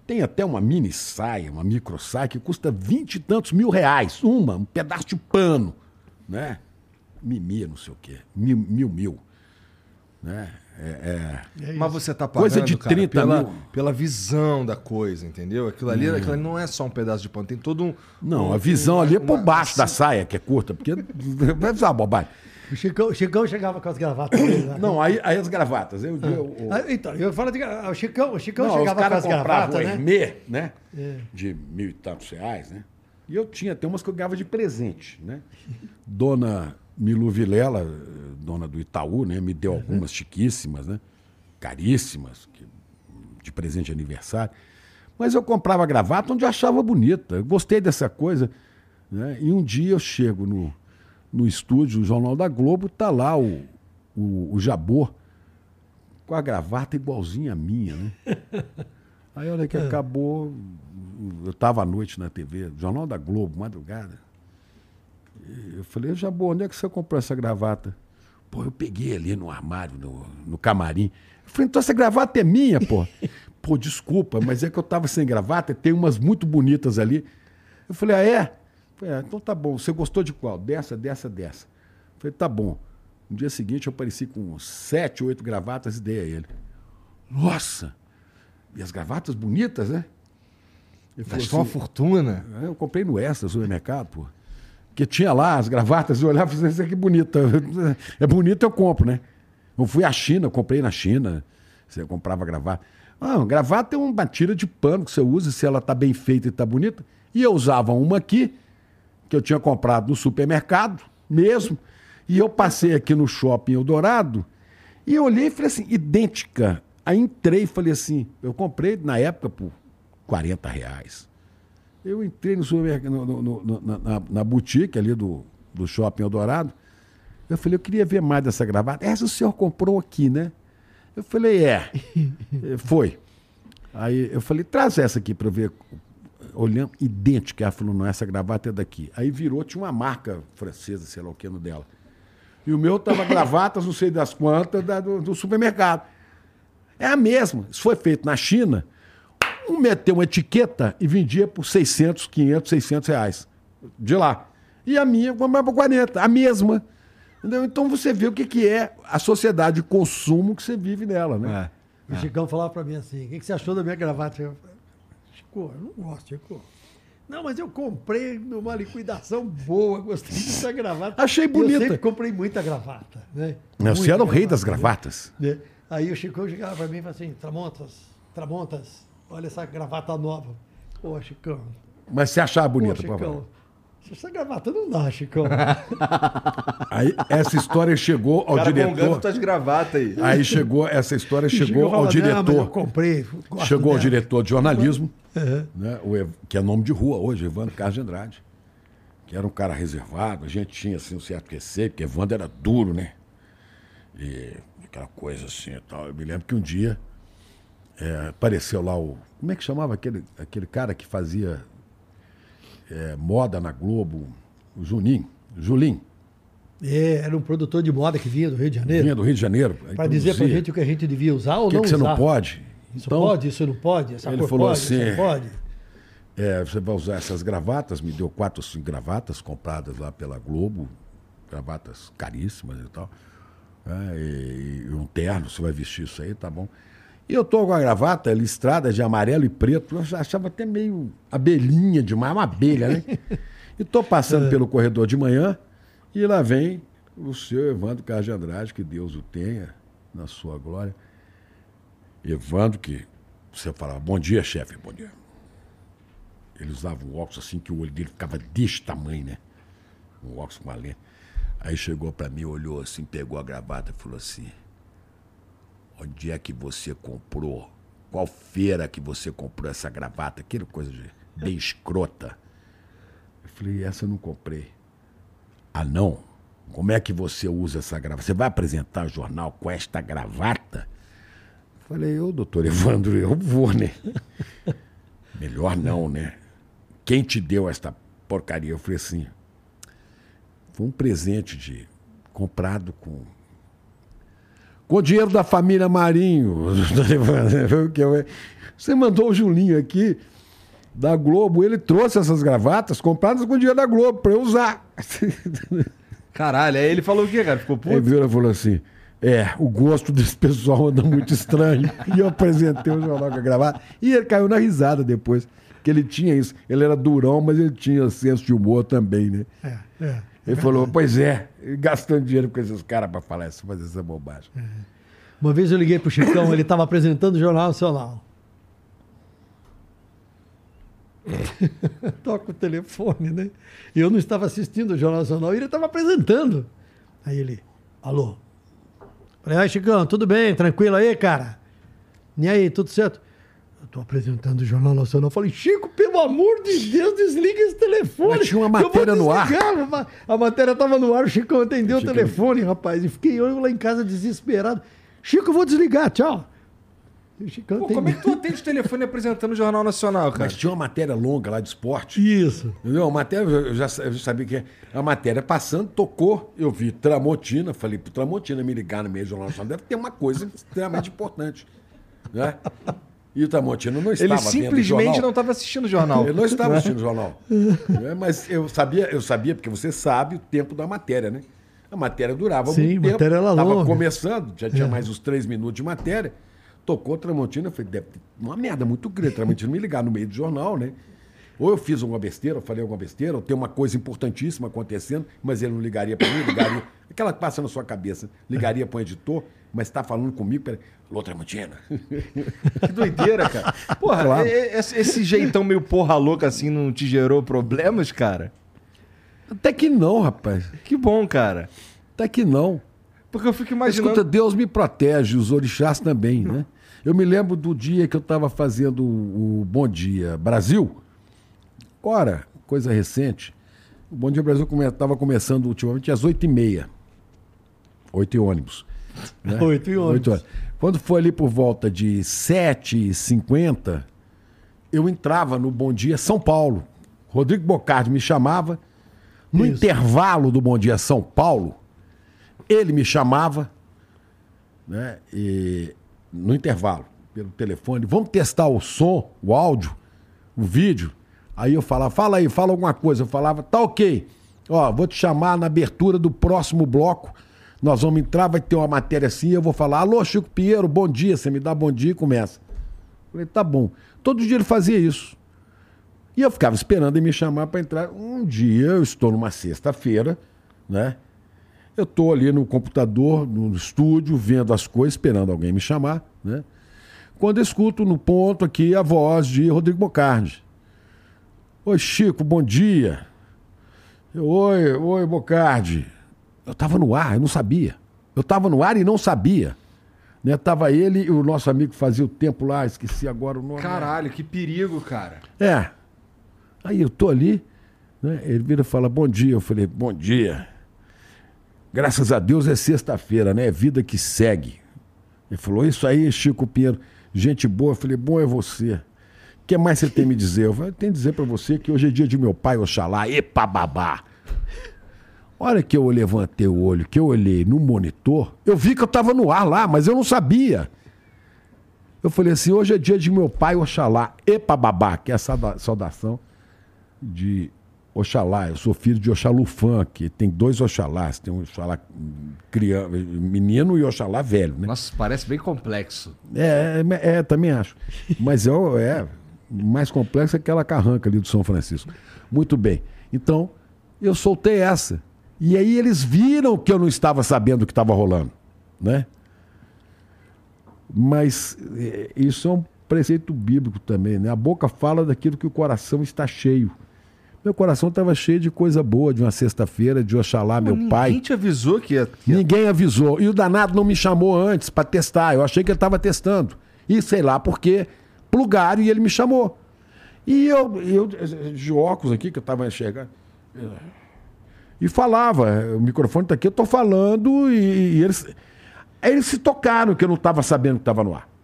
Tem até uma mini saia, uma micro saia, que custa 20 e tantos mil reais. Um pedaço de pano, né? Mimi, não sei o quê. Mil. Né? Mas você tá pagando, coisa de 30 mil. pela visão da coisa, entendeu? Aquilo ali não é só um pedaço de pano, tem todo um... Não, a visão ali é por baixo da saia, que é curta, porque vai usar bobagem. O Chicão chegava com as gravatas dele lá. Não, aí as gravatas. Então, eu falo de... O Chicão Não, chegava com as gravatas, o né? Hermê, né? De 1.000 e tantos reais, né? E eu tinha até umas que eu ganhava de presente, né? Dona Milu Vilela, dona do Itaú, né? Me deu algumas chiquíssimas, né? Caríssimas, de presente de aniversário. Mas eu comprava gravata onde eu achava bonita. Eu gostei dessa coisa, né? E um dia eu chego no estúdio, o Jornal da Globo, tá lá o Jabor com a gravata igualzinha a minha, né? Aí, olha que acabou, eu estava à noite na TV, Jornal da Globo, madrugada. Eu falei, Jabor, onde é que você comprou essa gravata? Pô, eu peguei ali no armário, no camarim. Eu falei, então essa gravata é minha, pô. Pô, desculpa, mas é que eu estava sem gravata, tem umas muito bonitas ali. Eu falei, ah, é? Então tá bom. Você gostou de qual? Dessa. Falei, tá bom. No dia seguinte eu apareci com 7, 8 gravatas e dei a ele. Nossa! E as gravatas bonitas, né? Gastou uma fortuna. Eu comprei no Extra, no supermercado, pô. Porque tinha lá as gravatas, eu olhava e falei, isso aqui é bonita. É bonito, eu compro, né? Eu fui à China, eu comprei na China. Você comprava gravata. Gravata é uma tira de pano que você usa, se ela tá bem feita e tá bonita. E eu usava uma aqui, que eu tinha comprado no supermercado mesmo, e eu passei aqui no Shopping Eldorado, e eu olhei e falei assim, idêntica. Aí entrei e falei assim, eu comprei na época por R$40. Eu entrei no supermercado, na boutique ali do Shopping Eldorado, eu falei, eu queria ver mais dessa gravata. Essa o senhor comprou aqui, né? Eu falei, foi. Aí eu falei, traz essa aqui para eu ver. Olhando, idêntica. Ela falou, não, essa gravata é daqui. Aí virou, tinha uma marca francesa, sei lá o que, no dela. E o meu tava gravatas, não sei das quantas, do supermercado. É a mesma. Isso foi feito na China. Meteu uma etiqueta e vendia por 600, 500, 600 reais. De lá. E a minha comprava por 40. A mesma. Entendeu? Então você vê o que é a sociedade de consumo que você vive nela, né? O Chicão falava para mim assim, o que você achou da minha gravata? Eu falei, Chico, eu não gosto, Chico. Não, mas eu comprei numa liquidação boa, gostei dessa gravata. Achei bonita. Eu sempre comprei muita gravata, né? Você era o rei das gravatas. Né? Aí o Chicão chegava para mim e falava assim, Tramontas, olha essa gravata nova. Pô, Chicão. Mas você achava bonita, Pô, Chicão, essa gravata não dá, Chicão. Aí essa história chegou ao diretor. Tá de gravata aí. Aí essa história chegou ao diretor. Eu comprei. Chegou ao diretor de jornalismo, né, que é nome de rua hoje, Evandro Carlos de Andrade, que era um cara reservado. A gente tinha assim, um certo receio, porque Evandro era duro, né? E aquela coisa assim e tal. Eu me lembro que um dia apareceu lá como é que chamava aquele cara que fazia moda na Globo? O Julim. Era um produtor de moda que vinha do Rio de Janeiro. Vinha do Rio de Janeiro. Para dizer pra gente o que a gente devia usar ou não usar. O que você não pode? Isso então, pode, isso não pode? Essa ele cor falou pode, assim, isso não pode? Você vai usar essas gravatas, me deu 4 ou 5 gravatas compradas lá pela Globo, gravatas caríssimas e tal. E um terno, você vai vestir isso aí, tá bom. E eu tô com a gravata listrada de amarelo e preto, eu achava até meio abelhinha demais, uma abelha, né? E tô passando pelo corredor de manhã, e lá vem o seu Evandro Carlos de Andrade, que Deus o tenha na sua glória. Evandro, que você falava, bom dia, chefe, bom dia. Ele usava um óculos assim, que o olho dele ficava desse tamanho, né? Um óculos com uma lente. Aí chegou para mim, olhou assim, pegou a gravata e falou assim, onde é que você comprou? Qual feira que você comprou essa gravata? Aquela coisa bem escrota. Eu falei, essa eu não comprei. Ah, não? Como é que você usa essa gravata? Você vai apresentar o jornal com esta gravata? Eu falei, doutor Evandro, eu vou, né? Melhor não, né? Quem te deu esta porcaria? Eu falei assim, foi um presente comprado Com o dinheiro da família Marinho. Você mandou o Julinho aqui, da Globo, ele trouxe essas gravatas compradas com o dinheiro da Globo, pra eu usar. Caralho, aí ele falou o quê, cara? Ficou puto? Aí virou e falou assim, o gosto desse pessoal anda muito estranho. E eu apresentei o jornal com a gravata. E ele caiu na risada depois, que ele tinha isso. Ele era durão, mas ele tinha senso de humor também, né? Ele falou, pois gastando dinheiro com esses caras pra falar isso, fazer essa bobagem. Uma vez eu liguei pro Chicão, ele estava apresentando o Jornal Nacional. Toca o telefone, né? E eu não estava assistindo o Jornal Nacional e ele estava apresentando. Aí ele, alô? Falei, ai, Chicão, tudo bem? Tranquilo aí, cara? E aí, tudo certo? Eu tô apresentando o Jornal Nacional. Eu falei, Chico, pelo amor de Deus, desliga esse telefone. Mas tinha uma matéria no ar. A matéria estava no ar, o Chicão atendeu o telefone, rapaz. E fiquei eu lá em casa desesperado. Chico, eu vou desligar, tchau. Pô, como é que tu atende o telefone apresentando o Jornal Nacional, cara? Mas tinha uma matéria longa lá de esporte. Isso. Entendeu? A matéria, eu já sabia que a matéria passando, tocou, eu vi Tramontina, falei pro Tramontina me ligar no meio do Jornal Nacional, deve ter uma coisa extremamente importante. Né? E o Tramontina não estava vendo o jornal. Ele simplesmente não estava assistindo o jornal. Ele não estava assistindo o jornal. Mas eu sabia, porque você sabe o tempo da matéria, né? A matéria durava muito tempo. Sim, matéria era longa. Estava começando, já tinha mais uns 3 minutos de matéria. Tocou Tramontina, eu falei, deve ter uma merda muito grande. Tramontina me ligar no meio do jornal, né? Ou eu fiz alguma besteira, ou falei alguma besteira, ou tem uma coisa importantíssima acontecendo, mas ele não ligaria para mim, ligaria. Aquela que passa na sua cabeça, ligaria para o editor, mas está falando comigo, peraí, alô, Tramontina. Que doideira, cara. Porra, claro. Esse jeitão meio porra louca assim não te gerou problemas, cara? Até que não, rapaz. Que bom, cara. Até que não. Porque eu fico imaginando... Escuta, Deus me protege, os orixás também, né? Eu me lembro do dia que eu estava fazendo o Bom Dia Brasil. Ora, coisa recente. O Bom Dia Brasil estava começando ultimamente às 8h30. 8 ônibus. Né? 8 ônibus. 8 ônibus. Quando foi ali por volta de 7h50, eu entrava no Bom Dia São Paulo. Rodrigo Bocardi me chamava. No intervalo do Bom Dia São Paulo, ele me chamava, né? E no intervalo, pelo telefone, vamos testar o som, o áudio, o vídeo. Aí eu falava, fala aí, fala alguma coisa. Eu falava, tá ok. Ó, vou te chamar na abertura do próximo bloco. Nós vamos entrar, vai ter uma matéria assim, eu vou falar, alô, Chico Pinheiro, bom dia. Você me dá bom dia e começa. Eu falei, tá bom. Todo dia ele fazia isso. E eu ficava esperando ele me chamar para entrar. Um dia, eu estou numa sexta-feira, né? Eu estou ali no computador, no estúdio, vendo as coisas, esperando alguém me chamar, né? Quando eu escuto no ponto aqui a voz de Rodrigo Bocardi. Oi, Chico, bom dia. Oi, Bocardi. Eu estava no ar, eu não sabia. Eu estava no ar e não sabia. Né? Tava ele e o nosso amigo que fazia o tempo lá, esqueci agora o nome. Caralho, que perigo, cara. Aí eu tô ali, né? Ele vira e fala, bom dia. Eu falei, bom dia. Graças a Deus é sexta-feira, né? É vida que segue. Ele falou, isso aí, Chico Pinheiro, gente boa. Eu falei, bom é você. O que mais você tem a me dizer? Eu falei, tenho a dizer pra você que hoje é dia de meu pai, Oxalá, epa babá. Hora que eu levantei o olho, que eu olhei no monitor, eu vi que eu tava no ar lá, mas eu não sabia. Eu falei assim, hoje é dia de meu pai, Oxalá, epa babá, que é a saudação de Oxalá. Eu sou filho de Oxalufã, que tem 2 Oxalás. Tem um Oxalá menino e Oxalá velho, né? Nossa, parece bem complexo. Também acho. Mas mais complexo é aquela carranca ali do São Francisco. Muito bem. Então, eu soltei essa. E aí eles viram que eu não estava sabendo o que estava rolando, né? Mas isso é um preceito bíblico também, né? A boca fala daquilo que o coração está cheio. Meu coração estava cheio de coisa boa, de uma sexta-feira, de Oxalá, meu pai. Ninguém te avisou que ia... Ninguém avisou. E o danado não me chamou antes para testar. Eu achei que ele estava testando. E sei lá por quê, plugaram e ele me chamou. E eu de óculos aqui, que eu estava enxergando... E falava, o microfone está aqui, eu estou falando, e eles se tocaram que eu não estava sabendo que estava no ar.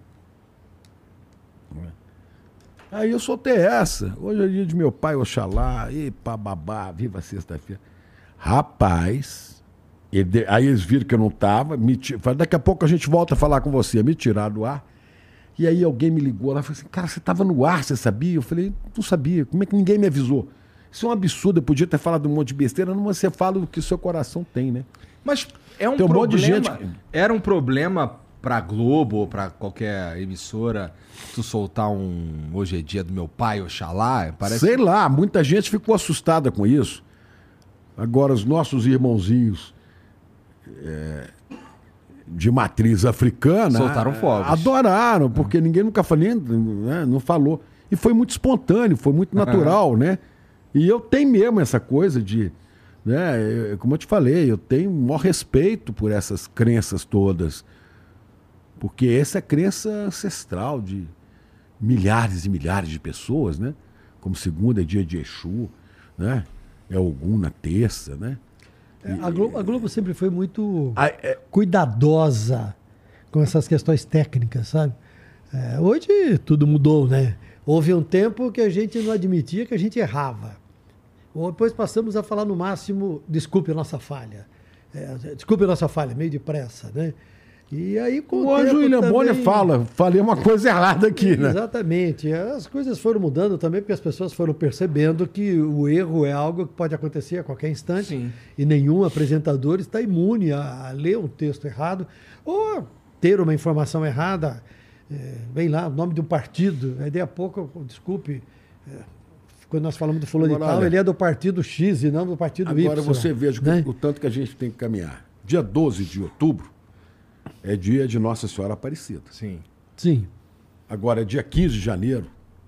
Aí eu soltei essa. Hoje é dia de meu pai, Oxalá, e pá, babá, viva sexta-feira. Rapaz, Aí eles viram que eu não estava, falaram, daqui a pouco a gente volta a falar com você, me tiraram do ar. E aí alguém me ligou lá e falou assim, cara, você estava no ar, você sabia? Eu falei, não sabia, como é que ninguém me avisou? Isso é um absurdo, eu podia ter falado um monte de besteira, não, você fala do que o seu coração tem, né? Mas é um Tem problema, monte de gente... Era um problema pra Globo ou pra qualquer emissora tu soltar um Hoje é Dia do Meu Pai, Oxalá? Sei lá, muita gente ficou assustada com isso. Agora, os nossos irmãozinhos de matriz africana... Soltaram fogos. Adoraram, porque ninguém nunca falou, né, não falou. E foi muito espontâneo, foi muito natural, né? E eu tenho mesmo essa coisa de... Né, como eu te falei, eu tenho o maior respeito por essas crenças todas. Porque essa é crença ancestral de milhares e milhares de pessoas, né? Como segunda é dia de Exu, né? É Ogum na terça, né? A Globo sempre foi muito cuidadosa com essas questões técnicas, sabe? Hoje tudo mudou, né? Houve um tempo que a gente não admitia que a gente errava. Depois passamos a falar no máximo, desculpe a nossa falha. Desculpe a nossa falha, meio depressa, né? E aí, com o Anjo William Bonner falei uma coisa errada aqui, né? Exatamente. As coisas foram mudando também porque as pessoas foram percebendo que o erro é algo que pode acontecer a qualquer instante. Sim. E nenhum apresentador está imune a ler um texto errado ou ter uma informação errada. Vem lá, o nome de um partido. Aí, daí a pouco, desculpe, quando nós falamos do fulano de tal, ele é do partido X e não do partido Y. Agora você veja, né, o tanto que a gente tem que caminhar. Dia 12 de outubro é dia de Nossa Senhora Aparecida. Sim. Sim. Agora, dia 15 de janeiro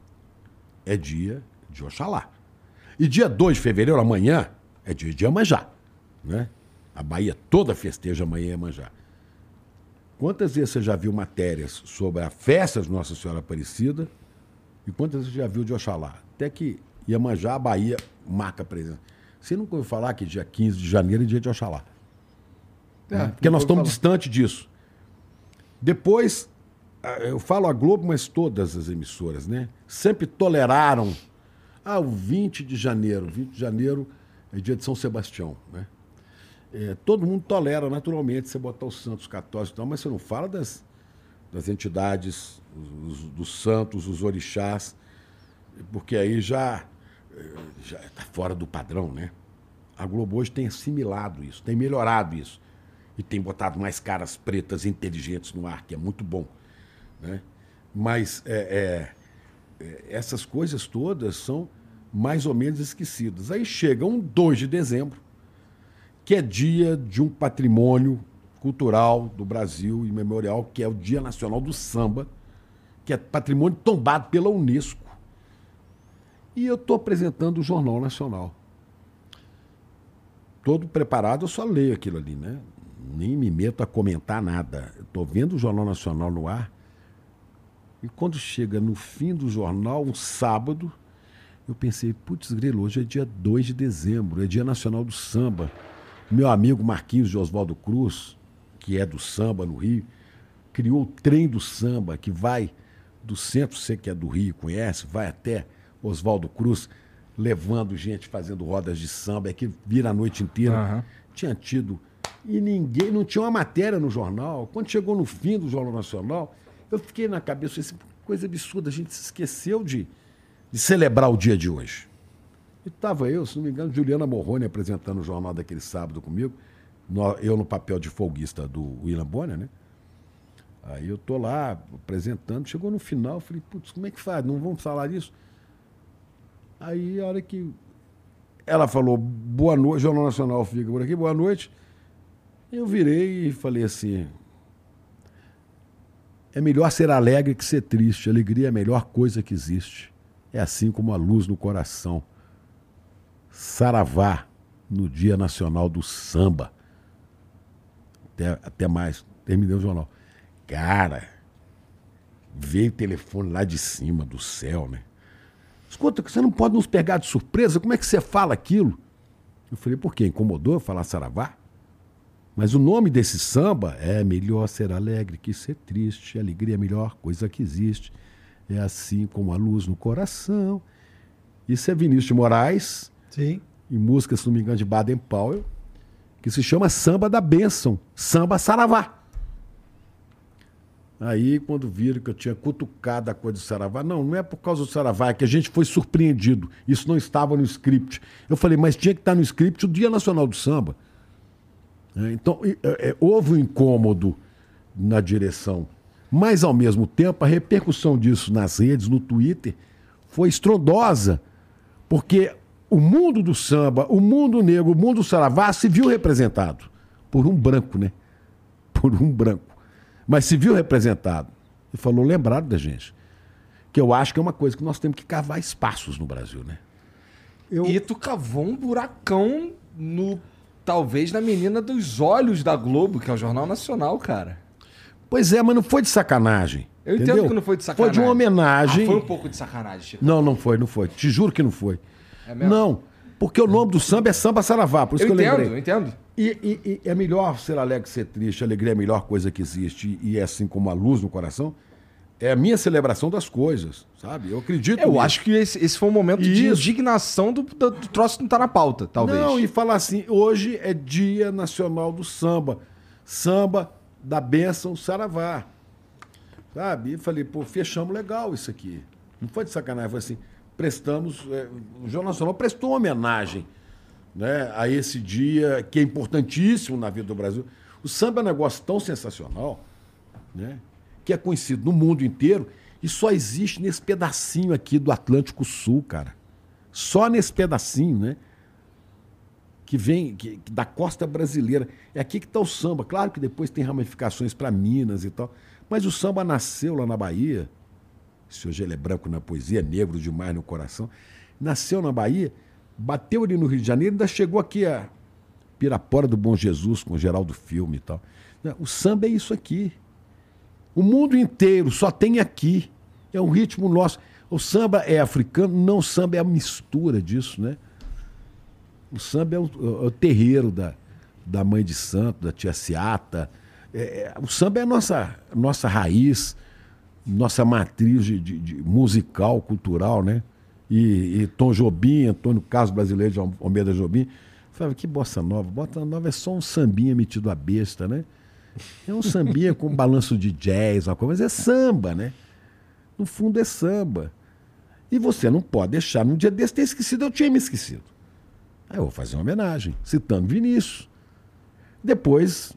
é dia de Oxalá. E dia 2 de fevereiro, amanhã, é dia de Iemanjá, né? A Bahia toda festeja amanhã Iemanjá. Quantas vezes você já viu matérias sobre a festa de Nossa Senhora Aparecida e quantas vezes você já viu de Oxalá? Até que Iemanjá, a Bahia, marca a presença. Você nunca ouviu falar que dia 15 de janeiro é dia de Oxalá? Porque nós estamos distantes disso. Depois, eu falo a Globo, mas todas as emissoras, né? Sempre toleraram. O 20 de janeiro. 20 de janeiro é dia de São Sebastião, né? Todo mundo tolera naturalmente você botar os santos católicos e tal, mas você não fala das entidades, dos santos, os orixás, porque aí já está fora do padrão, né? A Globo hoje tem assimilado isso, tem melhorado isso. E tem botado mais caras pretas inteligentes no ar, que é muito bom, né? Mas essas coisas todas são mais ou menos esquecidas. Aí chega um 2 de dezembro, que é dia de um patrimônio cultural do Brasil e memorial, que é o Dia Nacional do Samba, que é patrimônio tombado pela Unesco. E eu estou apresentando o Jornal Nacional. Todo preparado, eu só leio aquilo ali, né? Nem me meto a comentar nada. Estou vendo o Jornal Nacional no ar. E quando chega no fim do jornal, um sábado, eu pensei, putz, grilo, hoje é dia 2 de dezembro, é Dia Nacional do Samba. Meu amigo Marquinhos de Oswaldo Cruz, que é do samba no Rio, criou o trem do samba, que vai do centro, você que é do Rio, conhece, vai até Oswaldo Cruz, levando gente, fazendo rodas de samba, que vira a noite inteira. Uhum. Tinha tido... E ninguém, não tinha uma matéria no jornal. Quando chegou no fim do Jornal Nacional, eu fiquei na cabeça, assim, coisa absurda, a gente se esqueceu de celebrar o dia de hoje. E estava eu, se não me engano, Juliana Morrone apresentando o jornal daquele sábado comigo, eu no papel de folguista do William Bonner, né? Aí eu tô lá apresentando, chegou no final, eu falei, putz, como é que faz? Não vamos falar disso? Aí a hora que ela falou, boa noite, Jornal Nacional fica por aqui, boa noite. Eu virei e falei assim, é melhor ser alegre que ser triste, alegria é a melhor coisa que existe. É assim como a luz no coração. Saravá, no Dia Nacional do Samba. Até mais, terminei o jornal. Cara, veio o telefone lá de cima, do céu, né? Escuta, você não pode nos pegar de surpresa, como é que você fala aquilo? Eu falei, por quê? Incomodou eu falar saravá? Mas o nome desse samba é melhor ser alegre que ser triste, alegria é a melhor coisa que existe, é assim como a luz no coração. Isso é Vinícius de Moraes, sim, em música, se não me engano, de Baden Powell, que se chama Samba da Bênção, Samba Saravá. Aí, quando viram que eu tinha cutucado a coisa do Saravá, não é por causa do Saravá, é que a gente foi surpreendido. Isso não estava no script. Eu falei, mas tinha que estar no script o Dia Nacional do Samba. Então, houve um incômodo na direção. Mas, ao mesmo tempo, a repercussão disso nas redes, no Twitter, foi estrondosa. Porque o mundo do samba, o mundo negro, o mundo do Saravá se viu representado por um branco, né? Por um branco. Mas se viu representado. E falou, lembrado da gente. Que eu acho que é uma coisa que nós temos que cavar espaços no Brasil, né? E tu cavou um buracão talvez na menina dos olhos da Globo, que é o Jornal Nacional, cara. Pois é, mas não foi de sacanagem. Eu entendo que não foi de sacanagem. Foi de uma homenagem. Foi um pouco de sacanagem, Chico. Não foi. Te juro que não foi. É mesmo? Não, porque o nome do samba é Samba Saravá, por isso que eu lembrei. Eu entendo. E é melhor ser alegre que ser triste, a alegria é a melhor coisa que existe, e é assim como a luz no coração, é a minha celebração das coisas, sabe? Eu acredito nisso. Acho que esse foi um momento de indignação do troço que não tá na pauta, talvez. Não, e falar assim, hoje é Dia Nacional do Samba, Samba da Bênção Saravá, sabe? E falei, pô, fechamos legal isso aqui. Não foi de sacanagem, foi assim, o Jornal Nacional prestou uma homenagem, né, a esse dia que é importantíssimo na vida do Brasil. O samba é um negócio tão sensacional, né, que é conhecido no mundo inteiro e só existe nesse pedacinho aqui do Atlântico Sul, cara. Só nesse pedacinho, né? Que vem da costa brasileira. É aqui que está o samba. Claro que depois tem ramificações para Minas e tal, mas o samba nasceu lá na Bahia. Se hoje ele é branco na poesia, negro demais no coração. Nasceu na Bahia, bateu ali no Rio de Janeiro, ainda chegou aqui a Pirapora do Bom Jesus, com o Geraldo Filme e tal. O samba é isso aqui. O mundo inteiro só tem aqui. É um ritmo nosso. O samba é africano? Não, o samba é a mistura disso, né? O samba é o terreiro da mãe de santo, da tia Seata. O samba é a nossa raiz, nossa matriz de musical, cultural, né? E Tom Jobim, Antônio Carlos Brasileiro de Almeida Jobim, falava, que bossa nova? Bossa nova é só um sambinha metido a besta, né? É um sambinha com balanço de jazz, uma coisa, mas é samba, né? No fundo é samba. E você não pode deixar, num dia desse, ter esquecido, eu tinha me esquecido. Aí eu vou fazer uma homenagem, citando Vinícius. Depois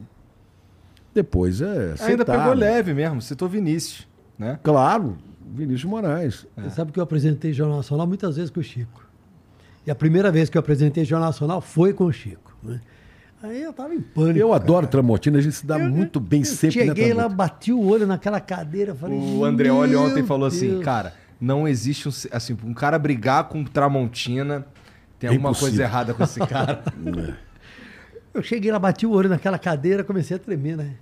ainda pegou leve mesmo, citou Vinícius, né? Claro, Vinícius Moraes. Você sabe que eu apresentei Jornal Nacional muitas vezes com o Chico. E a primeira vez que eu apresentei Jornal Nacional foi com o Chico, né? Aí eu tava em pânico. Eu adoro Tramontina, a gente se dá muito bem sempre. Cheguei lá, bati o olho naquela cadeira, falei... O Andreoli ontem falou assim, cara, não existe um cara brigar com Tramontina, tem alguma coisa errada com esse cara. Eu cheguei lá, bati o olho naquela cadeira, comecei a tremer, né?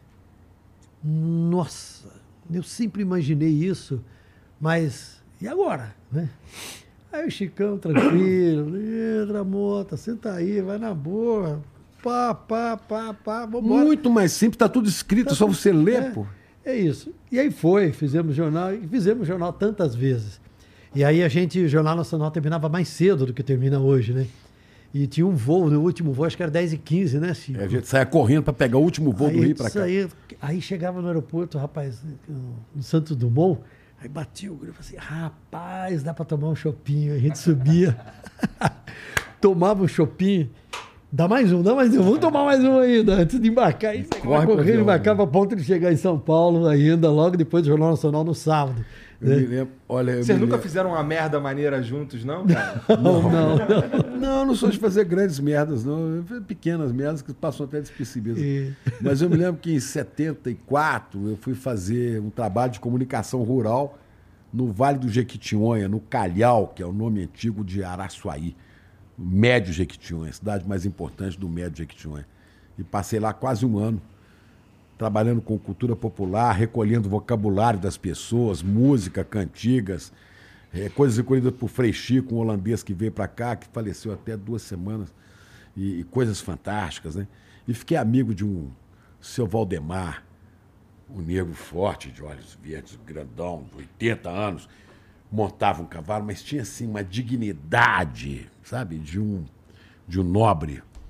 Nossa, eu sempre imaginei isso, mas e agora, né? Aí o Chicão, tranquilo, entra, Mota, senta aí, vai na boa, pá, vambora. Muito mais simples, tá tudo escrito, só você ler, pô. É isso. E aí fizemos jornal tantas vezes. E aí o Jornal Nacional terminava mais cedo do que termina hoje, né? E tinha um voo, no último voo, acho que era 10h15, né, Chico? A gente saia correndo para pegar o último voo do Rio para cá. Aí chegava no aeroporto, rapaz, no Santos Dumont, aí batia o grupo assim, rapaz, dá para tomar um chopinho. A gente subia, tomava um chopinho, dá mais um, vamos tomar mais um ainda, antes de embarcar. Aí correndo, embarcava a ponto de chegar em São Paulo ainda, logo depois do Jornal Nacional no sábado. Eu me lembro, Vocês nunca fizeram uma merda maneira juntos, não, cara? Não sou de fazer grandes merdas, não. Pequenas merdas que passam até despercebidas. Mas eu me lembro que em 74 eu fui fazer um trabalho de comunicação rural no Vale do Jequitinhonha, no Calhau, que é o nome antigo de Araçuaí. Médio Jequitinhonha, a cidade mais importante do Médio Jequitinhonha. E passei lá quase um ano, trabalhando com cultura popular, recolhendo vocabulário das pessoas, música, cantigas, coisas recolhidas por Frei Chico, um holandês que veio para cá, que faleceu até 2 semanas, e coisas fantásticas, né? E fiquei amigo de um seu Valdemar, um negro forte, de olhos verdes, grandão, de 80 anos, montava um cavalo, mas tinha assim uma dignidade, sabe, de um nobre.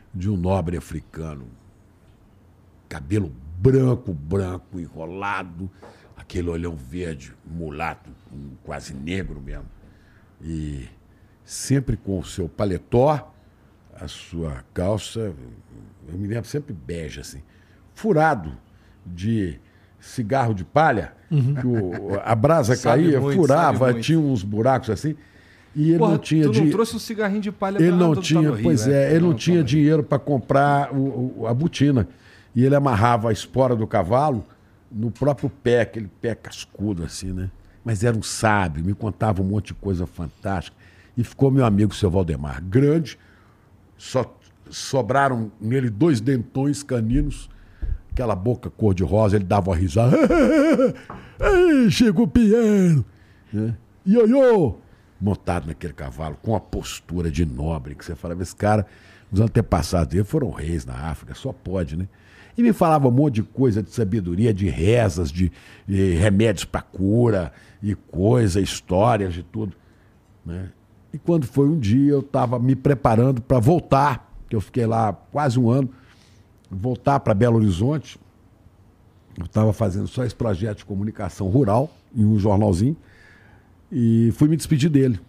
de um nobre africano. Cabelo branco, enrolado, aquele olhão verde, mulato, quase negro mesmo. E sempre com o seu paletó, a sua calça, eu me lembro sempre bege, assim, furado de cigarro de palha, que a brasa caía, furava, tinha uns buracos assim. E ele não tinha tu não trouxe um cigarrinho de palha ele não tinha, pois é, ele não tinha dinheiro para comprar a botina. E ele amarrava a espora do cavalo no próprio pé, aquele pé cascudo assim, né? Mas era um sábio, me contava um monte de coisa fantástica. E ficou meu amigo, seu Valdemar, grande, só sobraram nele 2 dentões caninos, aquela boca cor-de-rosa, ele dava uma risada. Chegou o piano, né? Ioiô! Montado naquele cavalo, com a postura de nobre, que você falava, esse cara, os antepassados dele foram reis na África, só pode, né? E me falava um monte de coisa de sabedoria, de rezas, de remédios para cura, e coisa, histórias de tudo, né? E quando foi um dia, eu estava me preparando para voltar, que eu fiquei lá quase um ano, voltar para Belo Horizonte. Eu estava fazendo só esse projeto de comunicação rural, em um jornalzinho, e fui me despedir dele.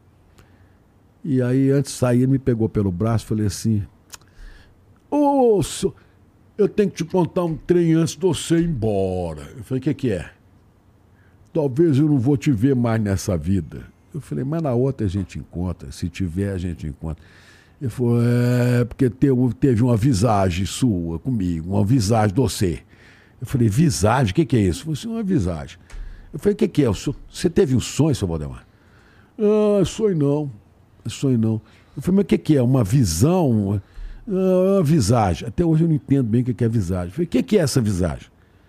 E aí, antes de sair, ele me pegou pelo braço e falei assim: ô, eu tenho que te contar um trem antes de você ir embora. Eu falei: o que é? Talvez eu não vou te ver mais nessa vida. Eu falei: mas na outra a gente encontra, se tiver a gente encontra. Ele falou: porque teve uma visagem sua comigo, uma visagem de você. Eu falei: visagem? O que é isso? Ele falou: uma visagem. Eu falei: o que é? Você teve um sonho, seu Valdemar? Sonho não. Eu falei: mas o que é? Uma visão? Uma visagem. Até hoje eu não entendo bem o que é visagem. Eu falei: o que é essa visagem?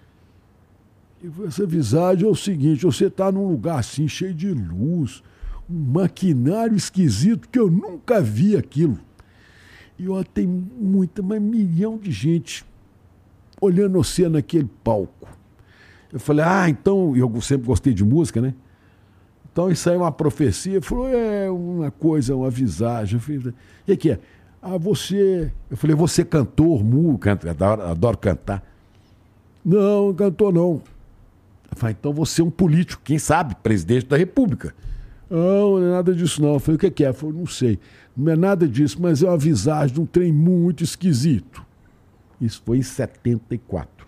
Essa visagem é o seguinte: você está num lugar assim, cheio de luz, um maquinário esquisito que eu nunca vi aquilo. E ó, tem mas milhão de gente olhando você naquele palco. Eu falei: então, eu sempre gostei de música, né? Então isso aí é uma profecia. Ele falou: é uma coisa, uma visagem. Eu falei: e que é? Você... Eu falei: você cantor, adoro cantar. Não, cantor não. Eu falei: então você é um político, quem sabe, presidente da República. Não é nada disso não. Eu falei: o que é? Eu falei: não sei. Não é nada disso, mas é uma visagem de um trem muito esquisito. Isso foi em 74.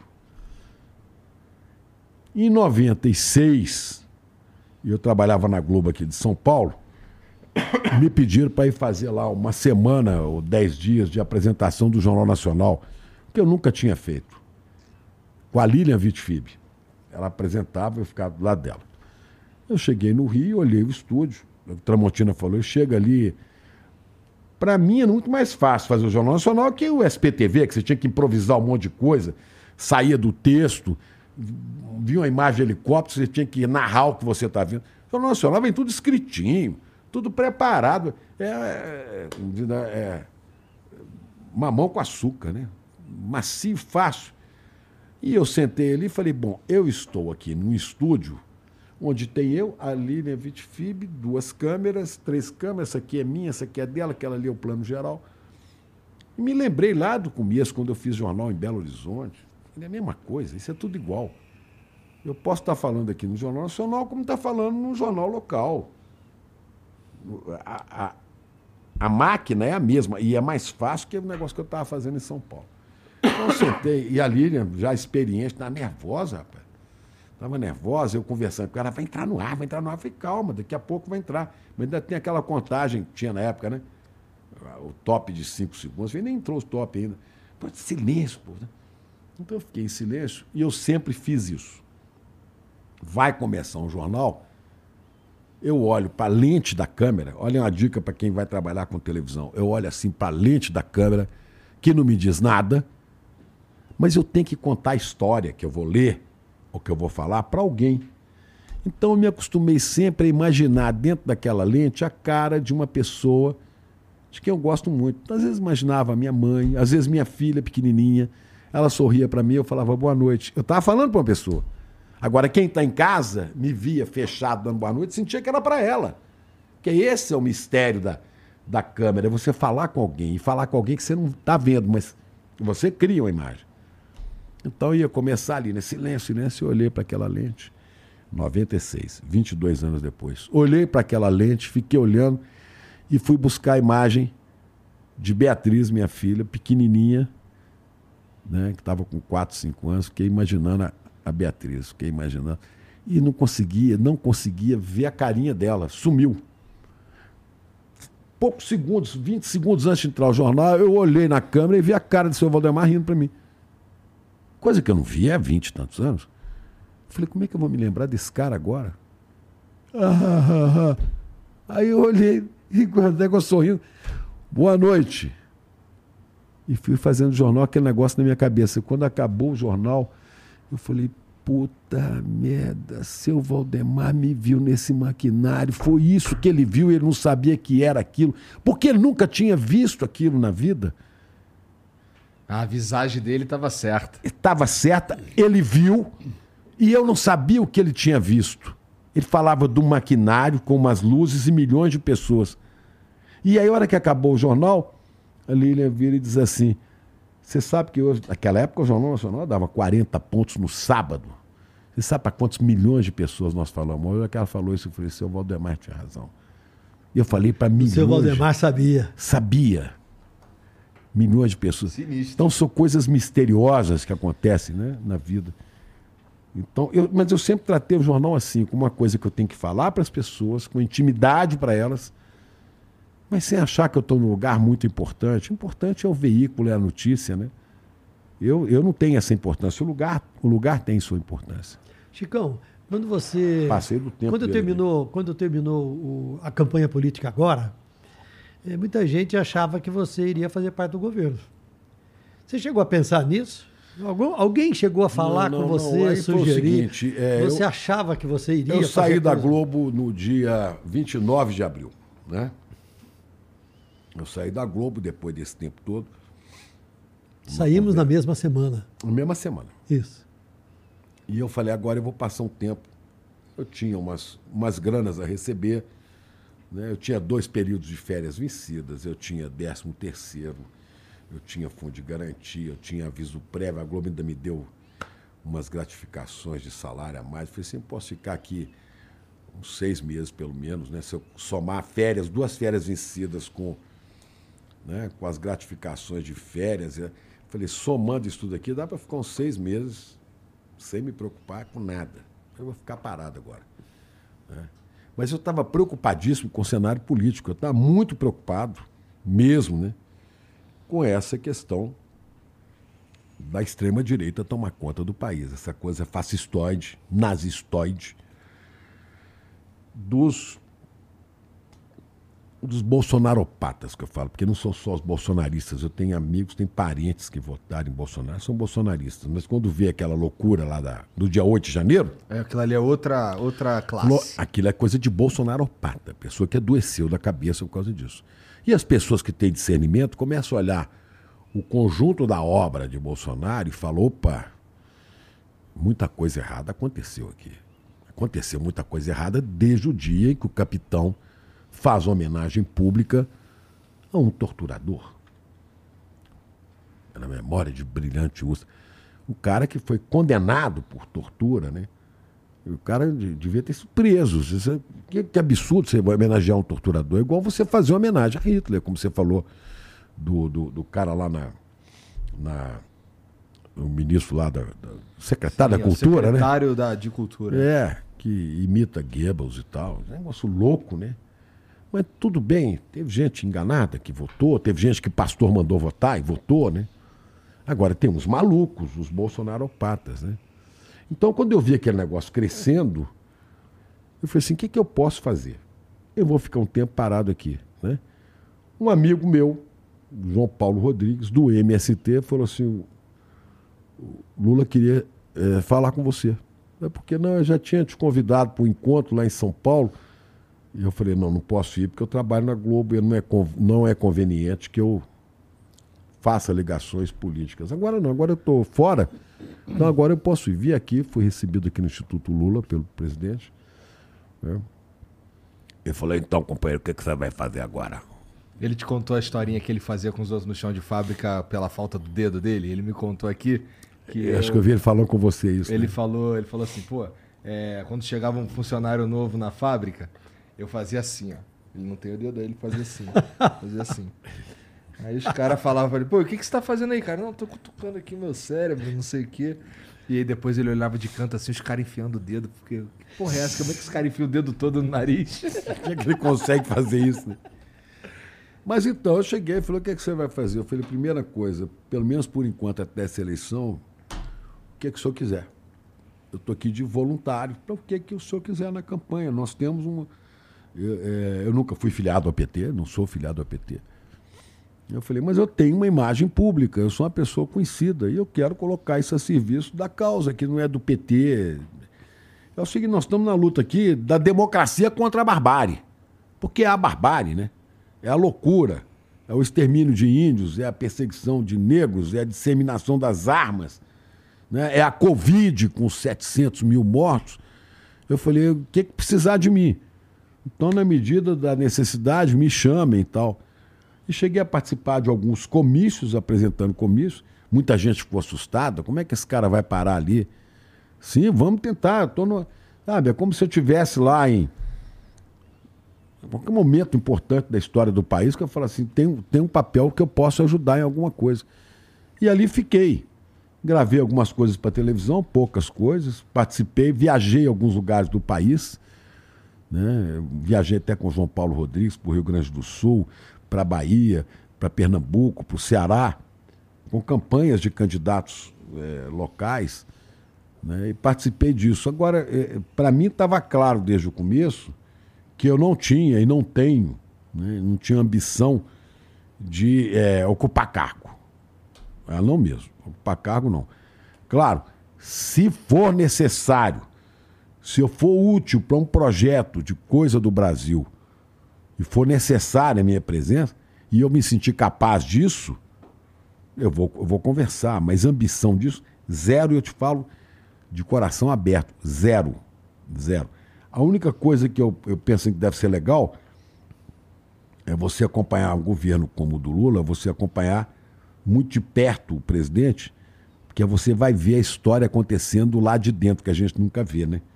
Em 96, eu trabalhava na Globo aqui de São Paulo, me pediram para ir fazer lá uma semana ou 10 dias de apresentação do Jornal Nacional, que eu nunca tinha feito, com a Lilian Vitfib. Ela apresentava, eu ficava do lado dela. Eu cheguei no Rio, olhei o estúdio, a Tramontina falou: chega ali. Para mim é muito mais fácil fazer o Jornal Nacional que o SPTV, que você tinha que improvisar um monte de coisa, saía do texto, via uma imagem de helicóptero, você tinha que narrar o que você está vendo. O Jornal Nacional vem tudo escritinho, tudo preparado. Mamão com açúcar, né? Macio, fácil. E eu sentei ali e falei: bom, eu estou aqui num estúdio onde tem eu, a Lilian Vitfib, 2 câmeras, 3 câmeras, essa aqui é minha, essa aqui é dela, aquela ali é o plano geral. E me lembrei lá do começo, quando eu fiz jornal em Belo Horizonte. É a mesma coisa, isso é tudo igual. Eu posso estar falando aqui no Jornal Nacional como estar falando no jornal local. A máquina é a mesma, e é mais fácil que o negócio que eu estava fazendo em São Paulo. Então eu sentei, e a Lilian, já experiente, estava nervosa, rapaz. Estava nervosa, eu conversando com ela: vai entrar no ar. Eu falei: calma, daqui a pouco vai entrar. Mas ainda tem aquela contagem que tinha na época, né? O top de 5 segundos. Nem entrou o top ainda. Pô, silêncio, pô. Então eu fiquei em silêncio e eu sempre fiz isso. Vai começar um jornal, eu olho para a lente da câmera. Olha uma dica para quem vai trabalhar com televisão. Eu olho assim para a lente da câmera, que não me diz nada, mas eu tenho que contar a história que eu vou ler ou que eu vou falar para alguém. Então eu me acostumei sempre a imaginar dentro daquela lente a cara de uma pessoa de quem eu gosto muito. Às vezes imaginava a minha mãe, às vezes minha filha pequenininha. Ela sorria para mim, eu falava: boa noite. Eu estava falando para uma pessoa. Agora, quem está em casa, me via fechado dando boa noite, sentia que era para ela. Porque esse é o mistério da câmera é você falar com alguém, e falar com alguém que você não está vendo, mas você cria uma imagem. Então eu ia começar ali, né? Silêncio, silêncio, eu olhei para aquela lente, 96, 22 anos depois. Olhei para aquela lente, fiquei olhando e fui buscar a imagem de Beatriz, minha filha, pequenininha, né? Que estava com 4, 5 anos, fiquei imaginando a Beatriz, fiquei imaginando. E não conseguia ver a carinha dela, sumiu. Poucos segundos, 20 segundos antes de entrar o jornal, eu olhei na câmera e vi a cara do seu Valdemar rindo para mim. Coisa que eu não via há 20 e tantos anos. Falei, como é que eu vou me lembrar desse cara agora? Aí eu olhei e guardei sorrindo. Boa noite. E fui fazendo jornal, aquele negócio na minha cabeça. Quando acabou o jornal, eu falei, puta merda, seu Valdemar me viu nesse maquinário. Foi isso que ele viu, ele não sabia que era aquilo. Porque ele nunca tinha visto aquilo na vida. A visagem dele estava certa. Estava certa, ele viu e eu não sabia o que ele tinha visto. Ele falava do maquinário com umas luzes e milhões de pessoas. E aí, a hora que acabou o jornal, a Lilian vira e diz assim, você sabe que hoje, naquela época o Jornal Nacional dava 40 pontos no sábado. Você sabe para quantos milhões de pessoas nós falamos? Hoje que ela falou isso, eu falei, seu Valdemar tinha razão. E eu falei para milhões. O seu Valdemar sabia. Sabia. Milhões de pessoas. Sinistro. Então são coisas misteriosas que acontecem, né, na vida. Então, mas eu sempre tratei o jornal assim, como uma coisa que eu tenho que falar para as pessoas, com intimidade para elas, mas sem achar que eu estou num lugar muito importante. O importante é o veículo, é a notícia, né? Eu não tenho essa importância. O lugar tem sua importância. Chicão, quando você... Passei do tempo. Quando terminou a campanha política agora, muita gente achava que você iria fazer parte do governo. Você chegou a pensar nisso? Alguém chegou a falar com você, aí sugerir? foi o seguinte, você achava que você iria? Eu saí da coisa? Globo no dia 29 de abril, né? Eu saí da Globo depois desse tempo todo. Saímos na mesma semana. Na mesma semana. Isso. E eu falei, agora eu vou passar um tempo. Eu tinha umas granas a receber, né? Eu tinha 2 períodos de férias vencidas, eu tinha 13º, eu tinha fundo de garantia, eu tinha aviso prévio, a Globo ainda me deu umas gratificações de salário a mais. Eu falei assim, posso ficar aqui uns 6 meses pelo menos, né? Se eu somar férias, 2 férias vencidas com as gratificações de férias. Eu falei, somando isso tudo aqui, dá para ficar uns 6 meses sem me preocupar com nada. Eu vou ficar parado agora, né? Mas eu estava preocupadíssimo com o cenário político. Eu estava muito preocupado, mesmo, né, com essa questão da extrema-direita tomar conta do país. Essa coisa fascistoide, nazistoide, dos bolsonaropatas, que eu falo, porque não são só os bolsonaristas. Eu tenho amigos, tenho parentes que votaram em Bolsonaro, são bolsonaristas. Mas quando vê aquela loucura lá do dia 8 de janeiro... Aquilo ali é outra classe. Aquilo é coisa de bolsonaropata, pessoa que adoeceu da cabeça por causa disso. E as pessoas que têm discernimento começam a olhar o conjunto da obra de Bolsonaro e falam, opa, muita coisa errada aconteceu aqui. Aconteceu muita coisa errada desde o dia em que o capitão faz homenagem pública a um torturador. Na memória de brilhante uso. O cara que foi condenado por tortura, né? O cara devia ter sido preso. Que absurdo você vai homenagear um torturador. É igual você fazer uma homenagem a Hitler, como você falou do cara lá o ministro lá, secretário da Cultura, secretário de Cultura. Que imita Goebbels e tal. É um negócio louco, né? Mas tudo bem, teve gente enganada que votou, teve gente que pastor mandou votar e votou, né? Agora tem uns malucos, os bolsonaropatas, né? Então, quando eu vi aquele negócio crescendo, eu falei assim, o que eu posso fazer? Eu vou ficar um tempo parado aqui, né? Um amigo meu, João Paulo Rodrigues, do MST, falou assim, o Lula queria falar com você. Porque não, eu já tinha te convidado para um encontro lá em São Paulo. E eu falei, não posso ir porque eu trabalho na Globo e não é conveniente que eu faça ligações políticas. Agora não, agora eu estou fora, então agora eu posso ir. Vi aqui, fui recebido aqui no Instituto Lula pelo presidente. Né? Eu falei, então, companheiro, o que você vai fazer agora? Ele te contou a historinha que ele fazia com os outros no chão de fábrica pela falta do dedo dele? Ele me contou aqui que... Acho que eu vi ele falando com você isso. Ele né? falou assim, pô, quando chegava um funcionário novo na fábrica, eu fazia assim, ó. Ele não tem o dedo aí, ele fazia assim. Fazia assim. Aí os caras falavam pra ele, pô, o que você tá fazendo aí, cara? Não, tô cutucando aqui meu cérebro, não sei o quê. E aí depois ele olhava de canto assim, os caras enfiando o dedo, porque que porra é essa? Como é que os caras enfiam o dedo todo no nariz? Como é que ele consegue fazer isso, né? Mas então, eu cheguei e falei, o que você vai fazer? Eu falei, primeira coisa, pelo menos por enquanto até essa eleição, o que o senhor quiser. Eu estou aqui de voluntário, para o que o senhor quiser na campanha. Nós temos um... Eu nunca fui filiado ao PT, não sou filiado ao PT. Eu falei, mas eu tenho uma imagem pública, eu sou uma pessoa conhecida e eu quero colocar isso a serviço da causa, que não é do PT. É o seguinte, nós estamos na luta aqui da democracia contra a barbárie. Porque é a barbárie, né? É a loucura, é o extermínio de índios, é a perseguição de negros, é a disseminação das armas, né? É a Covid com 700 mil mortos. Eu falei, o que precisar de mim? Então, na medida da necessidade, me chamem e tal. E cheguei a participar de alguns comícios, apresentando comícios. Muita gente ficou assustada. Como é que esse cara vai parar ali? Sim, vamos tentar. Sabe, é como se eu estivesse lá em qualquer momento importante da história do país que eu falo assim, tem um papel que eu posso ajudar em alguma coisa. E ali fiquei. Gravei algumas coisas para televisão, poucas coisas. Participei, viajei em alguns lugares do país. Né? Viajei até com o João Paulo Rodrigues para o Rio Grande do Sul, para a Bahia, para Pernambuco, para o Ceará, com campanhas de candidatos locais, né? E participei disso. Agora, para mim estava claro desde o começo que eu não tinha e não tenho, né? Não tinha ambição de ocupar cargo. Não mesmo, ocupar cargo não. Claro, se for necessário, se eu for útil para um projeto de coisa do Brasil e for necessária a minha presença, e eu me sentir capaz disso, eu vou conversar, mas ambição disso, zero, e eu te falo de coração aberto, zero. A única coisa que eu penso que deve ser legal é você acompanhar um governo como o do Lula, você acompanhar muito de perto o presidente, porque você vai ver a história acontecendo lá de dentro, que a gente nunca vê, né?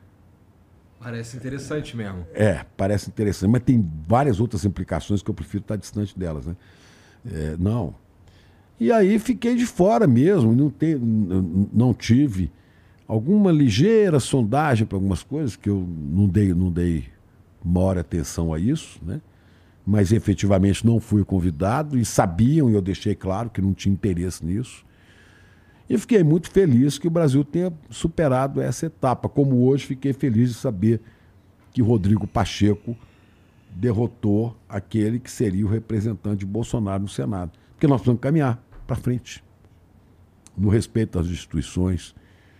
Parece interessante mesmo. Parece interessante, mas tem várias outras implicações que eu prefiro estar distante delas, né? Não. E aí fiquei de fora mesmo, não tive alguma ligeira sondagem para algumas coisas, que eu não dei maior atenção a isso, né? Mas efetivamente não fui convidado e sabiam, e eu deixei claro que não tinha interesse nisso. E fiquei muito feliz que o Brasil tenha superado essa etapa, como hoje fiquei feliz de saber que Rodrigo Pacheco derrotou aquele que seria o representante de Bolsonaro no Senado. Porque nós precisamos caminhar para frente, no respeito às instituições,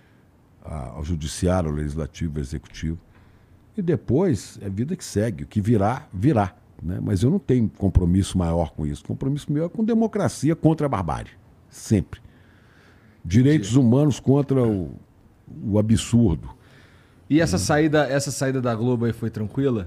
ao judiciário, ao legislativo, ao executivo. E depois é vida que segue, o que virá, virá. Né? Mas eu não tenho compromisso maior com isso. O compromisso meu é com democracia contra a barbárie, sempre. Direitos humanos contra o absurdo. E essa saída da Globo aí foi tranquila?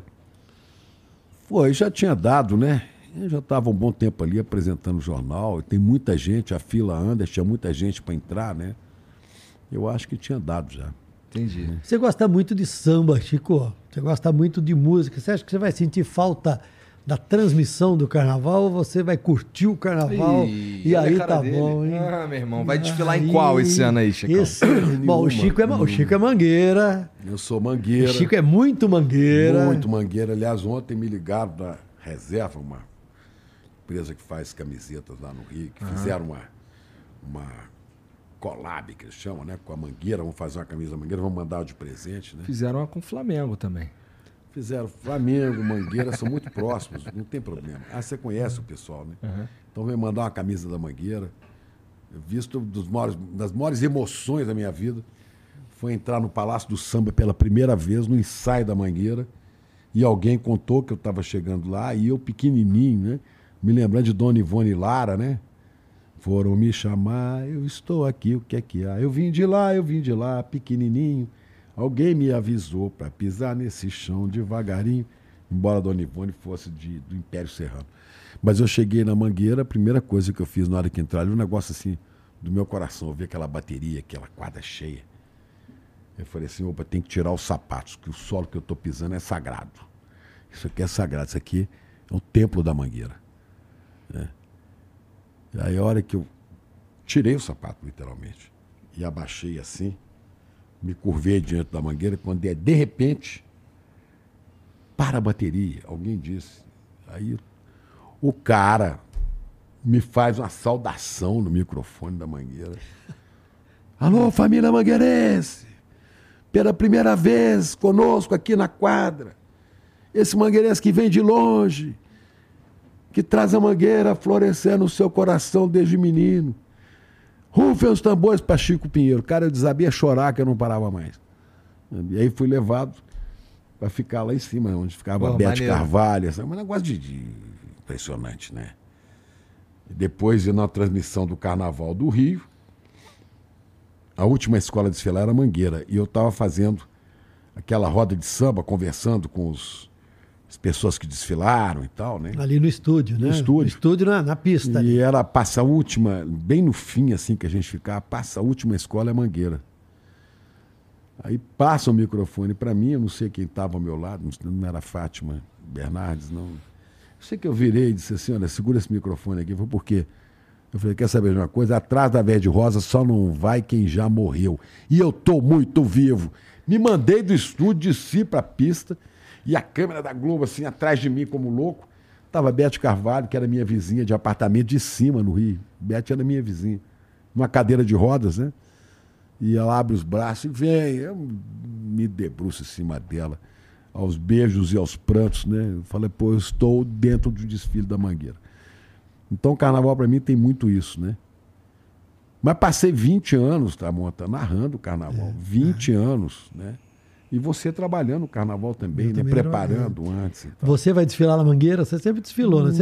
Foi, já tinha dado, né? Eu já estava um bom tempo ali apresentando o jornal. Tem muita gente, a fila anda, tinha muita gente para entrar, né? Eu acho que tinha dado já. Entendi. Você gosta muito de samba, Chico? Você gosta muito de música? Você acha que você vai sentir falta da transmissão do carnaval, ou você vai curtir o carnaval e aí tá dele. Bom, hein? Ah, meu irmão, vai desfilar em qual esse ano aí, Chico? Bom, o Chico é mangueira. Eu sou mangueira. O Chico é muito mangueira. Muito mangueira. Aliás, ontem me ligaram da Reserva, uma empresa que faz camisetas lá no Rio, que fizeram uma collab, que eles chamam, né? Com a mangueira, vão fazer uma camisa mangueira, vão mandar de presente, né? Fizeram uma com o Flamengo também. Fizeram Flamengo, Mangueira, são muito próximos, não tem problema. Você conhece o pessoal, né? Então vem mandar uma camisa da Mangueira. Visto das maiores emoções da minha vida foi entrar no Palácio do Samba pela primeira vez, no ensaio da Mangueira, e alguém contou que eu estava chegando lá, e eu pequenininho, né? Me lembrando de Dona Ivone Lara, né? Foram me chamar, eu estou aqui, o que é que há? Eu vim de lá, pequenininho. Alguém me avisou para pisar nesse chão devagarinho. embora a Dona Ivone fosse do Império Serrano. Mas eu cheguei na Mangueira, a primeira coisa que eu fiz na hora que entraram, um negócio assim do meu coração, eu vi aquela bateria, aquela quadra cheia. Eu falei assim, opa, tem que tirar os sapatos, que o solo que eu estou pisando é sagrado. Isso aqui é sagrado, isso aqui é o templo da Mangueira. Né? E aí a hora que eu tirei o sapato, literalmente, e abaixei assim, me curvei diante da Mangueira, quando de repente, para a bateria, alguém disse. Aí o cara me faz uma saudação no microfone da Mangueira. Alô, família mangueirense! Pela primeira vez conosco aqui na quadra. Esse mangueirense que vem de longe, que traz a Mangueira florescer no seu coração desde menino. Rufem os tambores para Chico Pinheiro. Cara, eu desabia chorar que eu não parava mais. E aí fui levado para ficar lá em cima, onde ficava a Bete Carvalho. Um negócio de impressionante, né? E depois, na transmissão do Carnaval do Rio, a última escola de desfilar era Mangueira. E eu estava fazendo aquela roda de samba, conversando com as pessoas que desfilaram e tal, né? Ali no estúdio, né? No estúdio. No estúdio, na pista. E era passa a última, bem no fim, assim, que a gente ficava, passa a última escola é Mangueira. Aí passa o microfone para mim, eu não sei quem estava ao meu lado, não era Fátima Bernardes, não. Eu sei que eu virei e disse assim, olha, segura esse microfone aqui, foi porque eu falei, quer saber de uma coisa? Atrás da Verde Rosa só não vai quem já morreu. E eu tô muito vivo. Me mandei do estúdio, desci para a pista, e a câmera da Globo, assim, atrás de mim como louco, estava a Bete Carvalho, que era minha vizinha de apartamento de cima no Rio. Bete era minha vizinha. Numa cadeira de rodas, né? E ela abre os braços e vem. Eu me debruço em cima dela, aos beijos e aos prantos, né? Eu falei, pô, eu estou dentro do desfile da Mangueira. Então o carnaval para mim tem muito isso, né? Mas passei 20 anos, Tramonta, narrando o carnaval. 20 anos, né? E você trabalhando o carnaval também, né? Preparando antes. Você vai desfilar na Mangueira? Você sempre desfilou, né?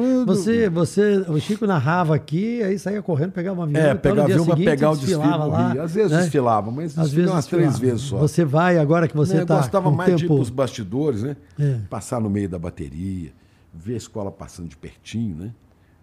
O Chico narrava aqui, aí saía correndo, pegava um avião. Pegava avião para pegar o desfile no Rio. Às vezes desfilava, mas desfilava umas 3 vezes só. Você vai agora que você está. Eu gostava mais de ir para os bastidores, né? Passar no meio da bateria, ver a escola passando de pertinho, né?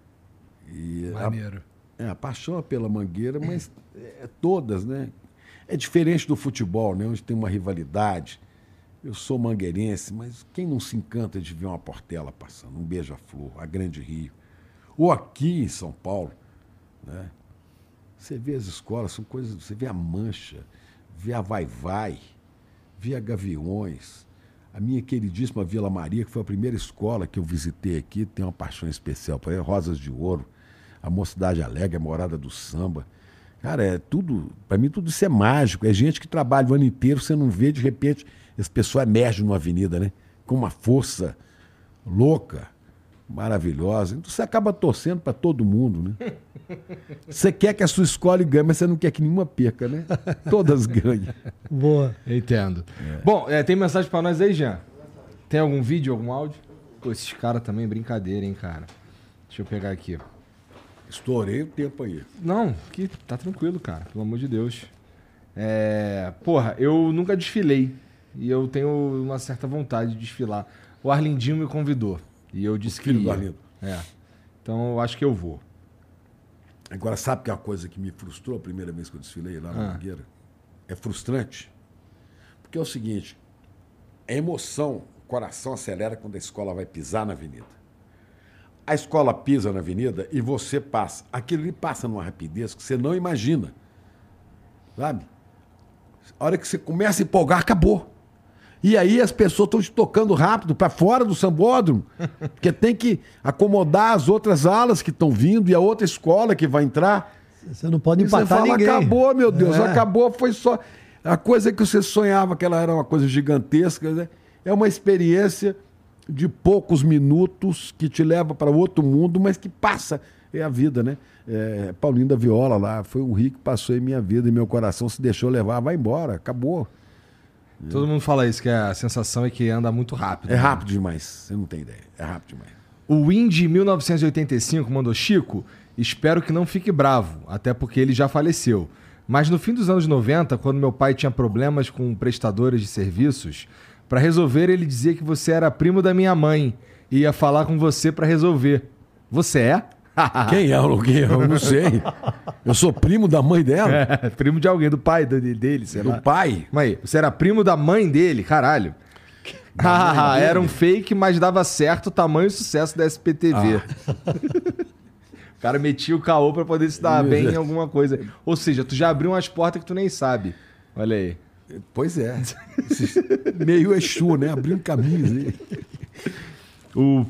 E maneiro. A paixão pela Mangueira, mas todas, né? É diferente do futebol, né? Onde tem uma rivalidade. Eu sou mangueirense, mas quem não se encanta de ver uma Portela passando, um Beija-Flor, a Grande Rio? Ou aqui em São Paulo, né? Você vê as escolas, são coisas... Você vê a Mancha, vê a Vai-Vai, vê a Gaviões. A minha queridíssima Vila Maria, que foi a primeira escola que eu visitei aqui, tem uma paixão especial para Rosas de Ouro, a Mocidade Alegre, a Morada do Samba. Cara, é tudo, para mim tudo isso é mágico. É gente que trabalha o ano inteiro, você não vê, de repente, esse pessoal emerge numa avenida, né? Com uma força louca, maravilhosa. Então você acaba torcendo para todo mundo, né? Você quer que a sua escola ganhe, mas você não quer que nenhuma perca, né? Todas ganhem. Boa. Entendo. Bom, tem mensagem para nós aí, Jean? Tem algum vídeo, algum áudio? Pô, esses caras também, brincadeira, hein, cara? Deixa eu pegar aqui. Estourei o tempo aí. Não, que tá tranquilo, cara. Pelo amor de Deus. Porra, eu nunca desfilei. E eu tenho uma certa vontade de desfilar. O Arlindinho me convidou. E eu disse que ia. Então eu acho que eu vou. Agora, sabe que é uma coisa que me frustrou a primeira vez que eu desfilei lá na Mangueira? É frustrante. Porque é o seguinte, a emoção, o coração acelera quando a escola vai pisar na avenida. A escola pisa na avenida e você passa. Aquilo ali passa numa rapidez que você não imagina. Sabe? A hora que você começa a empolgar, acabou. E aí as pessoas estão te tocando rápido para fora do sambódromo, porque tem que acomodar as outras alas que estão vindo e a outra escola que vai entrar. Você não pode empatar você fala, ninguém. Acabou, meu Deus, acabou, foi só... A coisa que você sonhava que ela era uma coisa gigantesca, né? É uma experiência de poucos minutos que te leva para outro mundo, mas que passa, é a vida, né? Paulinho da Viola lá, foi um rio que passou em minha vida, e meu coração se deixou levar, vai embora, acabou. Todo mundo fala isso, que a sensação é que anda muito rápido. É rápido demais, você não tem ideia, é rápido demais. O Indy 1985 mandou: Chico, espero que não fique bravo, até porque ele já faleceu. Mas no fim dos anos 90, quando meu pai tinha problemas com prestadores de serviços, Pra resolver, ele dizia que você era primo da minha mãe e ia falar com você pra resolver. Você é? Quem é? Eu não sei. Eu sou primo da mãe dela? É, primo de alguém, do pai dele, sei lá. Do pai? Mas aí, você era primo da mãe dele, caralho. Era um fake, mas dava certo o tamanho e sucesso da SPTV. O cara metia o caô pra poder se dar bem em alguma coisa. Ou seja, tu já abriu umas portas que tu nem sabe. Olha aí. Pois é. Meio Exu, né? Abrindo caminhos aí. O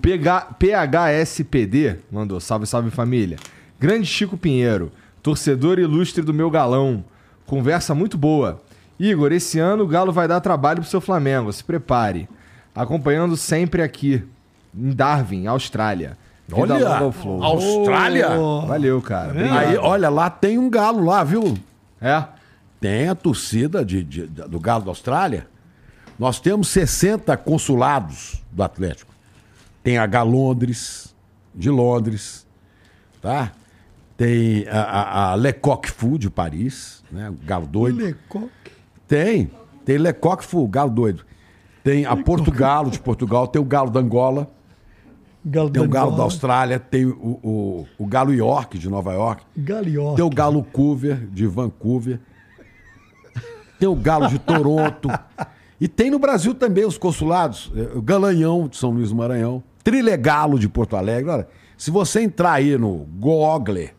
PHSPD mandou, salve, salve família. Grande Chico Pinheiro, torcedor ilustre do meu galão. Conversa muito boa. Igor, esse ano o Galo vai dar trabalho pro seu Flamengo, se prepare. Acompanhando sempre aqui, em Darwin, Austrália. Vida Olha, longa ao Flow. Austrália? Valeu, cara. Aí, olha, lá tem um galo lá, viu? É? Tem a torcida do Galo da Austrália. Nós temos 60 consulados do Atlético. Tem a Galondres, de Londres, tá? Tem a Lecoq Fu, de Paris, né? O Galo doido. Lecoq? Tem Lecoq Fu, Galo doido. Tem a Portugal, de Portugal. Tem o Galo da Angola. Tem o Galo da Austrália. Tem o Galo York, de Nova York. Galo York. Tem o Galo Couver, de Vancouver. Tem o Galo de Toronto. E tem no Brasil também os consulados. O Galanhão, de São Luís do Maranhão. Trilegalo, de Porto Alegre. Olha, se você entrar aí no Google,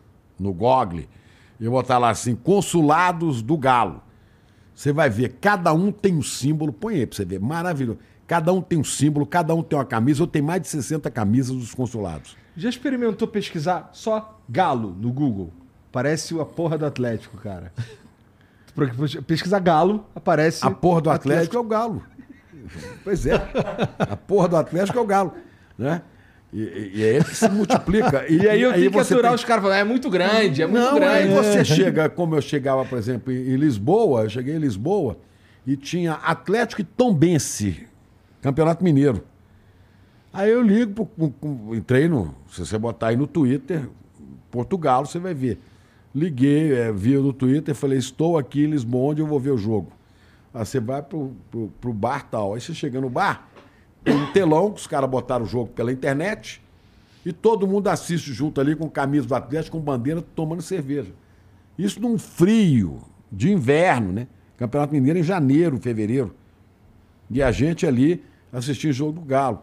e botar lá assim, consulados do Galo, você vai ver, cada um tem um símbolo. Põe aí pra você ver, maravilhoso. Cada um tem um símbolo, cada um tem uma camisa. Eu tenho mais de 60 camisas dos consulados. Já experimentou pesquisar só Galo no Google? Parece a porra do Atlético, cara. Pesquisar Galo, aparece... A porra do Atlético é o Galo. Pois é. A porra do Atlético é o Galo. Né? E é ele que se multiplica. E aí eu tenho que aturar os caras falando, é muito grande, é muito grande. Aí você chega, como eu chegava, por exemplo, em Lisboa, eu cheguei em Lisboa e tinha Atlético e Tombense, Campeonato Mineiro. Aí eu ligo, entrei se você botar aí no Twitter, Portugal, você vai ver. Liguei, vi no Twitter, falei, estou aqui em Lisboa, onde eu vou ver o jogo. Aí você vai pro bar tal. Aí você chega no bar, tem um telão, que os caras botaram o jogo pela internet, e todo mundo assiste junto ali com camisa do Atlético, com bandeira, tomando cerveja. Isso num frio de inverno, né? Campeonato Mineiro em janeiro, fevereiro. E a gente ali assistindo o jogo do Galo.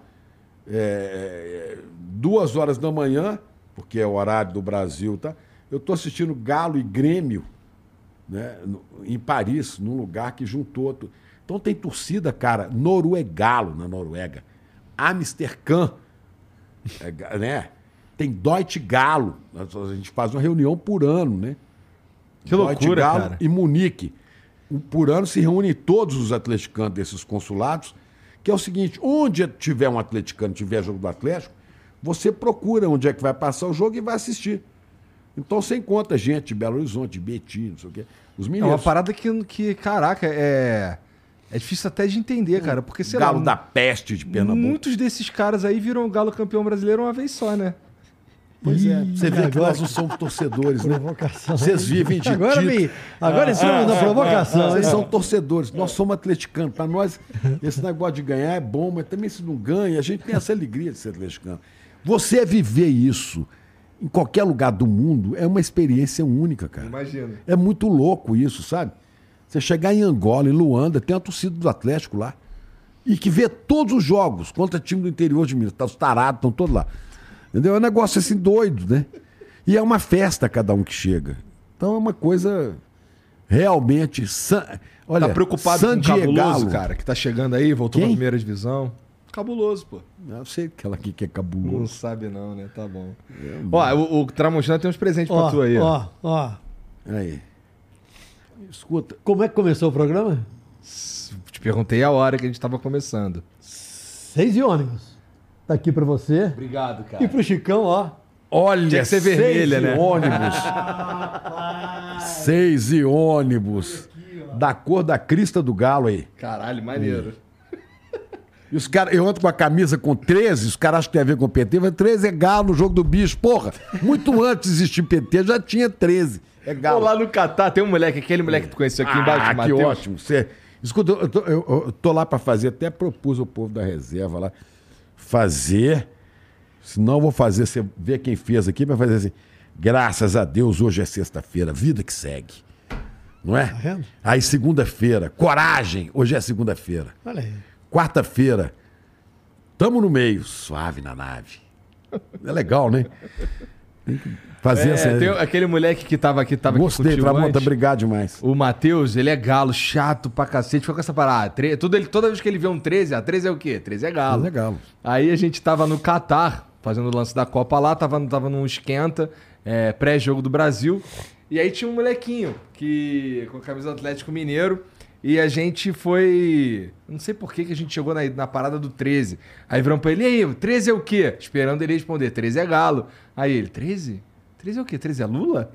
2 horas da manhã, porque é o horário do Brasil, tá? Eu estou assistindo Galo e Grêmio, né, em Paris, num lugar que juntou. Então tem torcida, cara, noruegalo na Noruega, Amsterdã, né? Tem Deutsche Galo. A gente faz uma reunião por ano, né? Que loucura, Galo cara. E Munique. Por ano se reúnem todos os atleticanos desses consulados, que é o seguinte, onde tiver um atleticano, tiver jogo do Atlético, você procura onde é que vai passar o jogo e vai assistir. Então você encontra gente de Belo Horizonte, de Betim, não sei o quê. Os É mineiros. uma parada que caraca, é difícil até de entender, cara, porque sei Galo lá, da Peste de Pernambuco. muitos desses caras aí viram o Galo campeão brasileiro uma vez só, né? Pois é. Ih, Você vê que agora- nós não somos torcedores, né? Provocação. Vocês vivem de Agora, título. agora estamos na provocação. Vocês hein? são torcedores. Nós somos atleticanos. Para nós, esse negócio de ganhar é bom, mas também se não ganha, a gente tem essa alegria de ser atleticano. Você viver isso em qualquer lugar do mundo é uma experiência única, cara. Imagina. É muito louco isso, sabe? Você chegar em Angola, em Luanda, tem a torcida do Atlético lá. E que vê todos os jogos contra time do interior de Minas. Tá, os tarados estão todos lá. Entendeu? É um negócio assim doido, né? E é uma festa cada um que chega. Então é uma coisa realmente... Olha, Tá preocupado San com o Cabuloso, Diegalo. cara, que tá chegando aí, voltou Quem? pra primeira divisão. Cabuloso, pô. Eu sei aquela aqui que é Não cabuloso. sabe não, né? Tá bom. Ó, o Tramontina tem uns presentes pra Ó, tu aí. Ó. ó. Aí. Escuta. Como é que começou o programa? Te perguntei a hora que a gente tava começando. 6 e ônibus. Tá aqui pra você. Obrigado, cara. E pro Chicão, ó. Olha, Tinha que ser vermelha, 6 né? ônibus. 6 e ônibus. Da cor da crista do galo aí. Caralho, maneiro. E os caras, eu ando com a camisa com 13, os caras acham que tem a ver com o PT, mas 13 é galo no jogo do bicho. Porra, muito antes de existir PT, já tinha 13. É Pô, galo. lá no Catar tem um moleque, aquele moleque que tu conheceu aqui embaixo, que Matheus. ótimo. Escuta, eu tô lá para fazer, até propus ao povo da reserva lá, fazer, se não vou fazer, você vê quem fez aqui, vai fazer assim, graças a Deus, hoje é sexta-feira, vida que segue. Não é? Tá vendo? Aí segunda-feira, coragem, hoje é segunda-feira. Olha aí. Quarta-feira, tamo no meio, suave na nave. É legal, né? Tem que fazer essa... Tem aquele moleque que tava aqui Gostei, contigo Tramonta, antes. obrigado demais. O Matheus, ele é galo, chato pra cacete. Fica com essa parada. Toda vez que ele vê um 13, a 13 é o quê? 13 é galo. É galo. Aí a gente tava no Catar, fazendo o lance da Copa lá, tava num esquenta, pré-jogo do Brasil. E aí tinha um molequinho com a camisa do Atlético Mineiro. E a gente foi... Não sei por que a gente chegou na parada do 13. Aí viramos pra ele, e aí, o 13 é o quê? Esperando ele responder, 13 é galo. Aí ele, 13? 13 é o quê? 13 é Lula?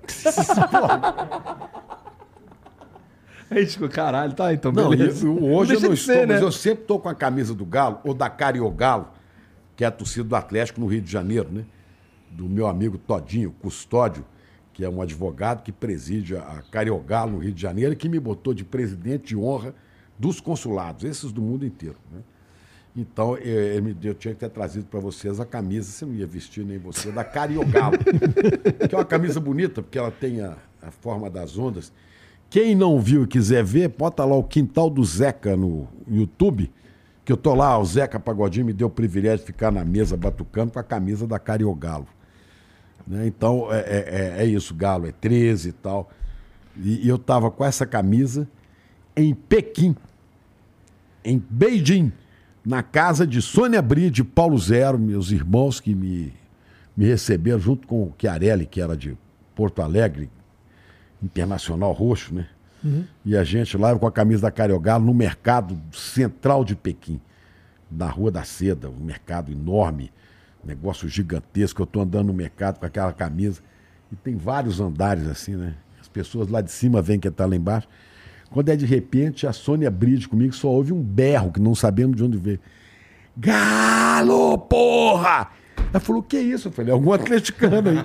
Aí a gente ficou, caralho, tá, então Não, beleza. hoje eu Deixa não de estou, ser, mas né? eu sempre estou com a camisa do Galo, ou da Cariogalo, que é a torcida do Atlético no Rio de Janeiro, né? Do meu amigo Todinho, Custódio, que é um advogado que preside a Cariogalo no Rio de Janeiro e que me botou de presidente de honra dos consulados, esses do mundo inteiro, né? Então, eu tinha que ter trazido para vocês a camisa, você não ia vestir nem você, da Cariogalo, que é uma camisa bonita, porque ela tem a forma das ondas. Quem não viu e quiser ver, bota lá o Quintal do Zeca no YouTube, que eu tô lá, o Zeca Pagodinho me deu o privilégio de ficar na mesa batucando com a camisa da Cariogalo. Né? Então, é isso, Galo, é 13 e tal. E eu tava com essa camisa em Pequim, em Beijing, na casa de Sônia Bride e Paulo Zero, meus irmãos que me receberam junto com o Chiarelli, que era de Porto Alegre, Internacional Roxo, né? Uhum. E a gente lá com a camisa da Cariogalo no mercado central de Pequim, na Rua da Seda, um mercado enorme, negócio gigantesco. Eu tô andando no mercado com aquela camisa e tem vários andares assim, né? As pessoas lá de cima veem que tá lá embaixo. Quando é de repente, a Sônia Bride comigo só ouve um berro que não sabemos de onde veio. Galo, porra! Ela falou, o que é isso? Eu falei, algum atleticano aí.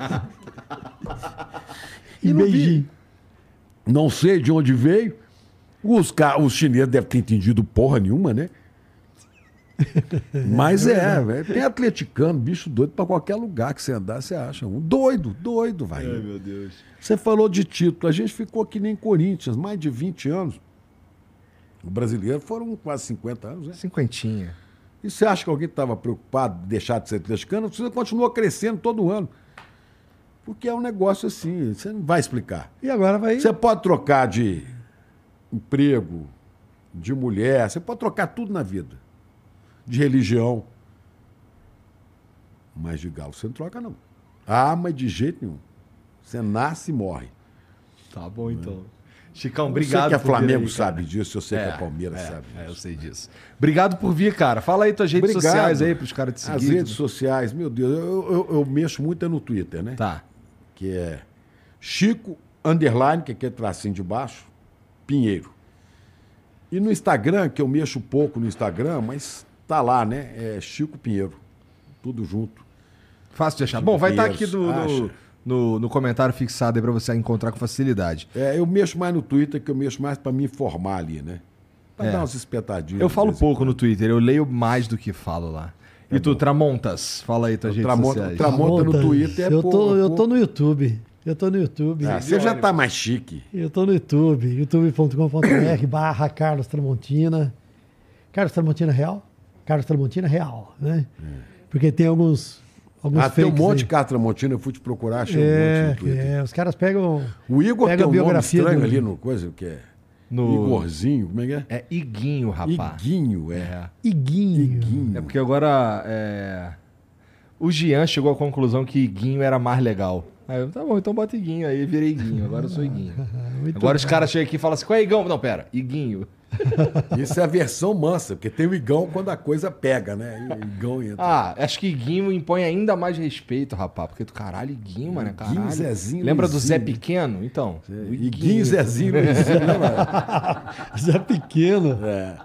E Beijing. Não sei de onde veio. Os chineses devem ter entendido porra nenhuma, né? Mas tem atleticano, bicho doido pra qualquer lugar que você andar, você acha. Um doido, vai. Ai, meu Deus. Você falou de título, a gente ficou que nem Corinthians, mais de 20 anos. O brasileiro foram quase 50 anos, né? Cinquentinha. E você acha que alguém estava preocupado de deixar de ser atleticano? Você continua crescendo todo ano. Porque é um negócio assim, você não vai explicar. E agora vai... Você pode trocar de emprego, de mulher, você pode trocar tudo na vida. De religião. Mas de Galo você não troca, não. Ah, mas de jeito nenhum. Você nasce e morre. Tá bom, então. Chicão, obrigado. Eu sei que a Flamengo vir aí, sabe disso, eu sei que a Palmeiras sabe disso. Eu sei disso. Obrigado por vir, cara. Fala aí tuas redes sociais aí pros caras te seguirem. As redes sociais, meu Deus, eu mexo muito no Twitter, né? Tá. Que é Chico, _, que é tracinho de baixo, Pinheiro. E no Instagram, que eu mexo pouco no Instagram, mas tá lá, né? É Chico Pinheiro. Tudo junto. Fácil de achar. Chico Bom, vai estar Pinheiro, aqui no comentário fixado aí pra você encontrar com facilidade. Eu mexo mais no Twitter, que eu mexo mais pra me informar ali, né? Pra dar umas espetadinhas. Eu falo pouco no Twitter, eu leio mais do que falo lá. E tu, Tramontas? Fala aí tuas redes sociais. Tramonta no Twitter eu tô no YouTube. Eu tô no YouTube. Você já tá mais chique. Eu tô no YouTube. youtube.com.br/Carlos Tramontina. Carlos Tramontina Real? Carlos Tramontina Real, né? Porque tem alguns tem um monte aí. de Carlos Tramontina, eu fui te procurar, achei um monte no Twitter. Os caras pegam... O Igor tem um nome estranho do... ali no coisa, que é... Igorzinho, como é que é? É Iguinho, rapaz. Iguinho. É porque agora o Jean chegou à conclusão que Iguinho era mais legal. Aí eu, tá bom, então bota Iguinho. Aí eu virei Iguinho, agora eu sou Iguinho. Agora os caras chegam aqui e falam assim, qual é Igão? Não, pera, Iguinho. Isso é a versão mansa, porque tem o Igão quando a coisa pega, né? E o Igão entra. Acho que Iguinho impõe ainda mais respeito, rapaz. Porque tu, caralho, Iguinho, mano, caralho. Iguinho, Zezinho, lembra Luizinho. do Zé Pequeno? Então. Iguinho, Zezinho, Luizinho, lembra? Zé Pequeno.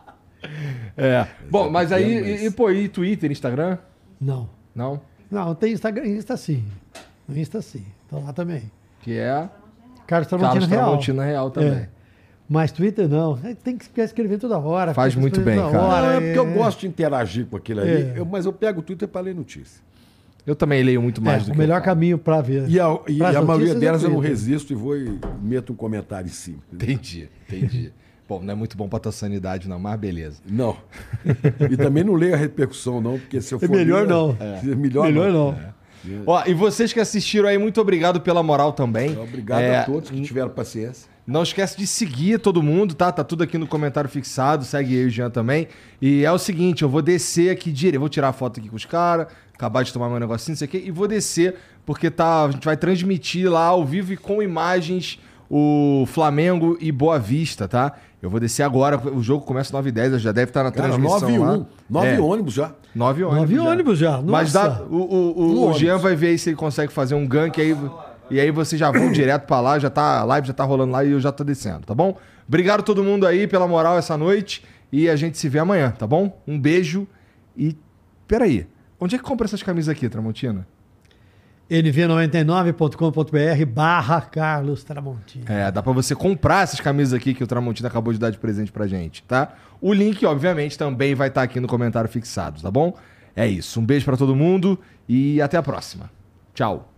Bom, mas aí, e Twitter, Instagram? Não. Não? Não, tem Instagram, Insta sim. No Insta sim. Tô lá também. Que é Carlos Tramontina Real. Tramontina Real também. Mas Twitter não. Tem que ficar escrevendo toda hora. Faz muito bem, cara. Não, é porque eu gosto de interagir com aquilo ali, mas eu pego o Twitter para ler notícia. Eu também leio muito mais do que o melhor caminho para ver. E a maioria delas eu não resisto e vou e meto um comentário em cima. Entendi. Bom, não é muito bom pra tua sanidade, não, mas beleza. Não. E também não leio a repercussão, não, porque se eu for. Melhor não. Melhor não. Ó, e vocês que assistiram aí, muito obrigado pela moral também. Obrigado a todos que tiveram paciência. Não esquece de seguir todo mundo, tá? Tá tudo aqui no comentário fixado. Segue eu e o Jean também. E é o seguinte, eu vou descer aqui direto. Vou tirar a foto aqui com os caras, acabar de tomar meu negocinho, não sei o quê, e vou descer, porque a gente vai transmitir lá ao vivo e com imagens o Flamengo e Boa Vista, tá? Eu vou descer agora, o jogo começa 9h10, já deve estar na transmissão 9h01. 9 ônibus já. 9 ônibus. 9 ônibus já. Nossa. Mas o Jean vai ver aí se ele consegue fazer um gank aí. E aí vocês já vão direto pra lá, a live já tá rolando lá e eu já tô descendo, tá bom? Obrigado a todo mundo aí pela moral essa noite e a gente se vê amanhã, tá bom? Um beijo e... Peraí, onde é que compra essas camisas aqui, Tramontina? nv99.com.br/Carlos Tramontina. Dá pra você comprar essas camisas aqui que o Tramontina acabou de dar de presente pra gente, tá? O link, obviamente, também vai estar aqui no comentário fixado, tá bom? É isso, um beijo pra todo mundo e até a próxima. Tchau.